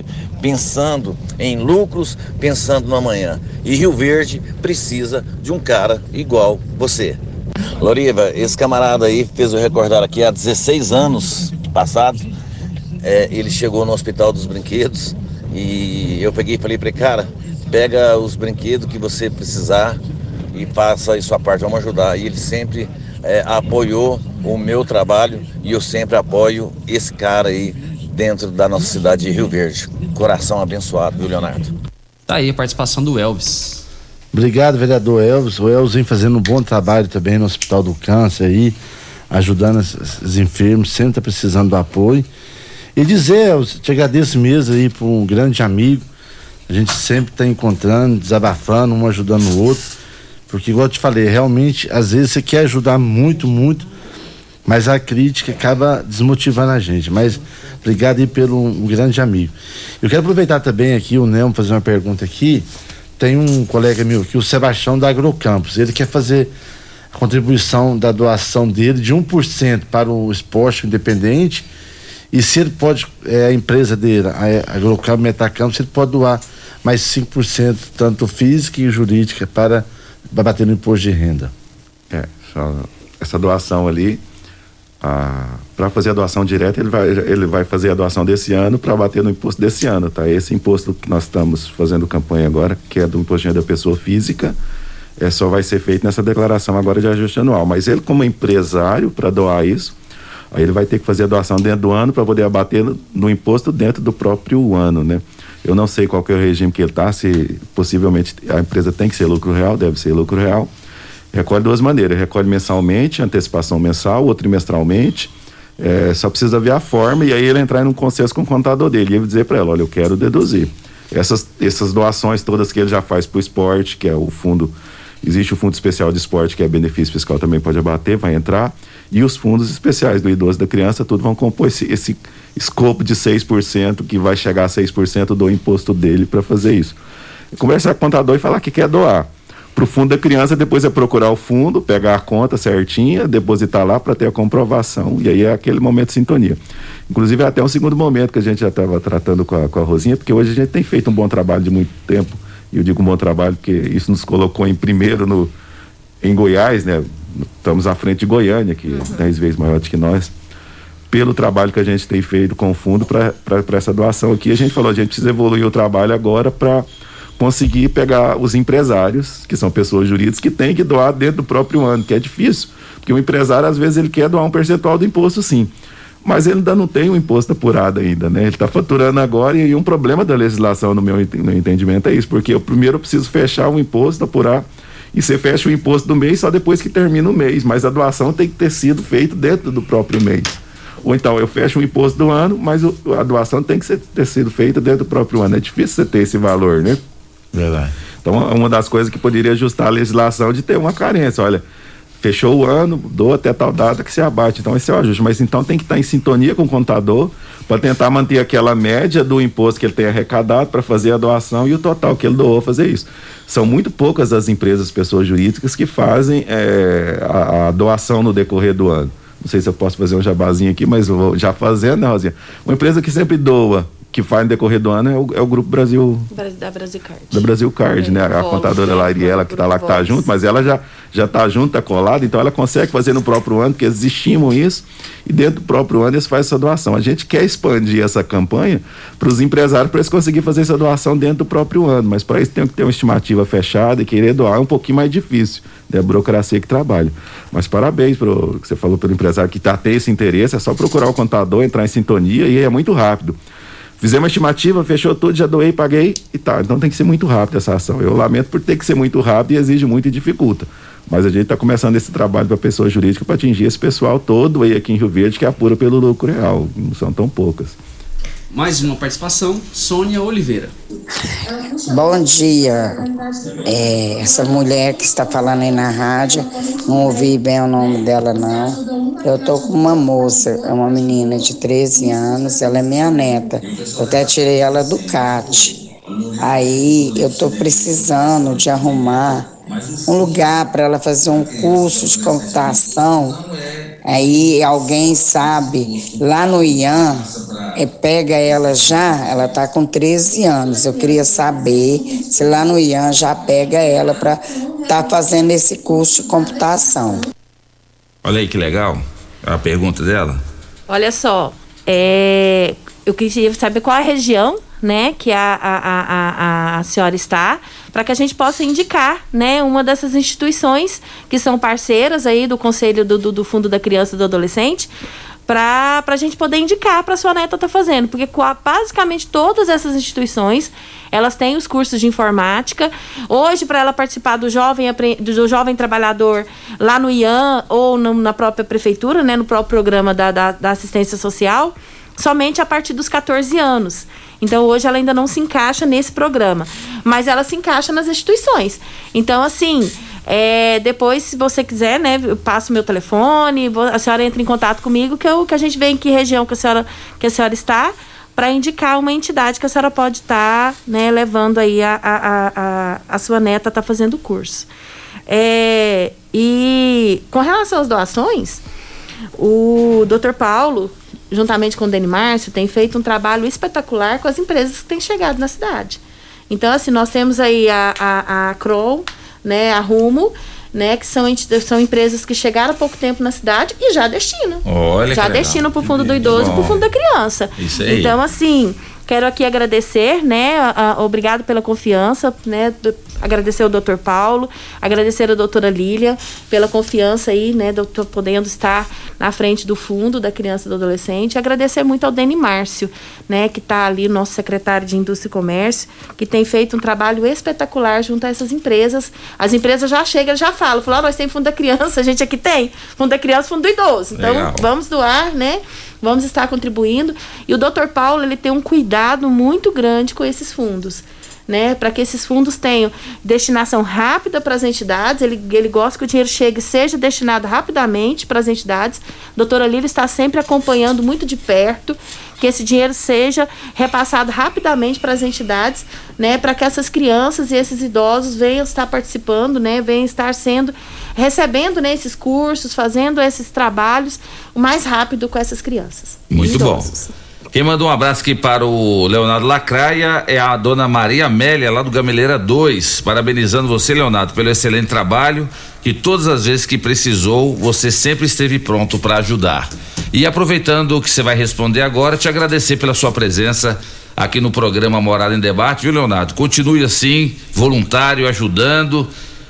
pensando em lucros, pensando no amanhã. E Rio Verde precisa de um cara igual você. Loriva, esse camarada aí fez eu recordar aqui há 16 anos passados, ele chegou no Hospital dos Brinquedos e eu peguei e falei para ele, cara, pega os brinquedos que você precisar e faça aí sua parte, vamos ajudar. E ele sempre apoiou o meu trabalho e eu sempre apoio esse cara aí dentro da nossa cidade de Rio Verde. Coração abençoado, viu, Leonardo?
Tá aí a participação do Elvis.
Obrigado, vereador Elvis. O Elvis vem fazendo um bom trabalho também no Hospital do Câncer aí, ajudando os enfermos, sempre tá precisando do apoio. E dizer, Elvis, te agradeço mesmo aí por um grande amigo. A gente sempre tá encontrando, desabafando, um ajudando o outro. Porque, igual eu te falei, realmente, às vezes você quer ajudar muito, mas a crítica acaba desmotivando a gente. Mas obrigado aí pelo um grande amigo. Eu quero aproveitar também aqui, o Nemo, fazer uma pergunta aqui. Tem um colega meu aqui, o Sebastião da Agrocampos. Ele quer fazer a contribuição da doação dele de 1% para o esporte independente. E se ele pode, a empresa dele, a Agrocampos Metacampos, ele pode doar mais 5%, tanto física e jurídica, para bater no imposto de renda.
Essa doação ali, para fazer a doação direta, ele vai fazer a doação desse ano para bater no imposto desse ano, tá? Esse imposto que nós estamos fazendo campanha agora, que é do imposto de renda da pessoa física, só vai ser feito nessa declaração agora de ajuste anual. Mas ele, como empresário, para doar isso, aí ele vai ter que fazer a doação dentro do ano para poder abater no imposto dentro do próprio ano, né? Eu não sei qual que é o regime que ele está, se possivelmente a empresa tem que ser lucro real, deve ser lucro real. Recolhe de duas maneiras, recolhe mensalmente, antecipação mensal, ou trimestralmente, só precisa ver a forma e aí ele entrar em um consenso com o contador dele e ele dizer para ela, olha, eu quero deduzir. Essas doações todas que ele já faz para o esporte, que é o fundo, existe o fundo especial de esporte, que é benefício fiscal, também pode abater, vai entrar, e os fundos especiais do idoso e da criança, tudo vão compor esse escopo de 6%, que vai chegar a 6% do imposto dele para fazer isso. Conversar com o contador e falar que quer doar. Para o fundo da criança, depois é procurar o fundo, pegar a conta certinha, depositar lá para ter a comprovação, e aí é aquele momento de sintonia. Inclusive é até um segundo momento que a gente já estava tratando com a Rosinha, porque hoje a gente tem feito um bom trabalho de muito tempo, e eu digo um bom trabalho porque isso nos colocou em primeiro em Goiás, né? Estamos à frente de Goiânia, que é 10 vezes maior do que nós, pelo trabalho que a gente tem feito com o fundo para essa doação aqui. A gente falou, a gente precisa evoluir o trabalho agora para conseguir pegar os empresários, que são pessoas jurídicas, que têm que doar dentro do próprio ano, que é difícil, porque o empresário às vezes ele quer doar um percentual do imposto, sim, mas ele ainda não tem o imposto apurado ainda, né? Ele está faturando agora, e um problema da legislação, no meu entendimento, é isso, porque eu primeiro preciso fechar o imposto, apurar, e você fecha o imposto do mês só depois que termina o mês, mas a doação tem que ter sido feita dentro do próprio mês. Ou então eu fecho o imposto do ano, mas a doação tem que ter sido feita dentro do próprio ano. É difícil você ter esse valor, né?
Verdade.
Então, uma das coisas que poderia ajustar a legislação de ter uma carência. Olha, fechou o ano, doa até tal data que se abate. Então, esse é o ajuste. Mas então tem que estar em sintonia com o contador para tentar manter aquela média do imposto que ele tem arrecadado para fazer a doação e o total que ele doou fazer isso. São muito poucas as empresas, pessoas jurídicas que fazem a doação no decorrer do ano. Não sei se eu posso fazer um jabazinho aqui, mas eu vou já fazendo, né, Rosinha? Uma empresa que sempre doa, que faz no decorrer do ano, é o Grupo Brasil...
Da Brasil Card.
Da Brasil Card, né? A contadora lá, Ariela, que está lá, que está junto, mas ela já está junto, está colada, então ela consegue fazer no próprio ano, porque eles estimam isso, e dentro do próprio ano eles fazem essa doação. A gente quer expandir essa campanha para os empresários, para eles conseguirem fazer essa doação dentro do próprio ano, mas para isso tem que ter uma estimativa fechada, e querer doar é um pouquinho mais difícil, é a burocracia que trabalha. Mas parabéns pro que você falou, pelo empresário que tem esse interesse, é só procurar o contador, entrar em sintonia, e é muito rápido. Fizemos uma estimativa, fechou tudo, já doei, paguei e tá. Então tem que ser muito rápido essa ação. Eu lamento por ter que ser muito rápido e exige muito e dificulta. Mas a gente está começando esse trabalho para pessoa jurídica para atingir esse pessoal todo aí aqui em Rio Verde que apura pelo lucro real. Não são tão poucas.
Mais uma participação, Sônia Oliveira.
Bom dia. Essa mulher que está falando aí na rádio, não ouvi bem o nome dela não. Eu tô com uma moça, é uma menina de 13 anos, ela é minha neta. Eu até tirei ela do CAT. Aí eu tô precisando de arrumar um lugar para ela fazer um curso de computação. Aí alguém sabe, lá no IAM, pega ela já, ela tá com 13 anos. Eu queria saber se lá no IAN já pega ela para tá fazendo esse curso de computação.
Olha aí que legal a pergunta dela.
Olha só, eu queria saber qual a região, né, que a senhora está, para que a gente possa indicar, né, uma dessas instituições que são parceiras aí do Conselho do Fundo da Criança e do Adolescente, para a gente poder indicar para sua neta estar fazendo, porque basicamente todas essas instituições, elas têm os cursos de informática. Hoje, para ela participar do jovem trabalhador lá no IAN ou na própria prefeitura, né, no próprio programa da assistência social, somente a partir dos 14 anos. Então, hoje ela ainda não se encaixa nesse programa, mas ela se encaixa nas instituições. Então, assim, depois, se você quiser, né, eu passo o meu telefone, a senhora entra em contato comigo, que a gente vê em que região que a senhora está, para indicar uma entidade que a senhora pode estar, né, levando aí a sua neta a estar fazendo o curso. E com relação às doações, o Dr. Paulo, juntamente com o Deni Márcio, tem feito um trabalho espetacular com as empresas que têm chegado na cidade. Então, assim, nós temos aí a Kroll, né, a Rumo, né, que são empresas que chegaram há pouco tempo na cidade e já destinam.
Olha,
já destinam para o Fundo do Idoso e para o Fundo da Criança.
Isso aí.
Então, assim, quero aqui agradecer, né, obrigado pela confiança, né, agradecer ao Dr. Paulo, agradecer a doutora Lília pela confiança aí, né, de eu tô podendo estar na frente do Fundo da Criança e do Adolescente, agradecer muito ao Deni Márcio, né, que está ali, nosso secretário de Indústria e Comércio, que tem feito um trabalho espetacular junto a essas empresas. As empresas já chegam, já falam, nós temos Fundo da Criança, a gente aqui tem Fundo da Criança, Fundo do Idoso, então legal. Vamos doar, né, vamos estar contribuindo. E o Dr. Paulo, ele tem um cuidado muito grande com esses fundos, né, para que esses fundos tenham destinação rápida para as entidades. Ele gosta que o dinheiro chegue e seja destinado rapidamente para as entidades. A doutora Lília está sempre acompanhando muito de perto que esse dinheiro seja repassado rapidamente para as entidades, né, para que essas crianças e esses idosos venham estar participando, né, venham estar recebendo, né, esses cursos, fazendo esses trabalhos o mais rápido com essas crianças.
Muito bom. Quem mandou um abraço aqui para o Leonardo Lacraia é a dona Maria Amélia, lá do Gameleira 2, parabenizando você, Leonardo, pelo excelente trabalho, que todas as vezes que precisou, você sempre esteve pronto para ajudar. E aproveitando que você vai responder agora, te agradecer pela sua presença aqui no programa Morada em Debate, viu, Leonardo? Continue assim, voluntário, ajudando,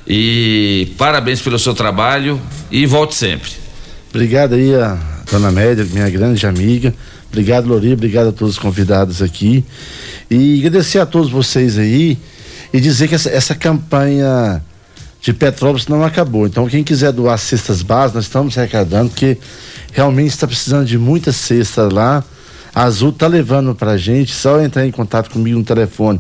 e parabéns pelo seu trabalho e volte sempre.
Obrigado aí a dona Amélia, minha grande amiga. Obrigado, Lori, obrigado a todos os convidados aqui. E agradecer a todos vocês aí e dizer que essa campanha de Petrópolis não acabou. Então, quem quiser doar cestas básicas, nós estamos arrecadando, porque realmente está precisando de muitas cestas lá. A Azul está levando pra gente, só entrar em contato comigo no telefone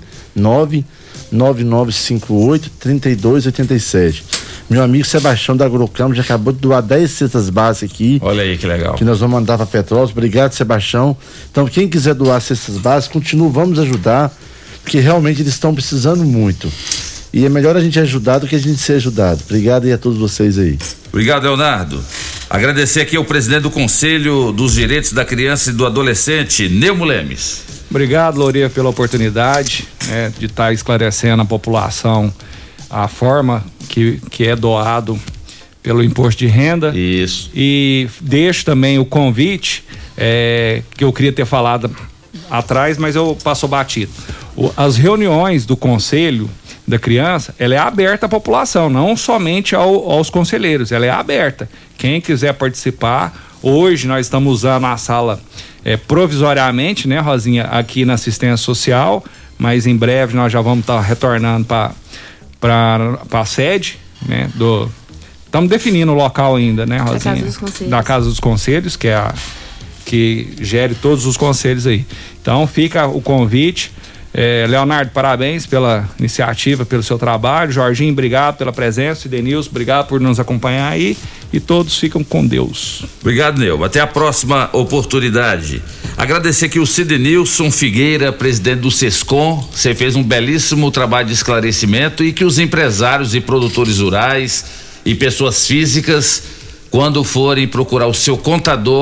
99958-3287. Meu amigo Sebastião da Agrocampo já acabou de doar 10 cestas básicas aqui.
Olha aí que legal.
Que nós vamos mandar para Petrópolis. Obrigado, Sebastião. Então, quem quiser doar cestas básicas, vamos ajudar, porque realmente eles estão precisando muito. E é melhor a gente ajudar do que a gente ser ajudado. Obrigado aí a todos vocês aí.
Obrigado, Leonardo. Agradecer aqui ao presidente do Conselho dos Direitos da Criança e do Adolescente, Neumo Lemes.
Obrigado, Louria, pela oportunidade, né, de estar esclarecendo a população a forma que é doado pelo imposto de renda.
Isso.
E deixo também o convite, que eu queria ter falado atrás, mas eu passo batido. As reuniões do Conselho da Criança, ela é aberta à população, não somente aos conselheiros, ela é aberta. Quem quiser participar, hoje nós estamos usando a sala provisoriamente, né, Rosinha, aqui na assistência social, mas em breve nós já vamos estar retornando para a sede, né, estamos definindo o local ainda, né, Rosinha? Da Casa dos Conselhos, que é que gere todos os conselhos aí. Então fica o convite. Leonardo, parabéns pela iniciativa, pelo seu trabalho. Jorginho, obrigado pela presença. Denilson, obrigado por nos acompanhar aí. E todos ficam com Deus.
Obrigado, Neu. Até a próxima oportunidade. Agradecer aqui o Cidenilson Figueira, presidente do SESCOM. Você fez um belíssimo trabalho de esclarecimento, e que os empresários e produtores rurais e pessoas físicas, quando forem procurar o seu contador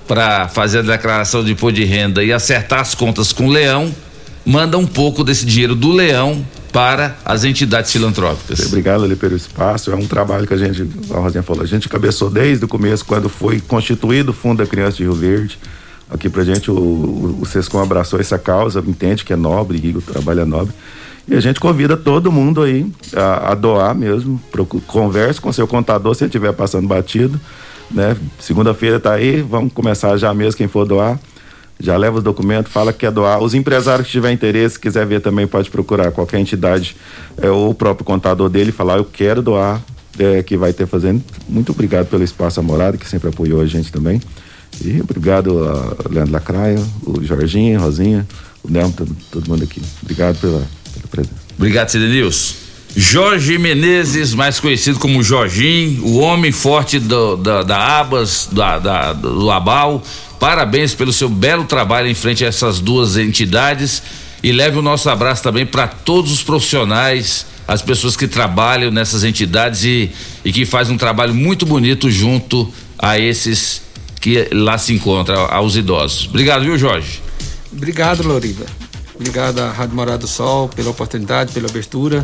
para fazer a declaração de imposto de renda e acertar as contas com o Leão, manda um pouco desse dinheiro do Leão para as entidades filantrópicas.
Obrigado ali pelo espaço. É um trabalho que a Rosinha falou, a gente cabeçou desde o começo, quando foi constituído o Fundo da Criança de Rio Verde. Aqui pra gente o Sescom abraçou essa causa, entende que é nobre, e o trabalho é nobre. E a gente convida todo mundo aí a doar mesmo. Converse com seu contador se ele estiver passando batido, né? Segunda-feira tá aí, vamos começar já mesmo, quem for doar. Já leva os documentos, fala que quer doar. Os empresários que tiver interesse, quiser ver também, pode procurar qualquer entidade ou o próprio contador dele, falar eu quero doar, que vai ter fazendo. Muito obrigado pelo Espaço Morada, que sempre apoiou a gente também. E obrigado a Leandro Lacraia, o Jorginho, a Rosinha, o Nelmo, todo mundo aqui. Obrigado pela presença.
Obrigado, Cidenilson. Jorge Menezes, mais conhecido como Jorginho, o homem forte da Abas, do Abal. Parabéns pelo seu belo trabalho em frente a essas duas entidades e leve o nosso abraço também para todos os profissionais, as pessoas que trabalham nessas entidades e que fazem um trabalho muito bonito junto a esses que lá se encontram, aos idosos. Obrigado, viu, Jorge?
Obrigado, Loriva. Obrigado à Rádio Morada do Sol pela oportunidade, pela abertura.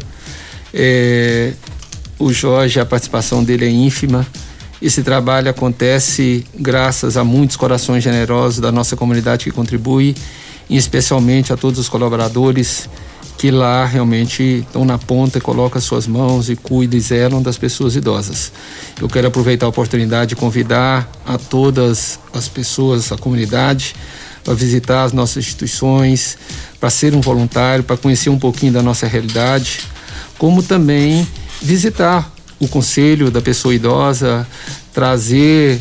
O Jorge, a participação dele é ínfima. Esse trabalho acontece graças a muitos corações generosos da nossa comunidade que contribui, e especialmente a todos os colaboradores que lá realmente estão na ponta e colocam suas mãos e cuidam e zelam das pessoas idosas. Eu quero aproveitar a oportunidade de convidar a todas as pessoas, a comunidade, para visitar as nossas instituições, para ser um voluntário, para conhecer um pouquinho da nossa realidade, como também visitar o Conselho da Pessoa Idosa, trazer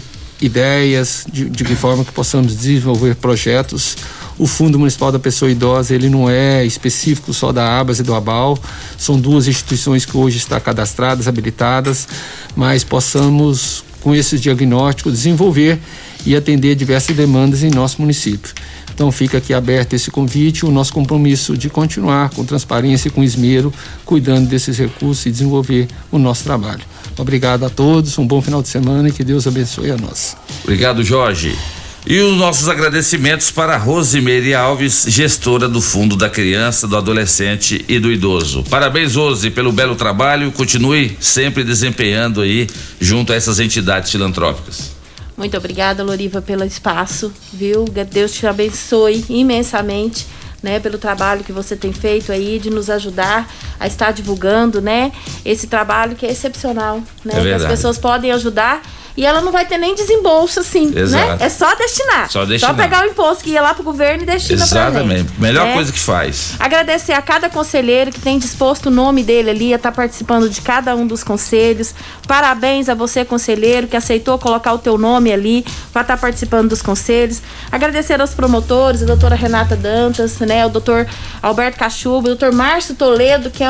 ideias de que forma que possamos desenvolver projetos. O Fundo Municipal da Pessoa Idosa, ele não é específico só da Abas e do Abal, são duas instituições que hoje estão cadastradas, habilitadas, mas possamos, com esses diagnósticos, desenvolver e atender diversas demandas em nosso município. Então fica aqui aberto esse convite, o nosso compromisso de continuar com transparência e com esmero, cuidando desses recursos e desenvolver o nosso trabalho. Obrigado a todos, um bom final de semana e que Deus abençoe a nós.
Obrigado, Jorge. E os nossos agradecimentos para a Rosimeire Alves, gestora do Fundo da Criança, do Adolescente e do Idoso. Parabéns, Rose, pelo belo trabalho, continue sempre desempenhando aí junto a essas entidades filantrópicas.
Muito obrigada, Loriva, pelo espaço, viu? Deus te abençoe imensamente, né? Pelo trabalho que você tem feito aí, de nos ajudar a estar divulgando, né? Esse trabalho que é excepcional, né?
É verdade.
Que as pessoas podem ajudar e ela não vai ter nem desembolso, assim,
exato,
né? É só destinar.
Só
pegar o imposto que ia lá pro governo e destina pra gente.
Exatamente. Melhor coisa que faz.
Agradecer a cada conselheiro que tem disposto o nome dele ali a estar participando de cada um dos conselhos. Parabéns a você, conselheiro, que aceitou colocar o teu nome ali para estar participando dos conselhos. Agradecer aos promotores, a doutora Renata Dantas, né? O doutor Alberto Cachuba, o doutor Márcio Toledo, que é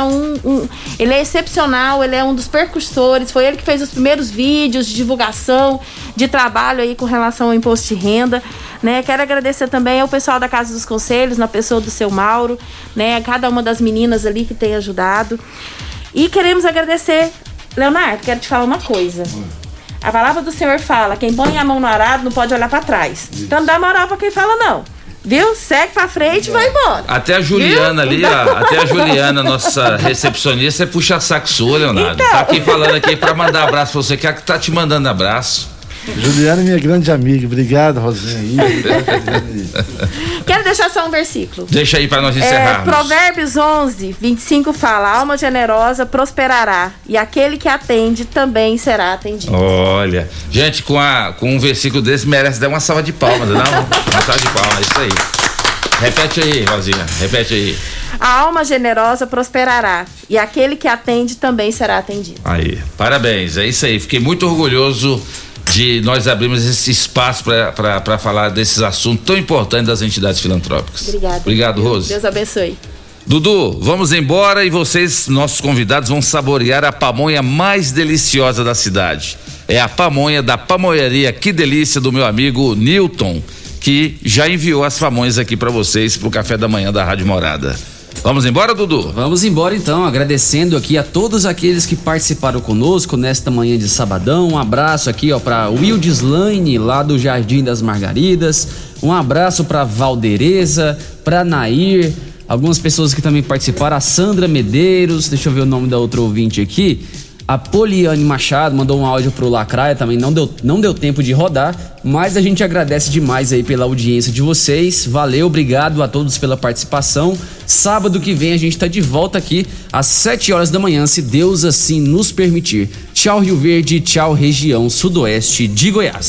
ele é excepcional, ele é um dos percursores, foi ele que fez os primeiros vídeos de divulgação de trabalho aí com relação ao imposto de renda, né? Quero agradecer também ao pessoal da Casa dos Conselhos, na pessoa do seu Mauro, né? A cada uma das meninas ali que tem ajudado. E queremos agradecer, Leonardo, quero te falar uma coisa. A palavra do Senhor fala, quem põe a mão no arado não pode olhar para trás. Então não dá moral para quem fala não. Viu? Segue pra frente e vai embora.
Até a Juliana ali, até a Juliana, nossa recepcionista, é puxa-saco sua, Leonardo. Então. Tá aqui falando aqui pra mandar abraço pra você, que tá te mandando abraço.
Juliana é minha grande amiga, obrigado, Rosinha.
Quero deixar só um versículo.
Deixa aí pra nós encerrarmos.
Provérbios 11:25 fala, a alma generosa prosperará e aquele que atende também será atendido.
Olha, gente, com um versículo desse merece dar uma salva de palmas, não? Uma salva de palmas, é isso aí. Repete aí, Rosinha, repete aí.
A alma generosa prosperará e aquele que atende também será atendido.
Aí, parabéns, é isso aí, fiquei muito orgulhoso de nós abrirmos esse espaço para falar desses assuntos tão importantes das entidades filantrópicas. Obrigado, Rose.
Deus abençoe.
Dudu, vamos embora e vocês, nossos convidados, vão saborear a pamonha mais deliciosa da cidade. É a pamonha da pamonharia Que Delícia, do meu amigo Newton, que já enviou as pamonhas aqui para vocês pro café da manhã da Rádio Morada. Vamos embora, Dudu?
Vamos embora então, agradecendo aqui a todos aqueles que participaram conosco nesta manhã de sabadão. Um abraço aqui, ó, para Wildislaine, lá do Jardim das Margaridas. Um abraço para Valdereza, para Nair, algumas pessoas que também participaram, a Sandra Medeiros, deixa eu ver o nome da outra ouvinte aqui. A Poliane Machado mandou um áudio pro Lacraia, também não deu tempo de rodar, mas a gente agradece demais aí pela audiência de vocês. Valeu, obrigado a todos pela participação. Sábado que vem a gente tá de volta aqui às 7 horas da manhã, se Deus assim nos permitir. Tchau, Rio Verde, tchau, região sudoeste de Goiás.